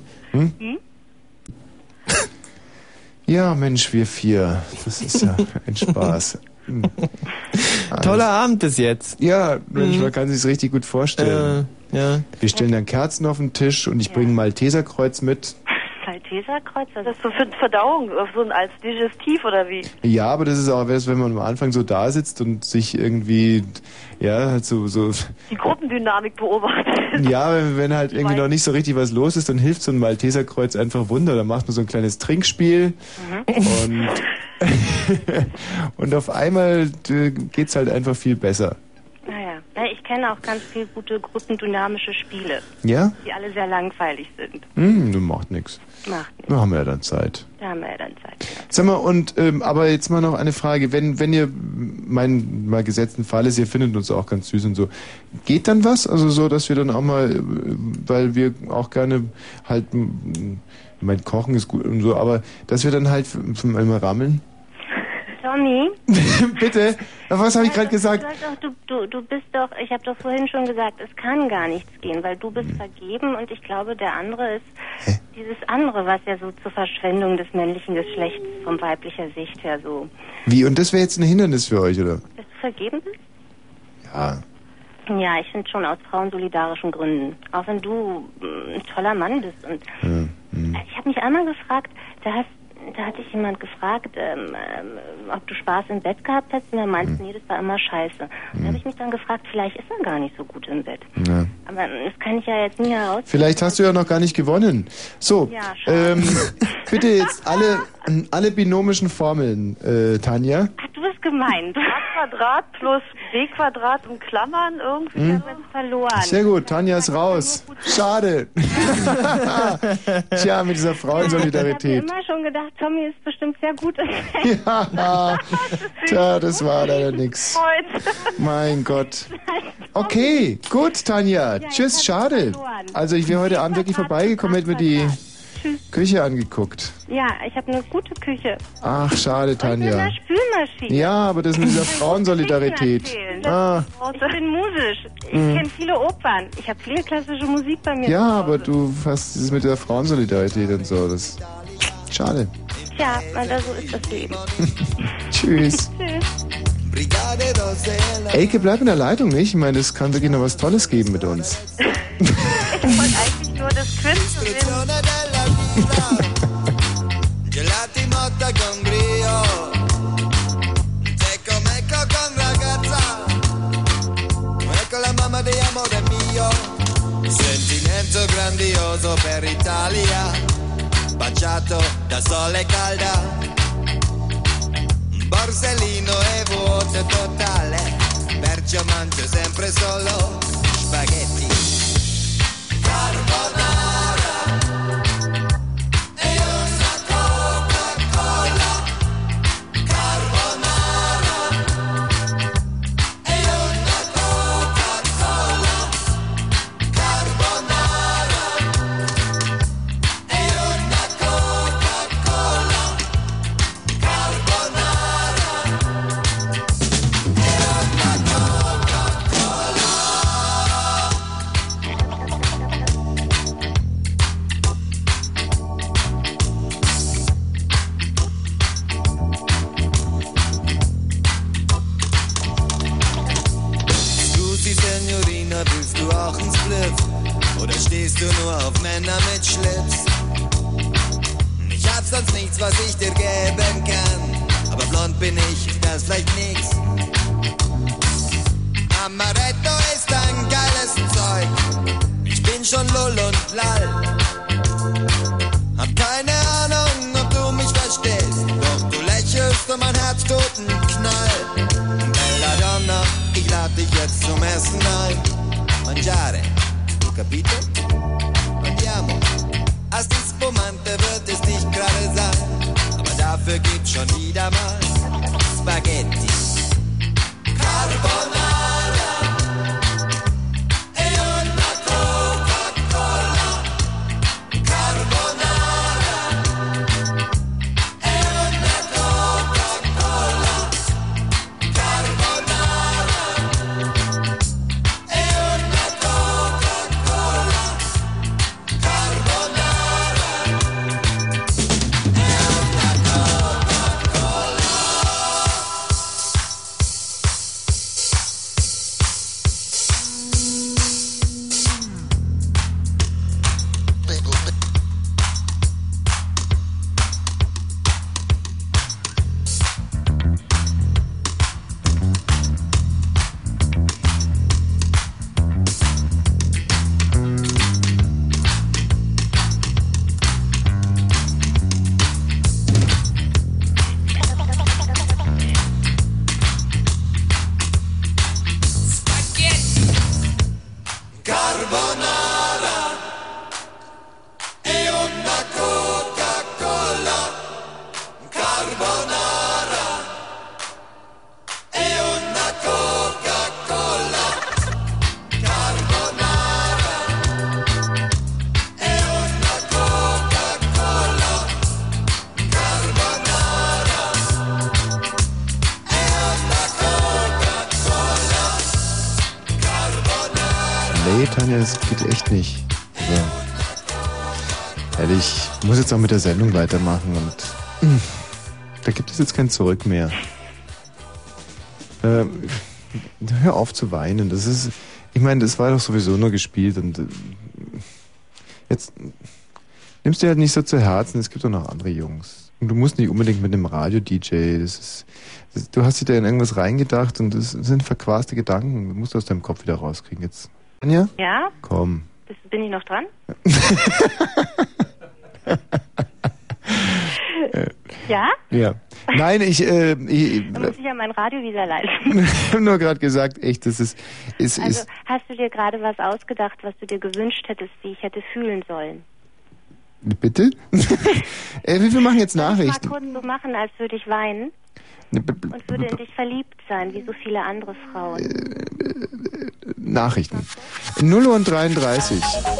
Ja, Mensch, wir vier. Das ist ja ein Spaß. Toller Abend bis jetzt. Ja, Mensch, man kann sich's richtig gut vorstellen. Ja. Wir stellen dann Kerzen auf den Tisch und ich bringe ein Malteserkreuz mit. Malteserkreuz? Das ist so für Verdauung, so als Digestiv oder wie? Ja, aber das ist auch, wenn man am Anfang so da sitzt und sich irgendwie, ja, halt so Die Gruppendynamik beobachtet. ja, wenn halt irgendwie noch nicht so richtig was los ist, dann hilft so ein Malteserkreuz einfach Wunder. Dann macht man so ein kleines Trinkspiel und Und auf einmal geht's halt einfach viel besser. Naja, ich kenne auch ganz viele gute gruppendynamische Spiele. Ja? Die alle sehr langweilig sind. Das macht nichts. Macht nichts. Da haben wir ja dann Zeit. Da haben wir ja dann Zeit. Sag mal, und aber jetzt mal noch eine Frage. Wenn ihr mal gesetzten Fall ist, ihr findet uns auch ganz süß und so, geht dann was? Also so, dass wir dann auch mal, weil wir auch gerne halt, mein Kochen ist gut und so, aber dass wir dann halt mal rammeln? Tommy? Bitte? Was habe ich gerade gesagt? Du bist doch, ich habe doch vorhin schon gesagt, es kann gar nichts gehen, weil du bist vergeben und ich glaube, der andere ist dieses andere, was ja so zur Verschwendung des männlichen Geschlechts von weiblicher Sicht her so. Wie? Und das wäre jetzt ein Hindernis für euch, oder? Dass du vergeben bist? Ja. Ja, ich finde schon aus frauensolidarischen Gründen. Auch wenn du ein toller Mann bist. Und ich habe mich einmal gefragt, da hat dich jemand gefragt, ob du Spaß im Bett gehabt hast. Und er meinte, nee, das war immer scheiße. Und da habe ich mich dann gefragt, vielleicht ist er gar nicht so gut im Bett. Ja. Aber das kann ich ja jetzt nie herausfinden. Vielleicht hast du ja noch gar nicht gewonnen. So, ja, bitte jetzt alle binomischen Formeln, Tanja. Ach, du bist gemein. A² plus B² in Klammern irgendwie haben wir verloren. Sehr gut, Tanja ist raus. Schade. Tja, mit dieser Frauensolidarität. Ich habe immer schon gedacht, Tommy ist bestimmt sehr gut im Bett. Ja, tja, das war leider nix. Mein Gott. Okay, gut, Tanja. Tschüss, schade. Also ich wäre heute Abend wirklich vorbeigekommen, hätte mir die Küche angeguckt. Ja, ich habe eine gute Küche. Ach, schade, Tanja. Und eine Spülmaschine. Ja, aber das ist mit dieser Frauensolidarität. Ich bin musisch. Ich kenne viele Opern. Ich habe viele klassische Musik bei mir. Ja, aber du hast das mit der Frauensolidarität und so. Das schade. Tja, so ist das Leben. Tschüss. Tschüss. Elke, bleib in der Leitung, nicht? Ich meine, das kann wirklich noch was Tolles geben mit uns. Ich wollte eigentlich nur das Quiz gewinnen. Gelati motta con brio, te come con ragazza, ecco la mamma di amore mio, sentimento grandioso per Italia, baciato da sole calda, borsellino e vuoto totale, perciò mangio sempre solo spaghetti, carbonara. Oder stehst du nur auf Männer mit Schlips? Ich hab sonst nichts, was ich dir geben kann, aber blond bin ich, das vielleicht nix. Amaretto ist ein geiles Zeug, ich bin schon lull und lall. Hab keine Ahnung, ob du mich verstehst, doch du lächelst und mein Herz tut einen Knall. Belladonna, ich lad dich jetzt zum Essen ein. Mangiare, tu capito? Andiamo. Als die Spumante wird es nicht gerade sein, aber dafür gibt's schon wieder mal Spaghetti. Carbonara. Tanja, das geht echt nicht. Also, ehrlich, ich muss jetzt auch mit der Sendung weitermachen und da gibt es jetzt kein Zurück mehr. Hör auf zu weinen. Das ist, ich meine, das war doch sowieso nur gespielt und jetzt nimmst du halt nicht so zu Herzen. Es gibt doch noch andere Jungs. Und du musst nicht unbedingt mit einem Radio-DJ. Du hast dich da in irgendwas reingedacht und das sind verquaste Gedanken. Du musst aus deinem Kopf wieder rauskriegen. Jetzt, Anja? Ja? Komm. Bin ich noch dran? Ja? Ja. Nein, Da muss ich ja mein Radio wieder leisten. Ich habe nur gerade gesagt, echt, das ist... Also, hast du dir gerade was ausgedacht, was du dir gewünscht hättest, wie ich hätte fühlen sollen? Bitte? Wir machen jetzt Nachrichten. Ich mal kurz so machen, als würde ich weinen und würde in dich verliebt sein, wie so viele andere Frauen. Nachrichten. 0:33 Uhr.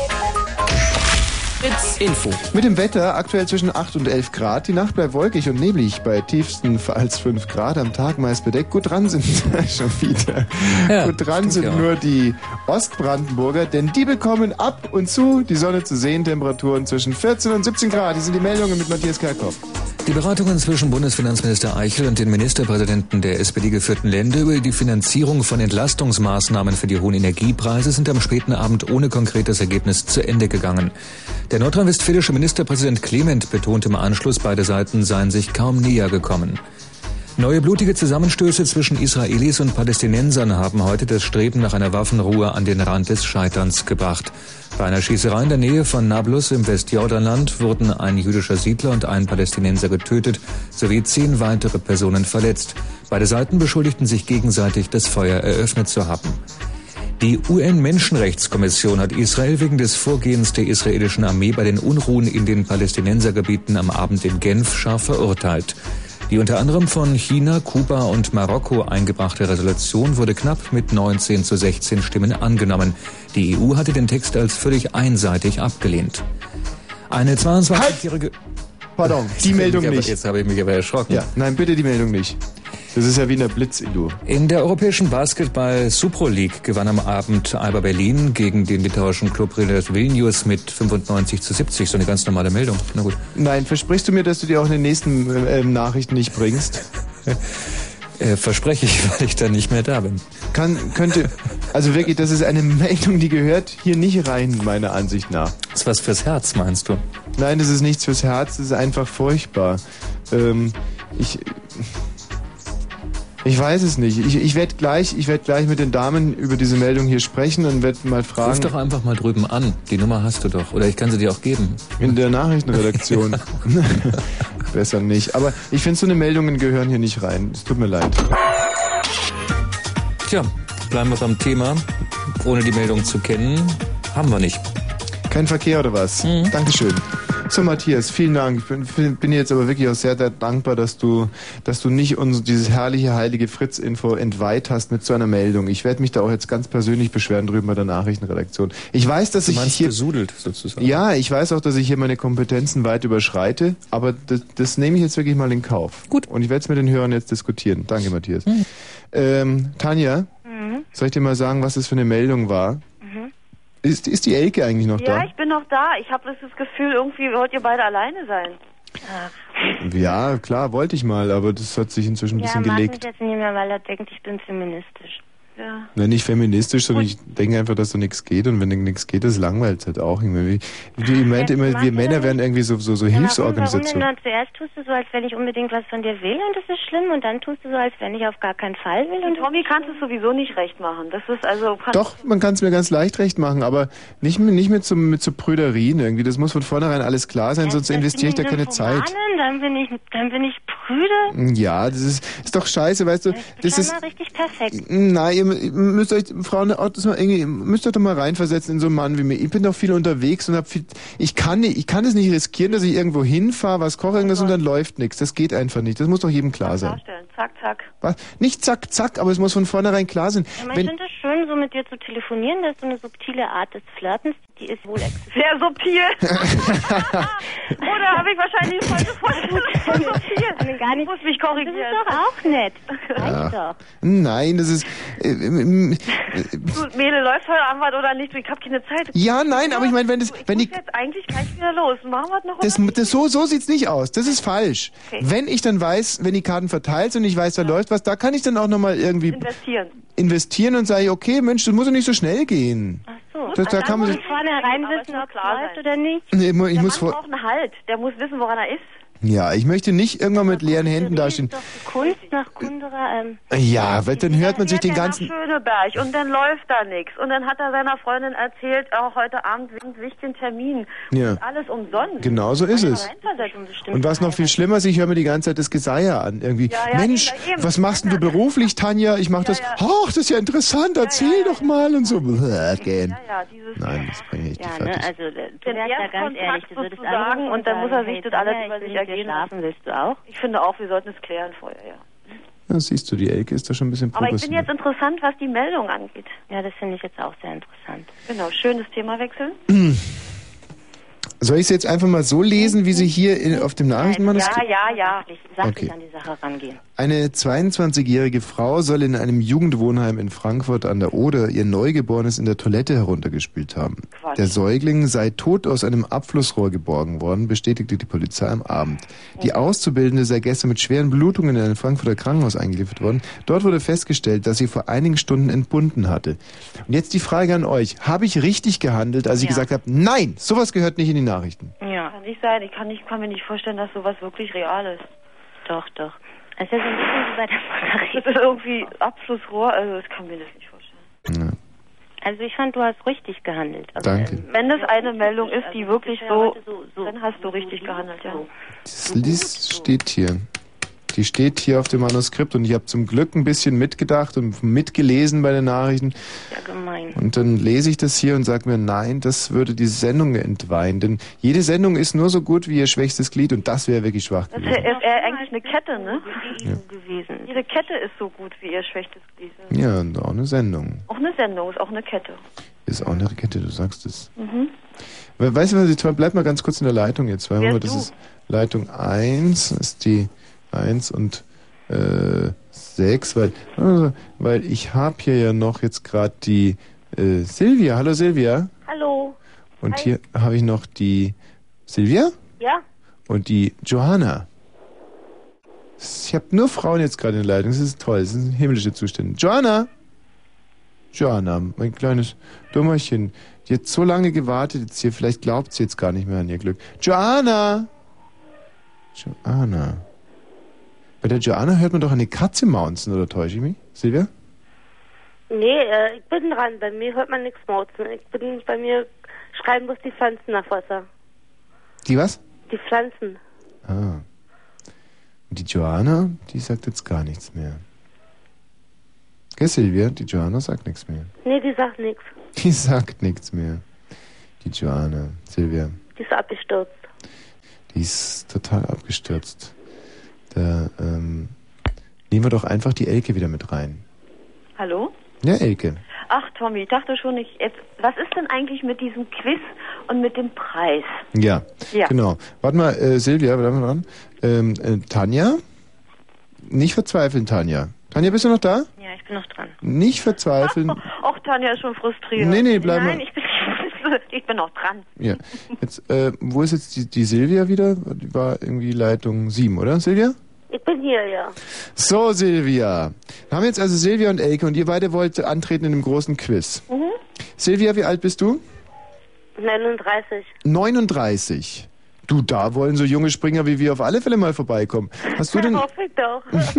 Fritz Info. Mit dem Wetter aktuell zwischen 8 und 11 Grad. Die Nacht bleibt wolkig und neblig bei tiefstenfalls 5 Grad. Am Tag meist bedeckt. Gut dran sind schon wieder. Ja, gut dran sind nur die Ostbrandenburger, denn die bekommen ab und zu die Sonne zu sehen. Temperaturen zwischen 14 und 17 Grad. Die sind die Meldungen mit Matthias Kerkhoff. Die Beratungen zwischen Bundesfinanzminister Eichel und den Ministerpräsidenten der SPD-geführten Länder über die Finanzierung von Entlastungsmaßnahmen für die hohen Energiepreise sind am späten Abend ohne konkretes Ergebnis zu Ende gegangen. Der nordrhein-westfälische Ministerpräsident Clement betonte im Anschluss, beide Seiten seien sich kaum näher gekommen. Neue blutige Zusammenstöße zwischen Israelis und Palästinensern haben heute das Streben nach einer Waffenruhe an den Rand des Scheiterns gebracht. Bei einer Schießerei in der Nähe von Nablus im Westjordanland wurden ein jüdischer Siedler und ein Palästinenser getötet, sowie 10 weitere Personen verletzt. Beide Seiten beschuldigten sich gegenseitig, das Feuer eröffnet zu haben. Die UN-Menschenrechtskommission hat Israel wegen des Vorgehens der israelischen Armee bei den Unruhen in den Palästinensergebieten am Abend in Genf scharf verurteilt. Die unter anderem von China, Kuba und Marokko eingebrachte Resolution wurde knapp mit 19:16 Stimmen angenommen. Die EU hatte den Text als völlig einseitig abgelehnt. Eine 22-jährige... Pardon, die Meldung nicht. Jetzt habe ich mich aber erschrocken. Ja, nein, bitte die Meldung nicht. Das ist ja wie ein Blitz, Ilu. In der europäischen Basketball-Supro League gewann am Abend Alba Berlin gegen den litauischen Club Rieders Vilnius mit 95:70. So eine ganz normale Meldung. Na gut. Nein, versprichst du mir, dass du dir auch in den nächsten Nachrichten nicht bringst? Verspreche ich, weil ich dann nicht mehr da bin. Also wirklich, das ist eine Meldung, die gehört hier nicht rein, meiner Ansicht nach. Das ist was fürs Herz, meinst du? Nein, das ist nichts fürs Herz, das ist einfach furchtbar. Ich weiß es nicht. Ich werde gleich mit den Damen über diese Meldung hier sprechen und werde mal fragen. Ruf doch einfach mal drüben an. Die Nummer hast du doch. Oder ich kann sie dir auch geben. In der Nachrichtenredaktion. Besser nicht. Aber ich finde, so eine Meldungen gehören hier nicht rein. Es tut mir leid. Tja, bleiben wir beim Thema. Ohne die Meldung zu kennen, haben wir nicht. Kein Verkehr oder was? Dankeschön. So, Matthias, vielen Dank. Ich bin jetzt aber wirklich auch sehr, sehr dankbar, dass du nicht uns dieses herrliche, heilige Fritz-Info entweiht hast mit so einer Meldung. Ich werde mich da auch jetzt ganz persönlich beschweren drüben bei der Nachrichtenredaktion. Ich weiß, dass ich hier... besudelt, sozusagen. Ja, ich weiß auch, dass ich hier meine Kompetenzen weit überschreite, aber das nehme ich jetzt wirklich mal in Kauf. Gut. Und ich werde es mit den Hörern jetzt diskutieren. Danke, Matthias. Tanja, soll ich dir mal sagen, was das für eine Meldung war? Ist die Elke eigentlich noch da? Ja, ich bin noch da. Ich habe das Gefühl, irgendwie wollt ihr beide alleine sein. Ach. Ja, klar, wollte ich mal, aber das hat sich inzwischen ein bisschen gelegt. Ja, mag mich jetzt nicht mehr, weil er denkt, ich bin feministisch. Ja. Nein, nicht feministisch, sondern ich denke einfach, dass da nichts geht und wenn nichts geht, das langweilt halt auch. Ihr meint immer, wir Männer werden irgendwie so Hilfsorganisationen. Warum zuerst tust du so, als wenn ich unbedingt was von dir will und das ist schlimm und dann tust du so, als wenn ich auf gar keinen Fall will. Und Tommy kannst es sowieso nicht recht machen. Das ist also... Doch, man kann es mir ganz leicht recht machen, aber nicht mit so Prüderien irgendwie. Das muss von vornherein alles klar sein, sonst investiere ich da keine Zeit. Dann bin ich prüde. Ja, das ist doch scheiße, weißt du. Das ist mal richtig perfekt. Nein, ihr müsst euch, Frauen, müsst euch doch mal reinversetzen in so einen Mann wie mir. Ich bin doch viel unterwegs und ich kann es nicht riskieren, dass ich irgendwo hinfahre, was koche irgendwas und dann läuft nichts. Das geht einfach nicht. Das muss doch jedem klar sein. Zack, zack. Was? Nicht zack, zack, aber es muss von vornherein klar sein. Ja, ich finde es schön, so mit dir zu telefonieren. Das ist so eine subtile Art des Flirtens. Die ist wohl sehr subtil. Oder habe ich wahrscheinlich die falsche Vorstellung? Gar nicht. Ich muss mich korrigieren. Das ist doch auch nett. Reicht doch. Nein, das ist... Du, Mädel, läuft heute Abend was oder nicht? Ich habe keine Zeit. Ja, nein, aber ich meine, wenn muss jetzt eigentlich gleich wieder los. Machen wir noch so sieht's nicht aus. Das ist falsch. Okay. Wenn ich dann weiß, wenn die Karten verteilt sind und ich weiß, da läuft was, da kann ich dann auch nochmal irgendwie investieren und sage, okay, Mensch, das muss doch nicht so schnell gehen. Ach so. Da kann man sich vornherein wissen, ob es läuft oder nicht. Nee, der Mann braucht einen Halt. Der muss wissen, woran er ist. Ja, ich möchte nicht irgendwann mit leeren Händen dastehen. Das ist doch Kunst nach Kunderer. Ja, weil dann hört man sich den ganzen... nach Schöneberg und dann läuft da nichts. Und dann hat er seiner Freundin erzählt, auch heute Abend einen wichtigen Termin. Ja. Und alles umsonst. Genau so ist es. Und was noch viel schlimmer ist, ich höre mir die ganze Zeit das Geseier an. Irgendwie, Mensch, was machst denn du beruflich, Tanja? Ich mach das. Ach, das ist ja interessant, erzähl doch mal und so. Gehen. Nein, das bringe ich nicht fertig. Also, du wärst ja ganz ehrlich, du würdest sagen und dann muss er sich das alles über sich ergehen. Schlafen willst du auch? Ich finde auch, wir sollten es klären vorher, ja. Ja, siehst du, die Elke ist da schon ein bisschen progressiv. Aber ich bin jetzt interessant, was die Meldung angeht. Ja, das finde ich jetzt auch sehr interessant. Genau, schönes Thema wechseln. Soll ich es jetzt einfach mal so lesen, wie sie hier auf dem Nachrichtenmanuskript... Ja. Sachlich an die Sache rangehen. Eine 22-jährige Frau soll in einem Jugendwohnheim in Frankfurt an der Oder ihr Neugeborenes in der Toilette heruntergespült haben. Quatsch. Der Säugling sei tot aus einem Abflussrohr geborgen worden, bestätigte die Polizei am Abend. Die Auszubildende sei gestern mit schweren Blutungen in ein Frankfurter Krankenhaus eingeliefert worden. Dort wurde festgestellt, dass sie vor einigen Stunden entbunden hatte. Und jetzt die Frage an euch. Habe ich richtig gehandelt, als ich gesagt habe, nein, sowas gehört nicht in die Nachrichten? Ja. Kann nicht sein. Ich kann mir nicht vorstellen, dass sowas wirklich real ist. Doch. Es ist ja so ein bisschen wie bei der Margarete. Das ist irgendwie Abflussrohr, also ich kann mir das nicht vorstellen. Ja. Also ich fand, du hast richtig gehandelt. Also, Danke. Wenn das eine Meldung ist, die wirklich so, dann hast du richtig gehandelt, ja. Das steht hier. Die steht hier auf dem Manuskript und ich habe zum Glück ein bisschen mitgedacht und mitgelesen bei den Nachrichten. Ja, gemein. Und dann lese ich das hier und sage mir, nein, das würde die Sendung entweihen. Denn jede Sendung ist nur so gut wie ihr schwächstes Glied und das wäre wirklich schwach gewesen. Das ist eigentlich eine Kette, ne? Ja. Jede Kette ist so gut wie ihr schwächstes Glied. Ja, und auch eine Sendung. Auch eine Sendung ist auch eine Kette. Ist auch eine Kette, du sagst es. Mhm. Weißt du was, bleib mal ganz kurz in der Leitung jetzt. Weil das ist Leitung 1, ist die 1 und 6, weil ich habe hier ja noch jetzt gerade die Silvia. Hallo Silvia. Hallo. Und Hi. hier habe ich noch die Silvia. Ja. Und die Johanna. Ich habe nur Frauen jetzt gerade in der Leitung. Das ist toll. Das sind himmlische Zustände. Johanna, mein kleines Dummerchen. Die hat so lange gewartet jetzt hier. Vielleicht glaubt sie jetzt gar nicht mehr an ihr Glück. Johanna. Bei der Joanna hört man doch eine Katze maunzen, oder täusche ich mich? Silvia? Nee, ich bin dran. Bei mir hört man nichts maunzen. Bei mir schreiben bloß die Pflanzen nach Wasser. Die was? Die Pflanzen. Ah. Und die Joanna, die sagt jetzt gar nichts mehr. Gell, Silvia? Die Joanna sagt nichts mehr. Nee, die sagt nichts. Die sagt nichts mehr. Die Joanna, Silvia. Die ist abgestürzt. Die ist total abgestürzt. Da nehmen wir doch einfach die Elke wieder mit rein. Hallo? Ja, Elke. Ach, Tommy, ich dachte schon, was ist denn eigentlich mit diesem Quiz und mit dem Preis? Ja. Genau. Warte mal, Silvia, bleib mal dran. Tanja? Nicht verzweifeln, Tanja. Tanja, bist du noch da? Ja, ich bin noch dran. Nicht verzweifeln. Ach, Tanja ist schon frustriert. Nee, bleib mal. Nein, ich bin noch dran. Ja. Jetzt, wo ist jetzt die Silvia wieder? Die war irgendwie Leitung 7, oder, Silvia? Ich bin hier, ja. So, Silvia. Wir haben jetzt also Silvia und Elke und ihr beide wollt antreten in einem großen Quiz. Mhm. Silvia, wie alt bist du? 39. 39. Du, da wollen so junge Springer wie wir auf alle Fälle mal vorbeikommen. Hast du denn... Hoffe ich doch.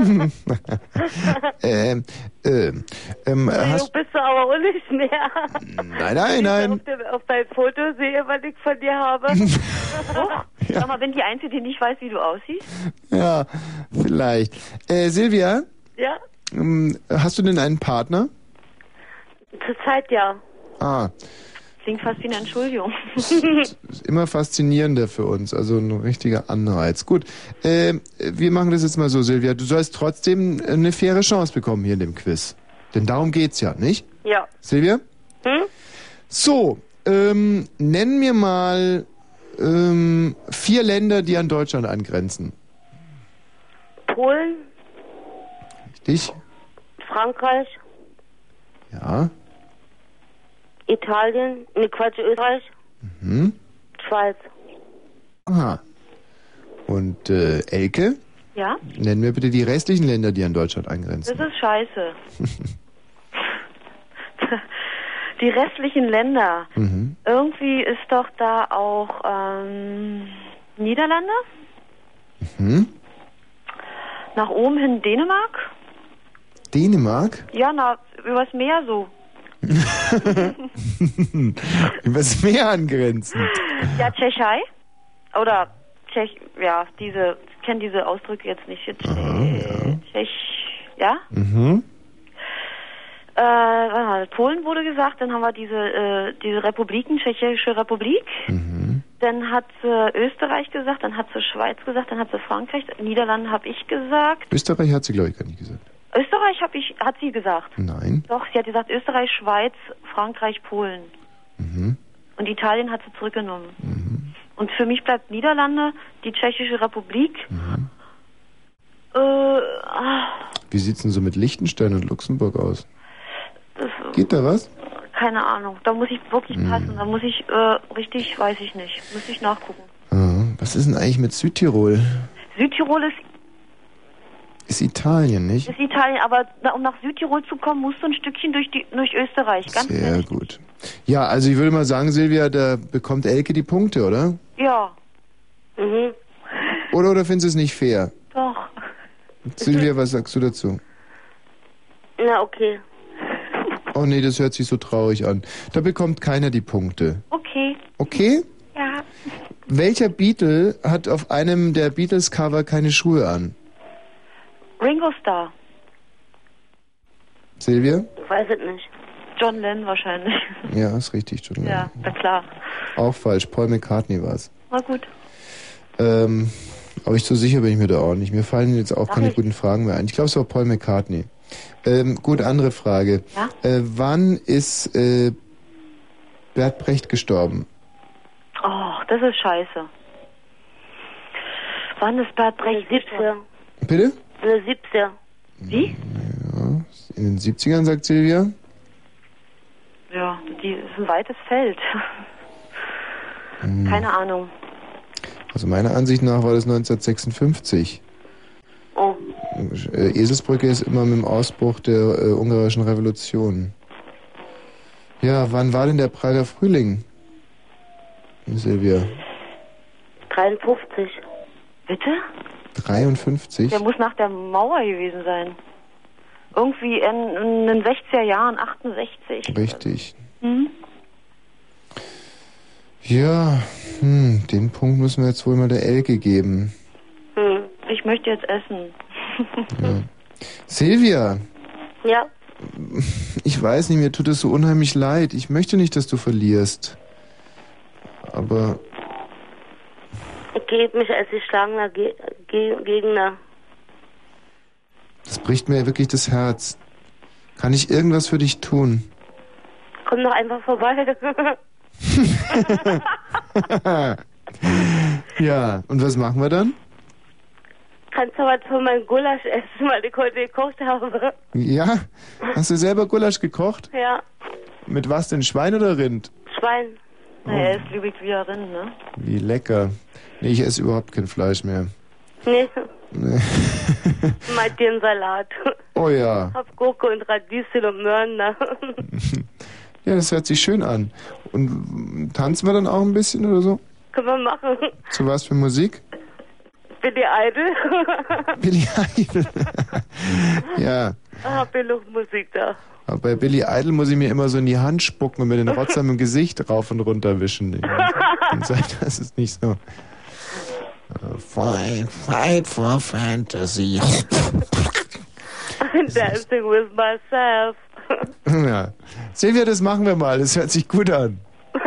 Hast... Du bist du aber auch nicht mehr. Nein. Auf deinem Foto sehe, was ich von dir habe. Ja. Sag mal, bin die Einzige, die nicht weiß, wie du aussiehst? Ja, vielleicht. Silvia? Ja? Hast du denn einen Partner? Zurzeit ja. Ah. klingt fast wie eine Entschuldigung. Ist immer faszinierender für uns, also ein richtiger Anreiz. Gut, wir machen das jetzt mal so, Silvia. Du sollst trotzdem eine faire Chance bekommen hier in dem Quiz. Denn darum geht's ja, nicht? Ja. Silvia? So, nenn mir mal 4 Länder, die an Deutschland angrenzen. Polen, Richtig? Frankreich, Ja. Italien, Österreich, Schweiz. Aha. Und Elke? Ja? Nennen wir bitte die restlichen Länder, die an Deutschland angrenzen. Das ist scheiße. Die restlichen Länder. Irgendwie ist doch da auch Niederlande? Nach oben hin Dänemark? Dänemark? Ja, übers Meer so. Übers Meer angrenzend. Ja, Tschechei. Oder ja, ich kenne diese Ausdrücke jetzt nicht. Ja? Polen wurde gesagt, dann haben wir diese Republiken, Tschechische Republik. Dann hat sie Österreich gesagt, dann hat sie Schweiz gesagt, dann hat sie Frankreich, Niederlande habe ich gesagt. Österreich hat sie, glaube ich, gar nicht gesagt. Österreich hat sie gesagt. Nein. Doch, sie hat gesagt Österreich, Schweiz, Frankreich, Polen. Und Italien hat sie zurückgenommen. Und für mich bleibt Niederlande, die Tschechische Republik. Wie sieht's denn so mit Liechtenstein und Luxemburg aus? Geht da was? Keine Ahnung, da muss ich wirklich passen. Da muss ich richtig, weiß ich nicht. Muss ich nachgucken. Was ist denn eigentlich mit Südtirol? Südtirol Ist Italien, nicht? ist Italien, aber um nach Südtirol zu kommen, musst du ein Stückchen durch Österreich. Ganz Sehr gut. Ja, also ich würde mal sagen, Silvia, da bekommt Elke die Punkte, oder? Ja. Oder findest du es nicht fair? Doch. Silvia, was sagst du dazu? Na, okay. Oh nee, das hört sich so traurig an. Da bekommt keiner die Punkte. Okay. Okay? Ja. Welcher Beatle hat auf einem der Beatles-Cover keine Schuhe an? Ringo Starr. Silvia? Ich weiß es nicht. John Lennon wahrscheinlich. Ja, ist richtig, John Lennon. Ja, na klar. Auch falsch, Paul McCartney war's. Na gut. Aber so sicher bin ich mir da auch nicht. Mir fallen jetzt auch keine guten Fragen mehr ein. Ich glaube, es war Paul McCartney. Gut, andere Frage. Ja? Wann ist Bert Brecht gestorben? Oh, das ist scheiße. Wann ist Bert Brecht gestorben? Bitte? In den 70er. Wie? Ja, in den 70ern, sagt Silvia. Ja, das ist ein weites Feld. Keine Ahnung. Also meiner Ansicht nach war das 1956. Oh. Eselsbrücke ist immer mit dem Ausbruch der ungarischen Revolution. Ja, wann war denn der Prager Frühling, Silvia? 53. Bitte? 53? Der muss nach der Mauer gewesen sein. Irgendwie in den 60er Jahren, 68. Richtig. Hm? Ja, den Punkt müssen wir jetzt wohl mal der Elke geben. Ich möchte jetzt essen. Ja. Silvia, Ja. ich weiß nicht, mir tut es so unheimlich leid. Ich möchte nicht, dass du verlierst. Aber Ich gebe mich als geschlagener Gegner. das bricht mir wirklich das Herz. Kann ich irgendwas für dich tun? Komm doch einfach vorbei. Ja, und was machen wir dann? Kannst du was von meinem Gulasch essen, weil ich heute gekocht habe? Ja? Hast du selber Gulasch gekocht? Ja, Mit was denn? Schwein oder Rind? Schwein. Er ist Lübeck wie Rind, ne? Wie lecker. Nee, ich esse überhaupt kein Fleisch mehr. Nee, Nee. mal den Salat. Oh ja. Hab Gurke und Radieschen und Möhren da. Ja, das hört sich schön an. Und tanzen wir dann auch ein bisschen oder so? Können wir machen. Zu was für Musik? Billy Idol. Billy Idol. Ja. Genug Musik da. Aber bei Billy Idol muss ich mir immer so in die Hand spucken und mir den Rotz am Gesicht rauf und runter wischen. Das ist nicht so. Fight for Fantasy. I'm dancing with myself. Ja. Silvia, das machen wir mal. Das hört sich gut an.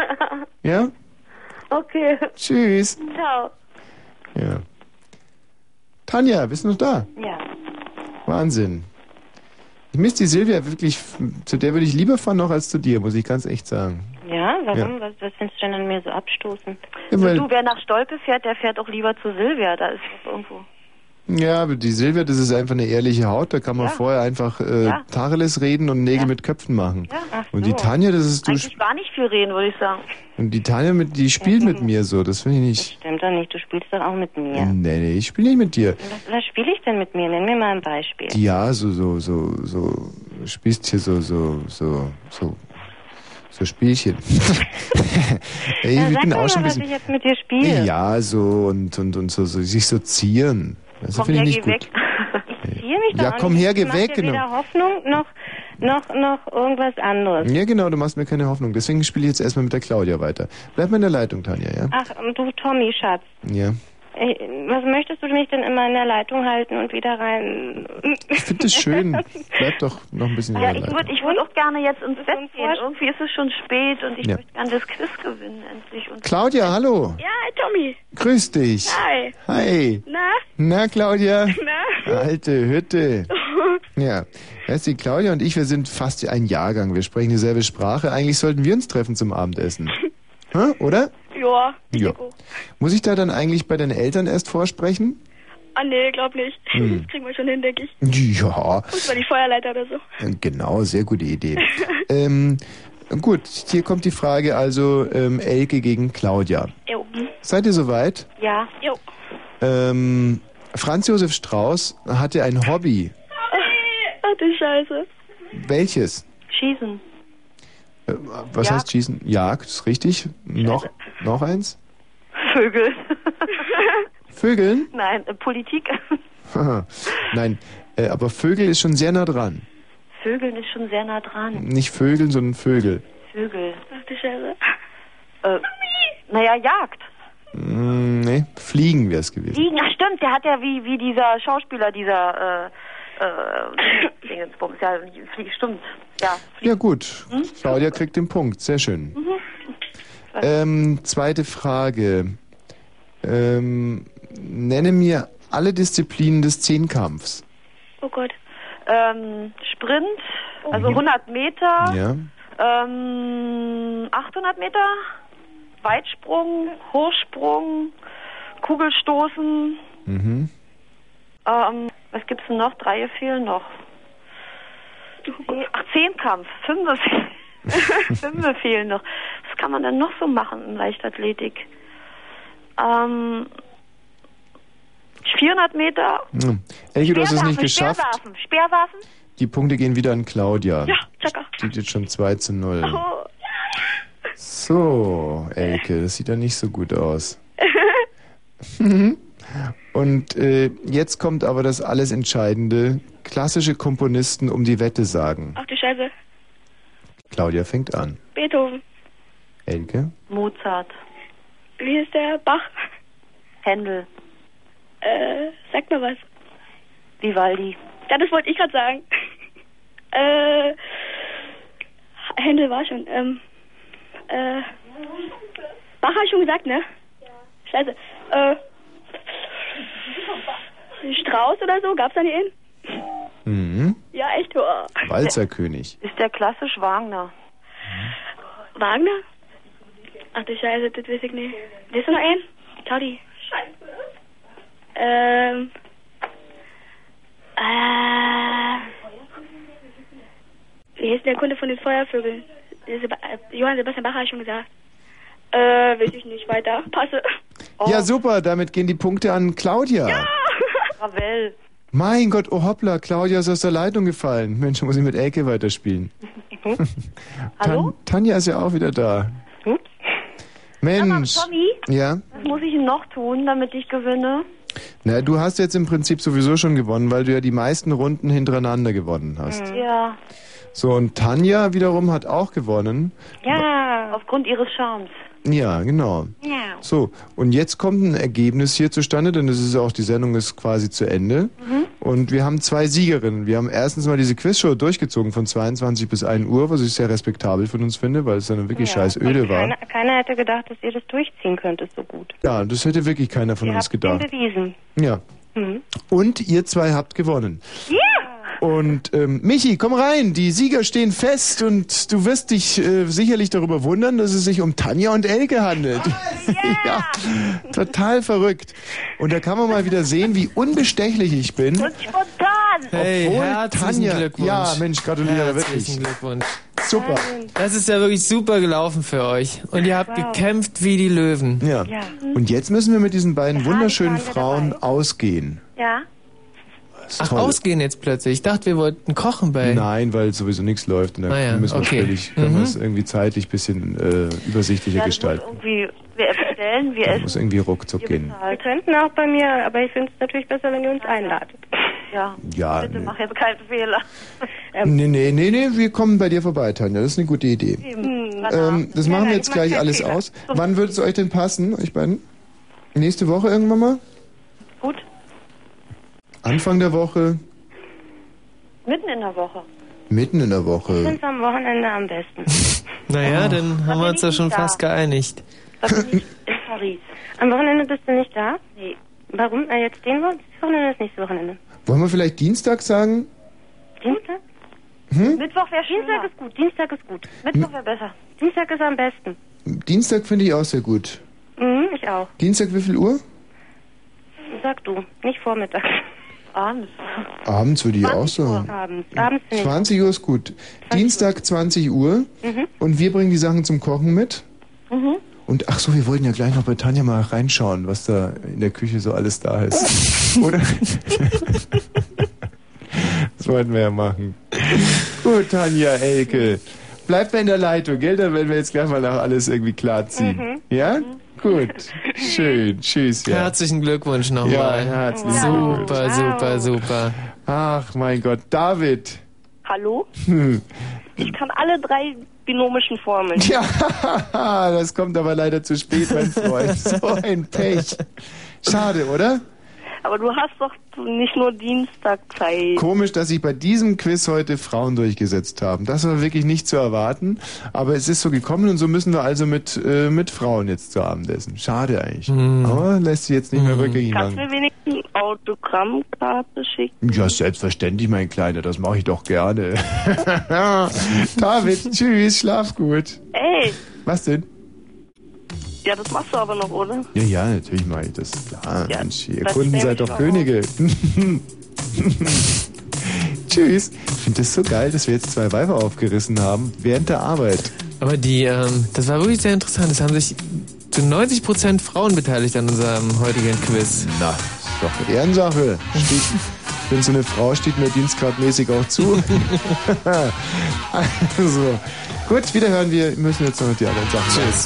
Ja? Okay. Tschüss. Ciao. Ja. Tanja, bist du noch da? Ja. Wahnsinn. Ich misse die Silvia wirklich, zu der würde ich lieber fahren noch als zu dir, muss ich ganz echt sagen. Ja, warum? Ja. Was findest du denn an mir so abstoßend? Ja, weil, Du, wer nach Stolpe fährt, der fährt auch lieber zu Silvia. Da ist was irgendwo. ja, aber die Silvia, das ist einfach eine ehrliche Haut, da kann man vorher einfach Tacheles reden und Nägel mit Köpfen machen. Ja. Ach Und die Tanja, das ist... Eigentlich gar nicht viel reden, würde ich sagen. Und die Tanja, die spielt mit mir so, das finde ich nicht... Stimmt doch nicht, du spielst doch auch mit mir. Nee, ich spiele nicht mit dir. Was spiele ich denn mit mir? Nenn mir mal ein Beispiel. Ja, so, du spielst hier so Spielchen. Ey, Ja, ich sag bin doch auch mal, schon ein was bisschen... ich jetzt mit dir spiele. Ja, so und so sich so zieren. Das finde ich nicht gut. Ich ziehe mich doch Ja, auch komm nicht. her, Ich geh mach weg, dir genau. weder Hoffnung noch irgendwas anderes. Ja, genau, du machst mir keine Hoffnung. Deswegen spiele ich jetzt erstmal mit der Claudia weiter. Bleib mal in der Leitung, Tanja, ja? Ach, du Tommy, Schatz. Ja. Was möchtest du mich denn immer in der Leitung halten und wieder rein? Ich finde das schön. Bleib doch noch ein bisschen in Ja, der ich Leitung. würde auch gerne jetzt ins Bett gehen. Irgendwie ist es schon spät und ich Ja. möchte gerne das Quiz gewinnen endlich. Und Claudia, hallo. ja, Tommy. Grüß dich. Hi. Hi. Na? Na, Claudia. Na? Alte Hütte. Ja, weißt du, Claudia und ich, wir sind fast ein Jahrgang. Wir sprechen dieselbe Sprache. Eigentlich sollten wir uns treffen zum Abendessen. Hä, oder? Ja. Ja. Muss ich da dann eigentlich bei deinen Eltern erst vorsprechen? Ah, nee, glaub nicht. Hm. Das kriegen wir schon hin, denke ich. Ja, Und zwar die Feuerleiter oder so. genau, sehr gute Idee. Gut, hier kommt die Frage also Elke gegen Claudia. Jo. Seid ihr soweit? Ja. Jo. Franz Josef Strauß hatte ein Hobby. Ach du Scheiße. Welches? Schießen. Was Jagd. heißt Schießen? Jagd, ist richtig. Noch eins? Vögel. Vögeln? Nein, Politik. Nein, aber Vögel ist schon sehr nah dran. Vögeln ist schon sehr nah dran. Nicht Vögeln, sondern Vögel. Vögel. Ach du Scheiße. Naja, Jagd. Nee, Fliegen wäre es gewesen. Fliegen, ach stimmt, der hat ja wie dieser Schauspieler, dieser Dingensbums, ja, stimmt. Ja, Ja gut, Claudia kriegt den Punkt, sehr schön. Zweite Frage. Nenne mir alle Disziplinen des Zehnkampfs. Oh Gott. Sprint, also 100 Meter, Ja. 800 Meter, Weitsprung, Hochsprung, Kugelstoßen, Mhm. was gibt's denn noch? 3 fehlen noch. Ach, Zehnkampf, 5 fehlen noch. Was kann man denn noch so machen in Leichtathletik? 400 Meter. Elke, du hast es nicht geschafft. Speerwerfen. Die Punkte gehen wieder an Claudia. Ja, tschakka. Steht jetzt schon 2:0. Oh. So, Elke, das sieht ja nicht so gut aus. Und jetzt kommt aber das alles Entscheidende. Klassische Komponisten um die Wette sagen. Ach du Scheiße. Claudia fängt an. Beethoven. Elke? Mozart. Wie ist der? Bach. Händel. Sag mir was. Vivaldi. Ja, das wollte ich gerade sagen. Händel war schon. Bach habe ich schon gesagt, ne? Scheiße. Strauß oder so? Gab's da nicht einen? Mhm. Ja, echt? Oh. Walzerkönig. Ist der klassisch Wagner. Wagner? Ach du Scheiße, das weiß ich nicht. Willst du noch einen? Claudi. Wie ist der Kunde von den Feuervögeln? Johann Sebastian Bach habe ich schon gesagt. Weiß ich nicht weiter. Passe. Ja, super, damit gehen die Punkte an Claudia. Ravel. Mein Gott, oh hoppla, Claudia ist aus der Leitung gefallen. Mensch, muss ich mit Elke weiterspielen. Hallo? Tanja ist ja auch wieder da. Mensch. Aber Tommy, Ja? was muss ich denn noch tun, damit ich gewinne? Na, du hast jetzt im Prinzip sowieso schon gewonnen, weil du ja die meisten Runden hintereinander gewonnen hast. Ja. So, und Tanja wiederum hat auch gewonnen. Ja. Aufgrund ihres Charmes. Ja, genau. Ja. So, und jetzt kommt ein Ergebnis hier zustande, denn es ist auch, die Sendung ist quasi zu Ende. Und wir haben 2 Siegerinnen. Wir haben erstens mal diese Quizshow durchgezogen von 22 bis 1 Uhr, was ich sehr respektabel von uns finde, weil es dann wirklich scheiß öde war. Keiner hätte gedacht, dass ihr das durchziehen könntet so gut. Ja, das hätte wirklich keiner von uns gedacht. Ihr habt bewiesen. Ja. Und ihr 2 habt gewonnen. Ja! Und Michi, komm rein, die Sieger stehen fest und du wirst dich sicherlich darüber wundern, dass es sich um Tanja und Elke handelt. Oh, yeah. Ja, total verrückt. Und da kann man mal wieder sehen, wie unbestechlich ich bin. Und spontan. Hey, Obwohl herzlichen Tanja, Glückwunsch. ja, Mensch, gratuliere wirklich. Herzlichen Glückwunsch. Super. Das ist ja wirklich super gelaufen für euch. Und ihr habt gekämpft wie die Löwen. Ja. Und jetzt müssen wir mit diesen beiden wunderschönen Frauen ausgehen. Ja. Ach, ausgehen jetzt plötzlich. Ich dachte, wir wollten kochen bei... Nein, weil sowieso nichts läuft. Und dann müssen wir können wir es irgendwie zeitlich ein bisschen übersichtlicher gestalten. Irgendwie wir bestellen, wir essen. Muss irgendwie ruckzuck gehen. Wir könnten auch bei mir, aber ich finde es natürlich besser, wenn ihr uns einladet. Ja. Ja, Bitte mach jetzt keinen Fehler. Nee, wir kommen bei dir vorbei, Tanja. Das ist eine gute Idee. Das machen wir jetzt gleich alles aus. Wann würde es euch denn passen, euch beiden? Nächste Woche irgendwann mal? Gut. Anfang der Woche? Mitten in der Woche. Mitten in der Ich Woche. finde es am Wochenende am besten. Naja, dann haben wir uns da schon fast geeinigt. In Paris. Am Wochenende bist du nicht da? Nee. Warum? Jetzt den Wochenende ist nächste Wochenende. Wollen wir vielleicht Dienstag sagen? Dienstag? Mittwoch wäre schöner. Dienstag ist gut, Dienstag ist gut. Mittwoch wäre besser. Dienstag ist am besten. Dienstag finde ich auch sehr gut. Ich auch. Dienstag wie viel Uhr? Sag du, nicht vormittags. Abends. Abends würde ich auch sagen. Abends 20 Uhr ist gut. Dienstag 20 Uhr. Und wir bringen die Sachen zum Kochen mit. Und ach so, wir wollten ja gleich noch bei Tanja mal reinschauen, was da in der Küche so alles da ist. Oder? Das wollten wir ja machen. Gut, Tanja, Elke. Bleibt mal in der Leitung, gell? Dann werden wir jetzt gleich mal nach alles irgendwie klarziehen. Ja? Gut. Schön. Tschüss. Ja. Herzlichen Glückwunsch nochmal. Ja, herzlichen Glückwunsch. Super. Ach, mein Gott. David. Hallo? Ich kann alle 3 binomischen Formeln. Ja, das kommt aber leider zu spät, mein Freund. So ein Pech. Schade, oder? Aber du hast doch nicht nur Dienstag Zeit. Komisch, dass sich bei diesem Quiz heute Frauen durchgesetzt haben. Das war wirklich nicht zu erwarten. Aber es ist so gekommen und so müssen wir also mit Frauen jetzt zu Abend essen. Schade eigentlich. Aber lässt sich jetzt nicht mehr rückgängig machen. Kannst du mir wenigstens eine Autogrammkarte schicken? Ja, selbstverständlich, mein Kleiner. Das mache ich doch gerne. David, tschüss, schlaf gut. Ey. Was denn? Ja, das machst du aber noch, oder? Ja, natürlich mache ich das. Klar, ja, Mensch, ihr das Kunden seid doch Könige. Tschüss. Ich finde das so geil, dass wir jetzt 2 Weiber aufgerissen haben während der Arbeit. Aber das war wirklich sehr interessant. Es haben sich zu 90% Frauen beteiligt an unserem heutigen Quiz. Na, ist doch eine Ehrensache. Wenn so eine Frau steht mir dienstgradmäßig auch zu. Also, gut, wiederhören. Wir müssen jetzt noch die anderen Sachen. Tschüss.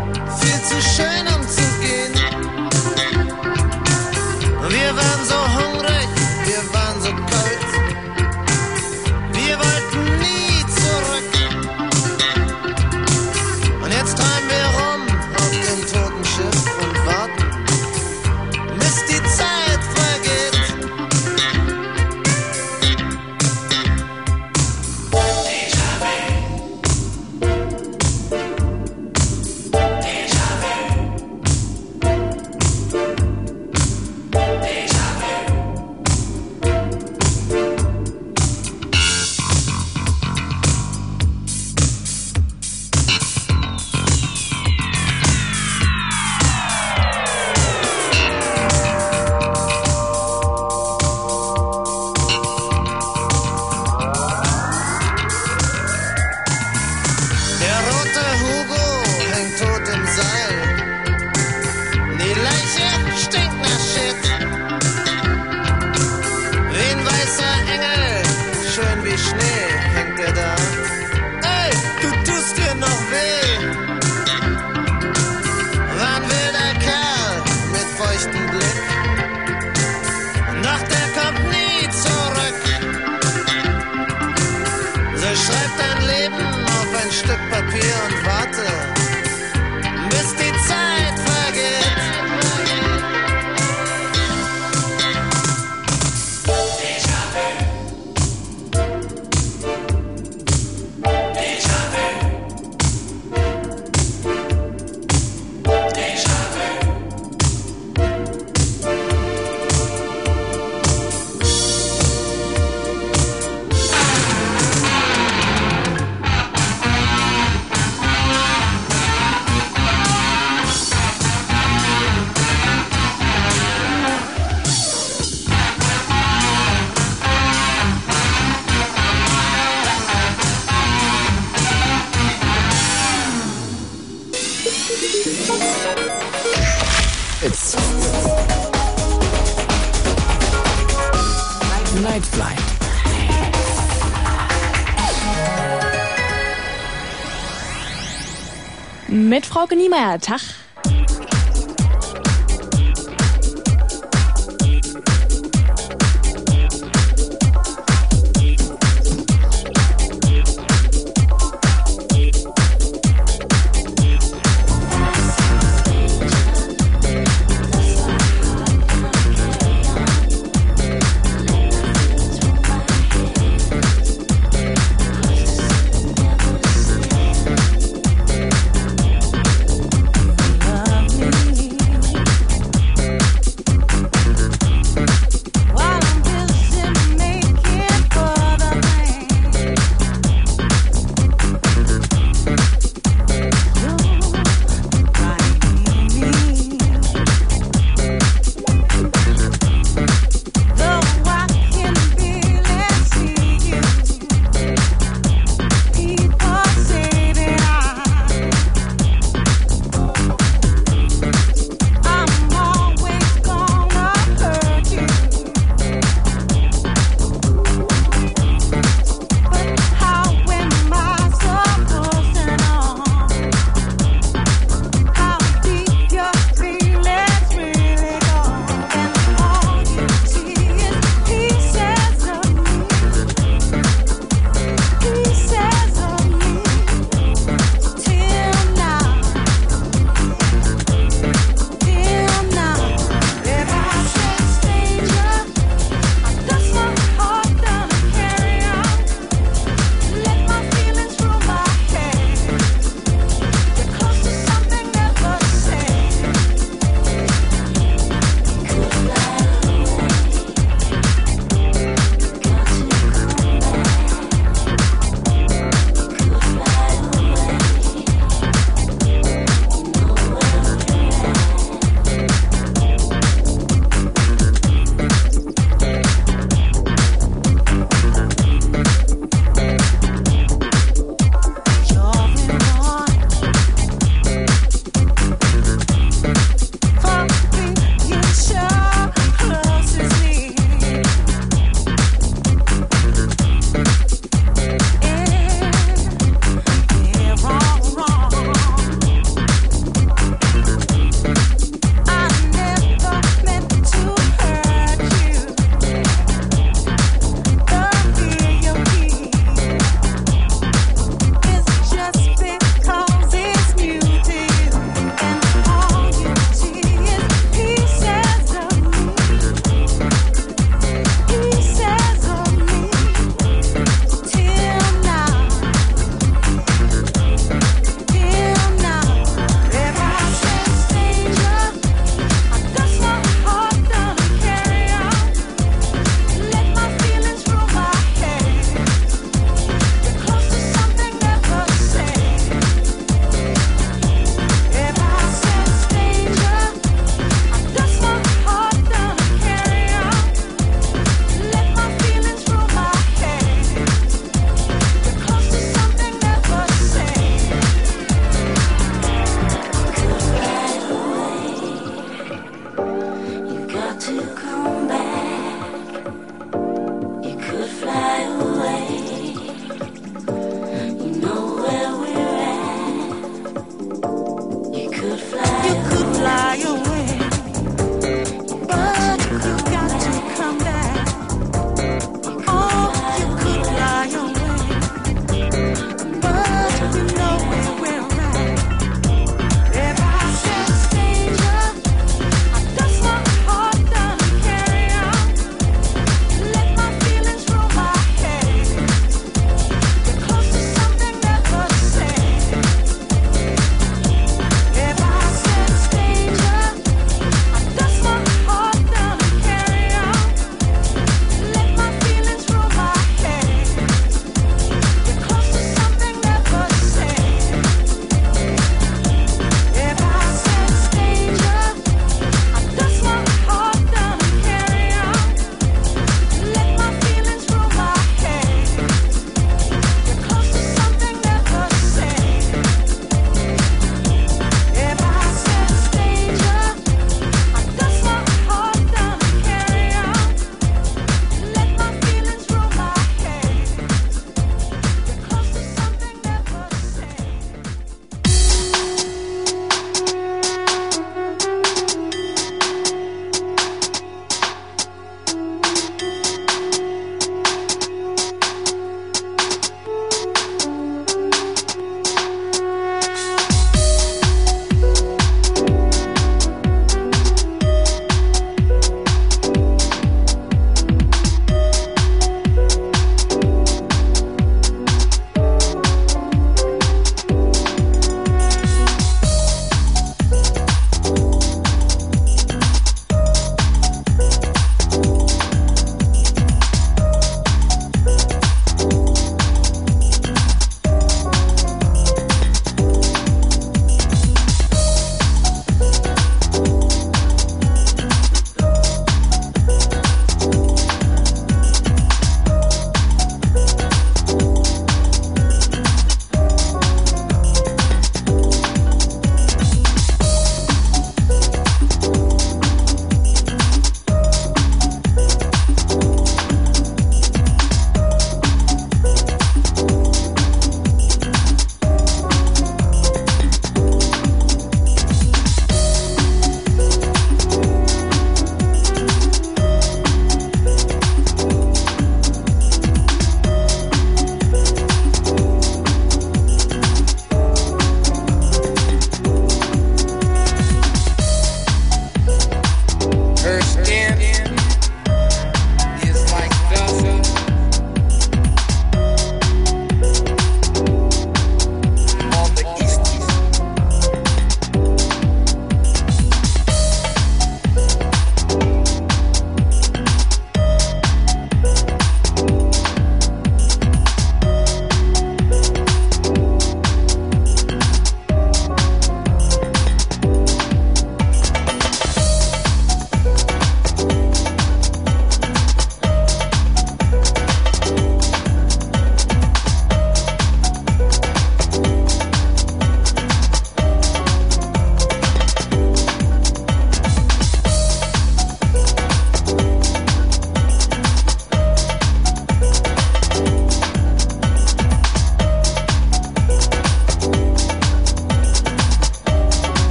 Schön um zu gehen. Wir waren so hungrig. Schiff und warten, bis die Zeit vergeht. Der rote Hugo hängt tot im Seil. Die Leiche stinkt nach Shit. Wie ein weißer Engel, schön wie Schnee, hängt er da. Ey, du tust dir noch weh. War ein wilder Kerl mit feuchtem Blick. Doch der kommt nie zurück. So schreib dein Leben auf ein Stück Papier und warte, bis die Zeit vergeht. It's Night Flight. Mit Frauke Niemeyer. Tag.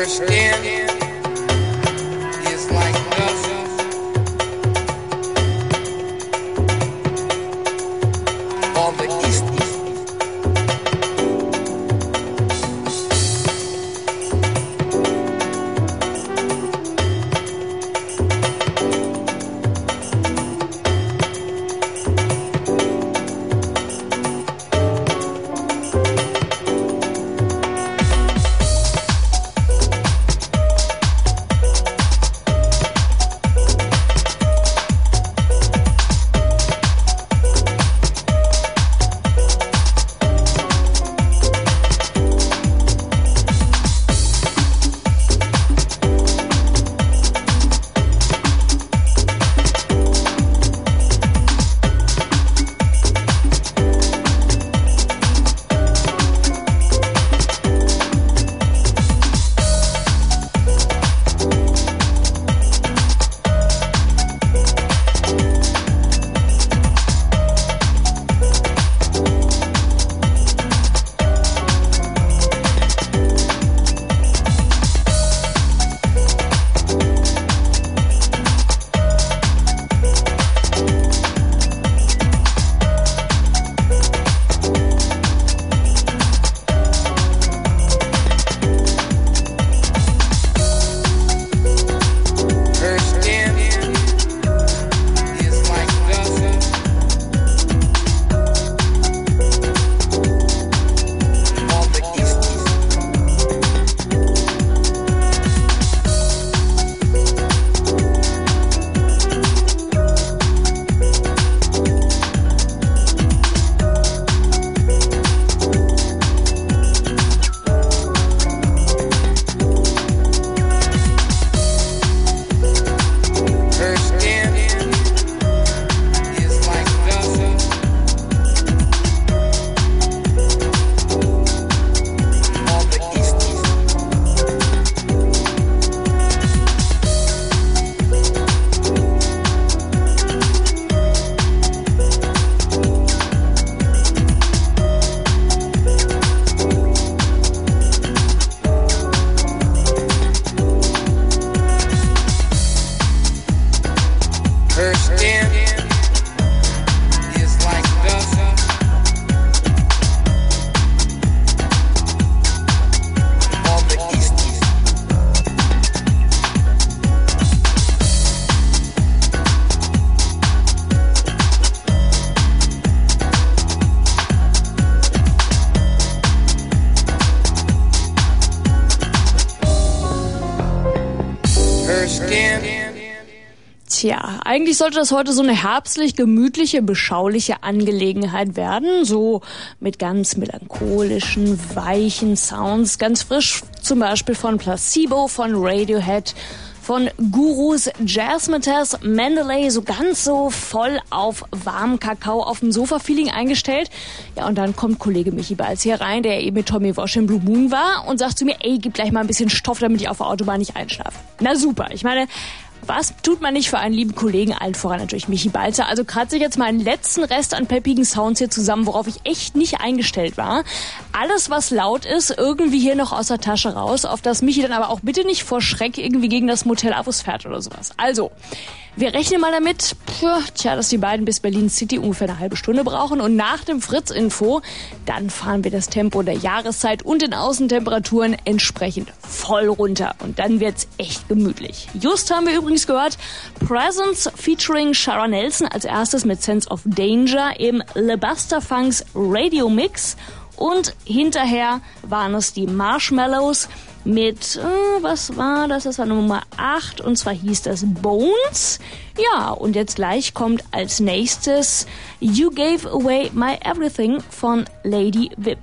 Her skin is like nothing. On the east. Tja, eigentlich sollte das heute so eine herbstlich gemütliche, beschauliche Angelegenheit werden. So mit ganz melancholischen, weichen Sounds, ganz frisch, zum Beispiel von Placebo, von Radiohead, von Gurus, Jazzmetas, Mendeley, so ganz so voll auf warmen Kakao auf dem Sofa-Feeling eingestellt. Ja, und dann kommt Kollege Michi Balz hier rein, der eben mit Tommy Walsh im Blue Moon war und sagt zu mir, ey, gib gleich mal ein bisschen Stoff, damit ich auf der Autobahn nicht einschlafe. Na super, ich meine, was tut man nicht für einen lieben Kollegen, allen voran natürlich Michi Balzer. Also kratze ich jetzt meinen letzten Rest an peppigen Sounds hier zusammen, worauf ich echt nicht eingestellt war. Alles, was laut ist, irgendwie hier noch aus der Tasche raus, auf das Michi dann aber auch bitte nicht vor Schreck irgendwie gegen das Motel Avus fährt oder sowas. Also, wir rechnen mal damit, dass die beiden bis Berlin City ungefähr eine halbe Stunde brauchen und nach dem Fritz-Info, dann fahren wir das Tempo der Jahreszeit und den Außentemperaturen entsprechend voll runter und dann wird's echt gemütlich. Just haben wir übrigens gehört, Presence featuring Shara Nelson als erstes mit Sense of Danger im Le Buster Funks Radio Mix und hinterher waren es die Marshmallows mit, was war das? Das war Nummer 8 und zwar hieß das Bones. Ja, und jetzt gleich kommt als nächstes You Gave Away My Everything von Lady Vip.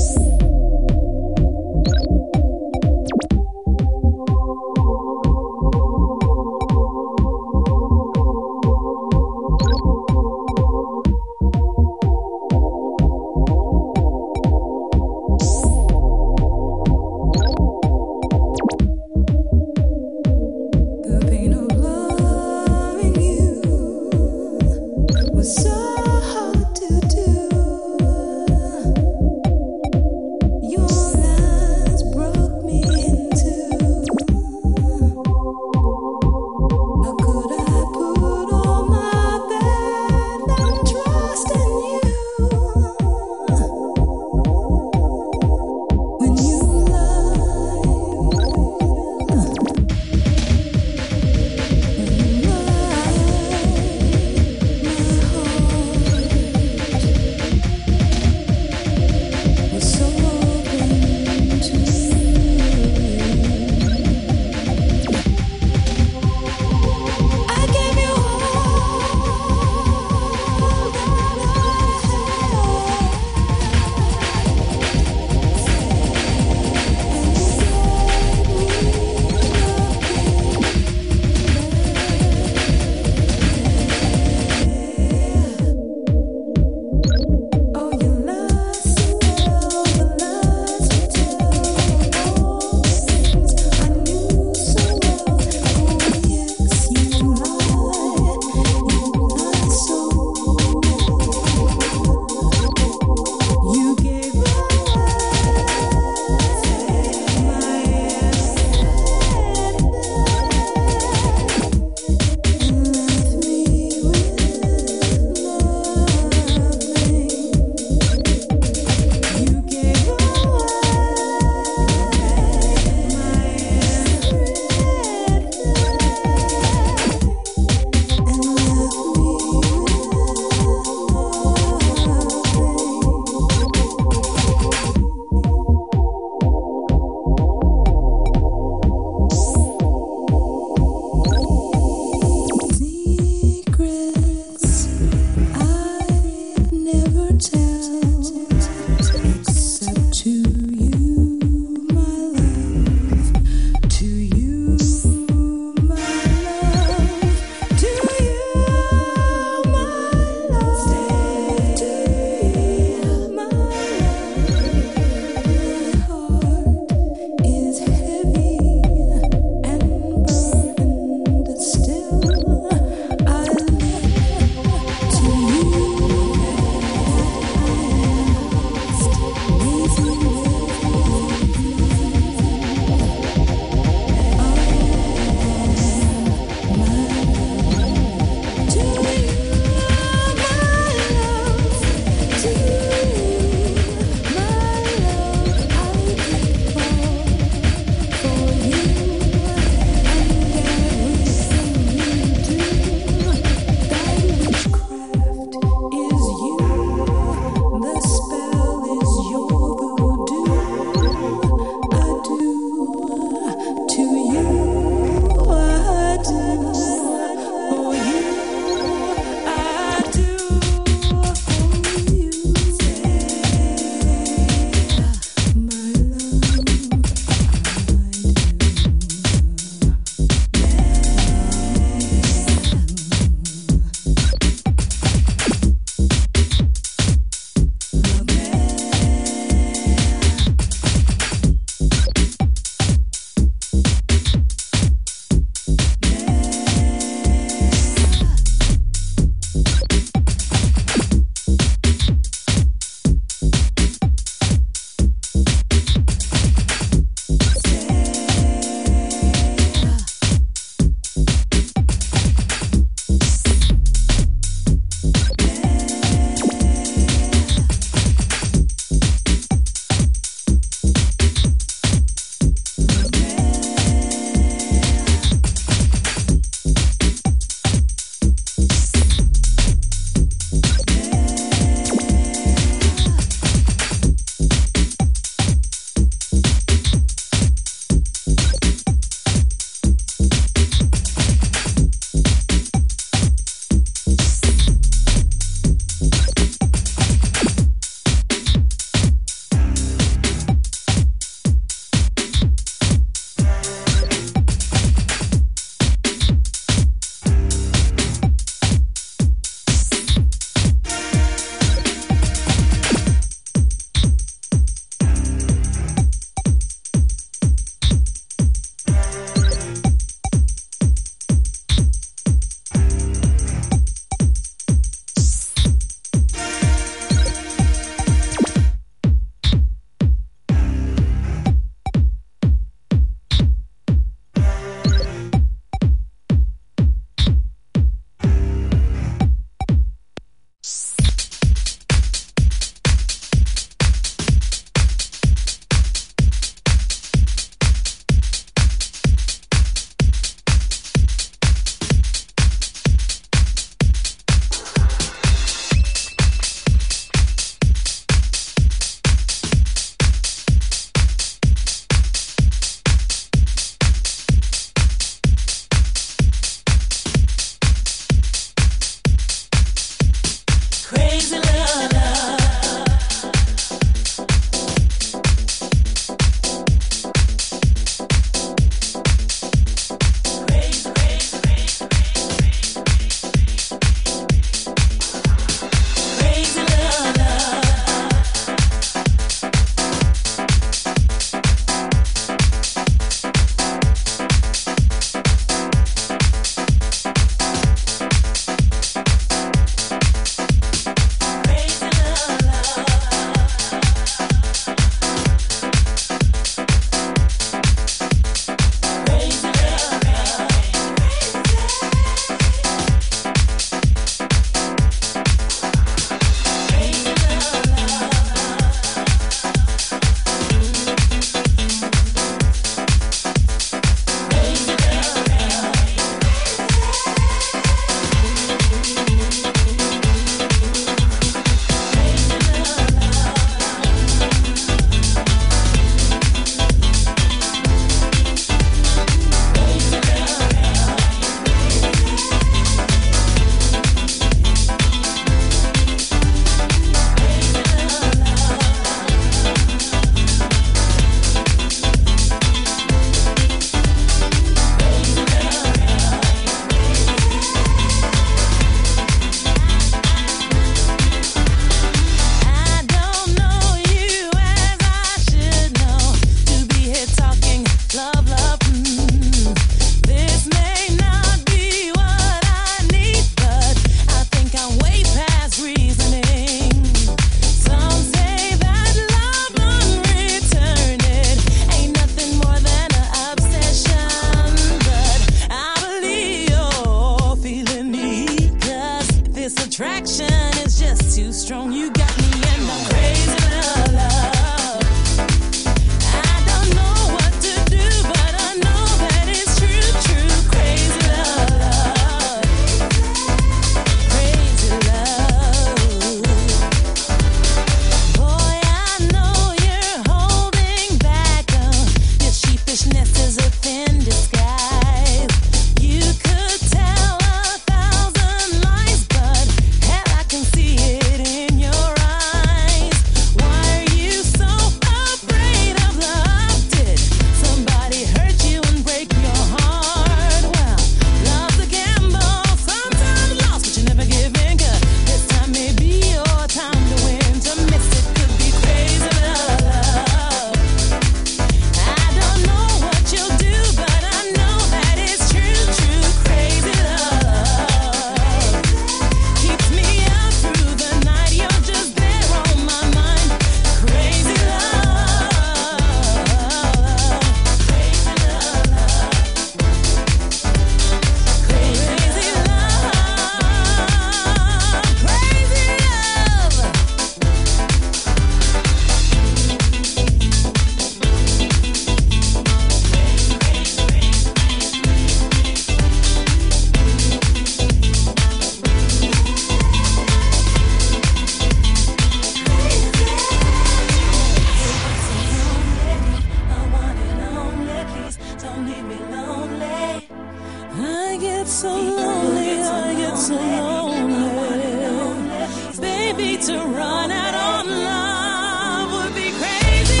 so lonely, I get so lonely. Baby, to run out on love would be crazy.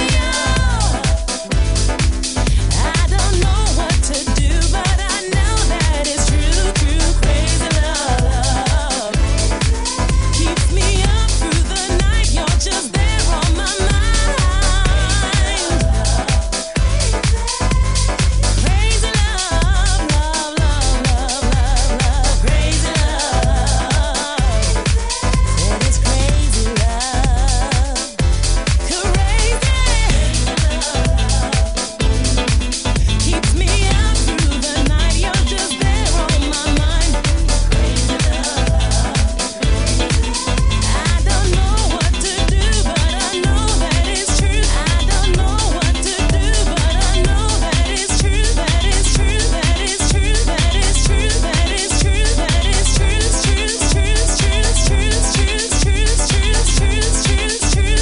I don't know what to do, but I know that it's true, true, crazy love. Keeps me up through the night, you're just there on my mind. Crazy love, love, love, love, love, love, crazy love. It is crazy love. Keeps me up through the night, you're just there on my mind. Crazy love. I don't know what to do, but I know that it's true. I don't know what to do, but I know that it's true. That is true. That is true. That is true. That is true. That is true. True. True. True. True. True. True. True. True. True. True.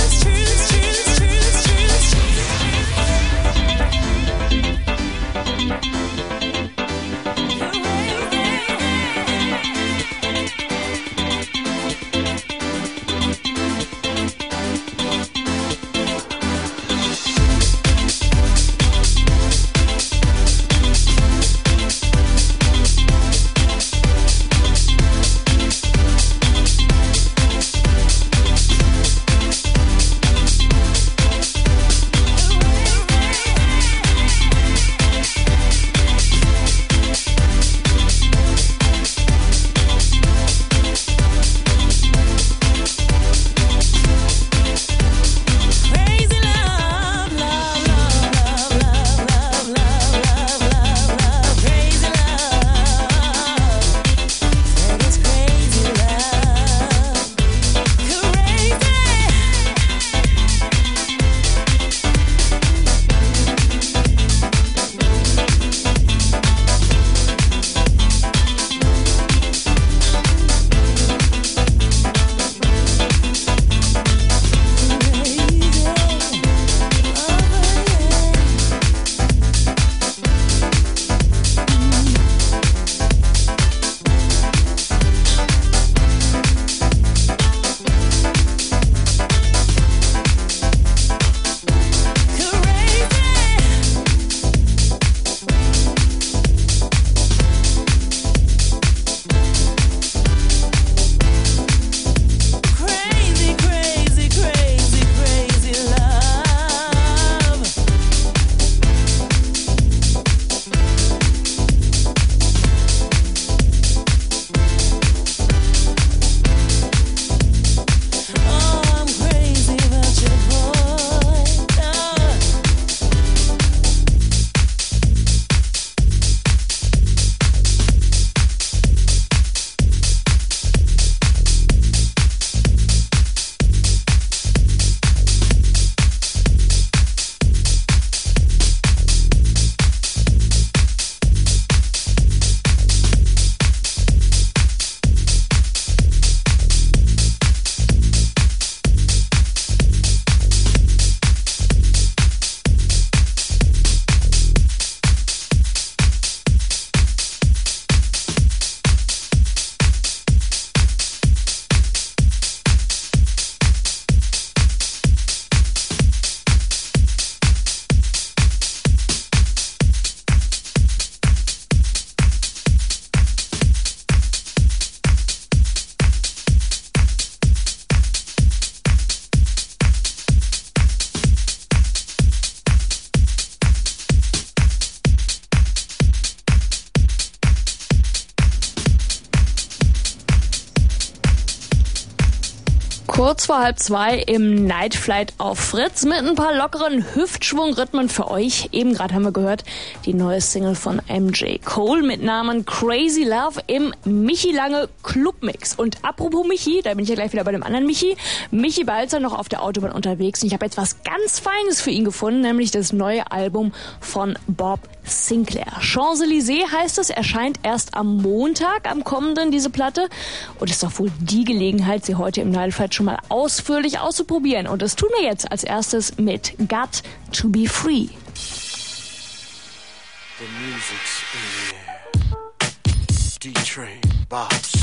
Kurz vor 1:30 im Night Flight auf Fritz mit ein paar lockeren Hüftschwungrhythmen für euch. Eben gerade haben wir gehört, die neue Single von MJ Cole mit Namen Crazy Love im Michi Lange Clubmix. Und apropos Michi, da bin ich ja gleich wieder bei dem anderen Michi. Michi Balzer noch auf der Autobahn unterwegs und ich habe jetzt was ganz Feines für ihn gefunden, nämlich das neue Album von Bob Sinclair. Champs-Élysées heißt es, erscheint erst am Montag, am kommenden, diese Platte. Und ist doch wohl die Gelegenheit, sie heute im Night Flight schon mal ausführlich auszuprobieren. Und das tun wir jetzt als erstes mit Got to Be Free. The music's in the air. train, Bob's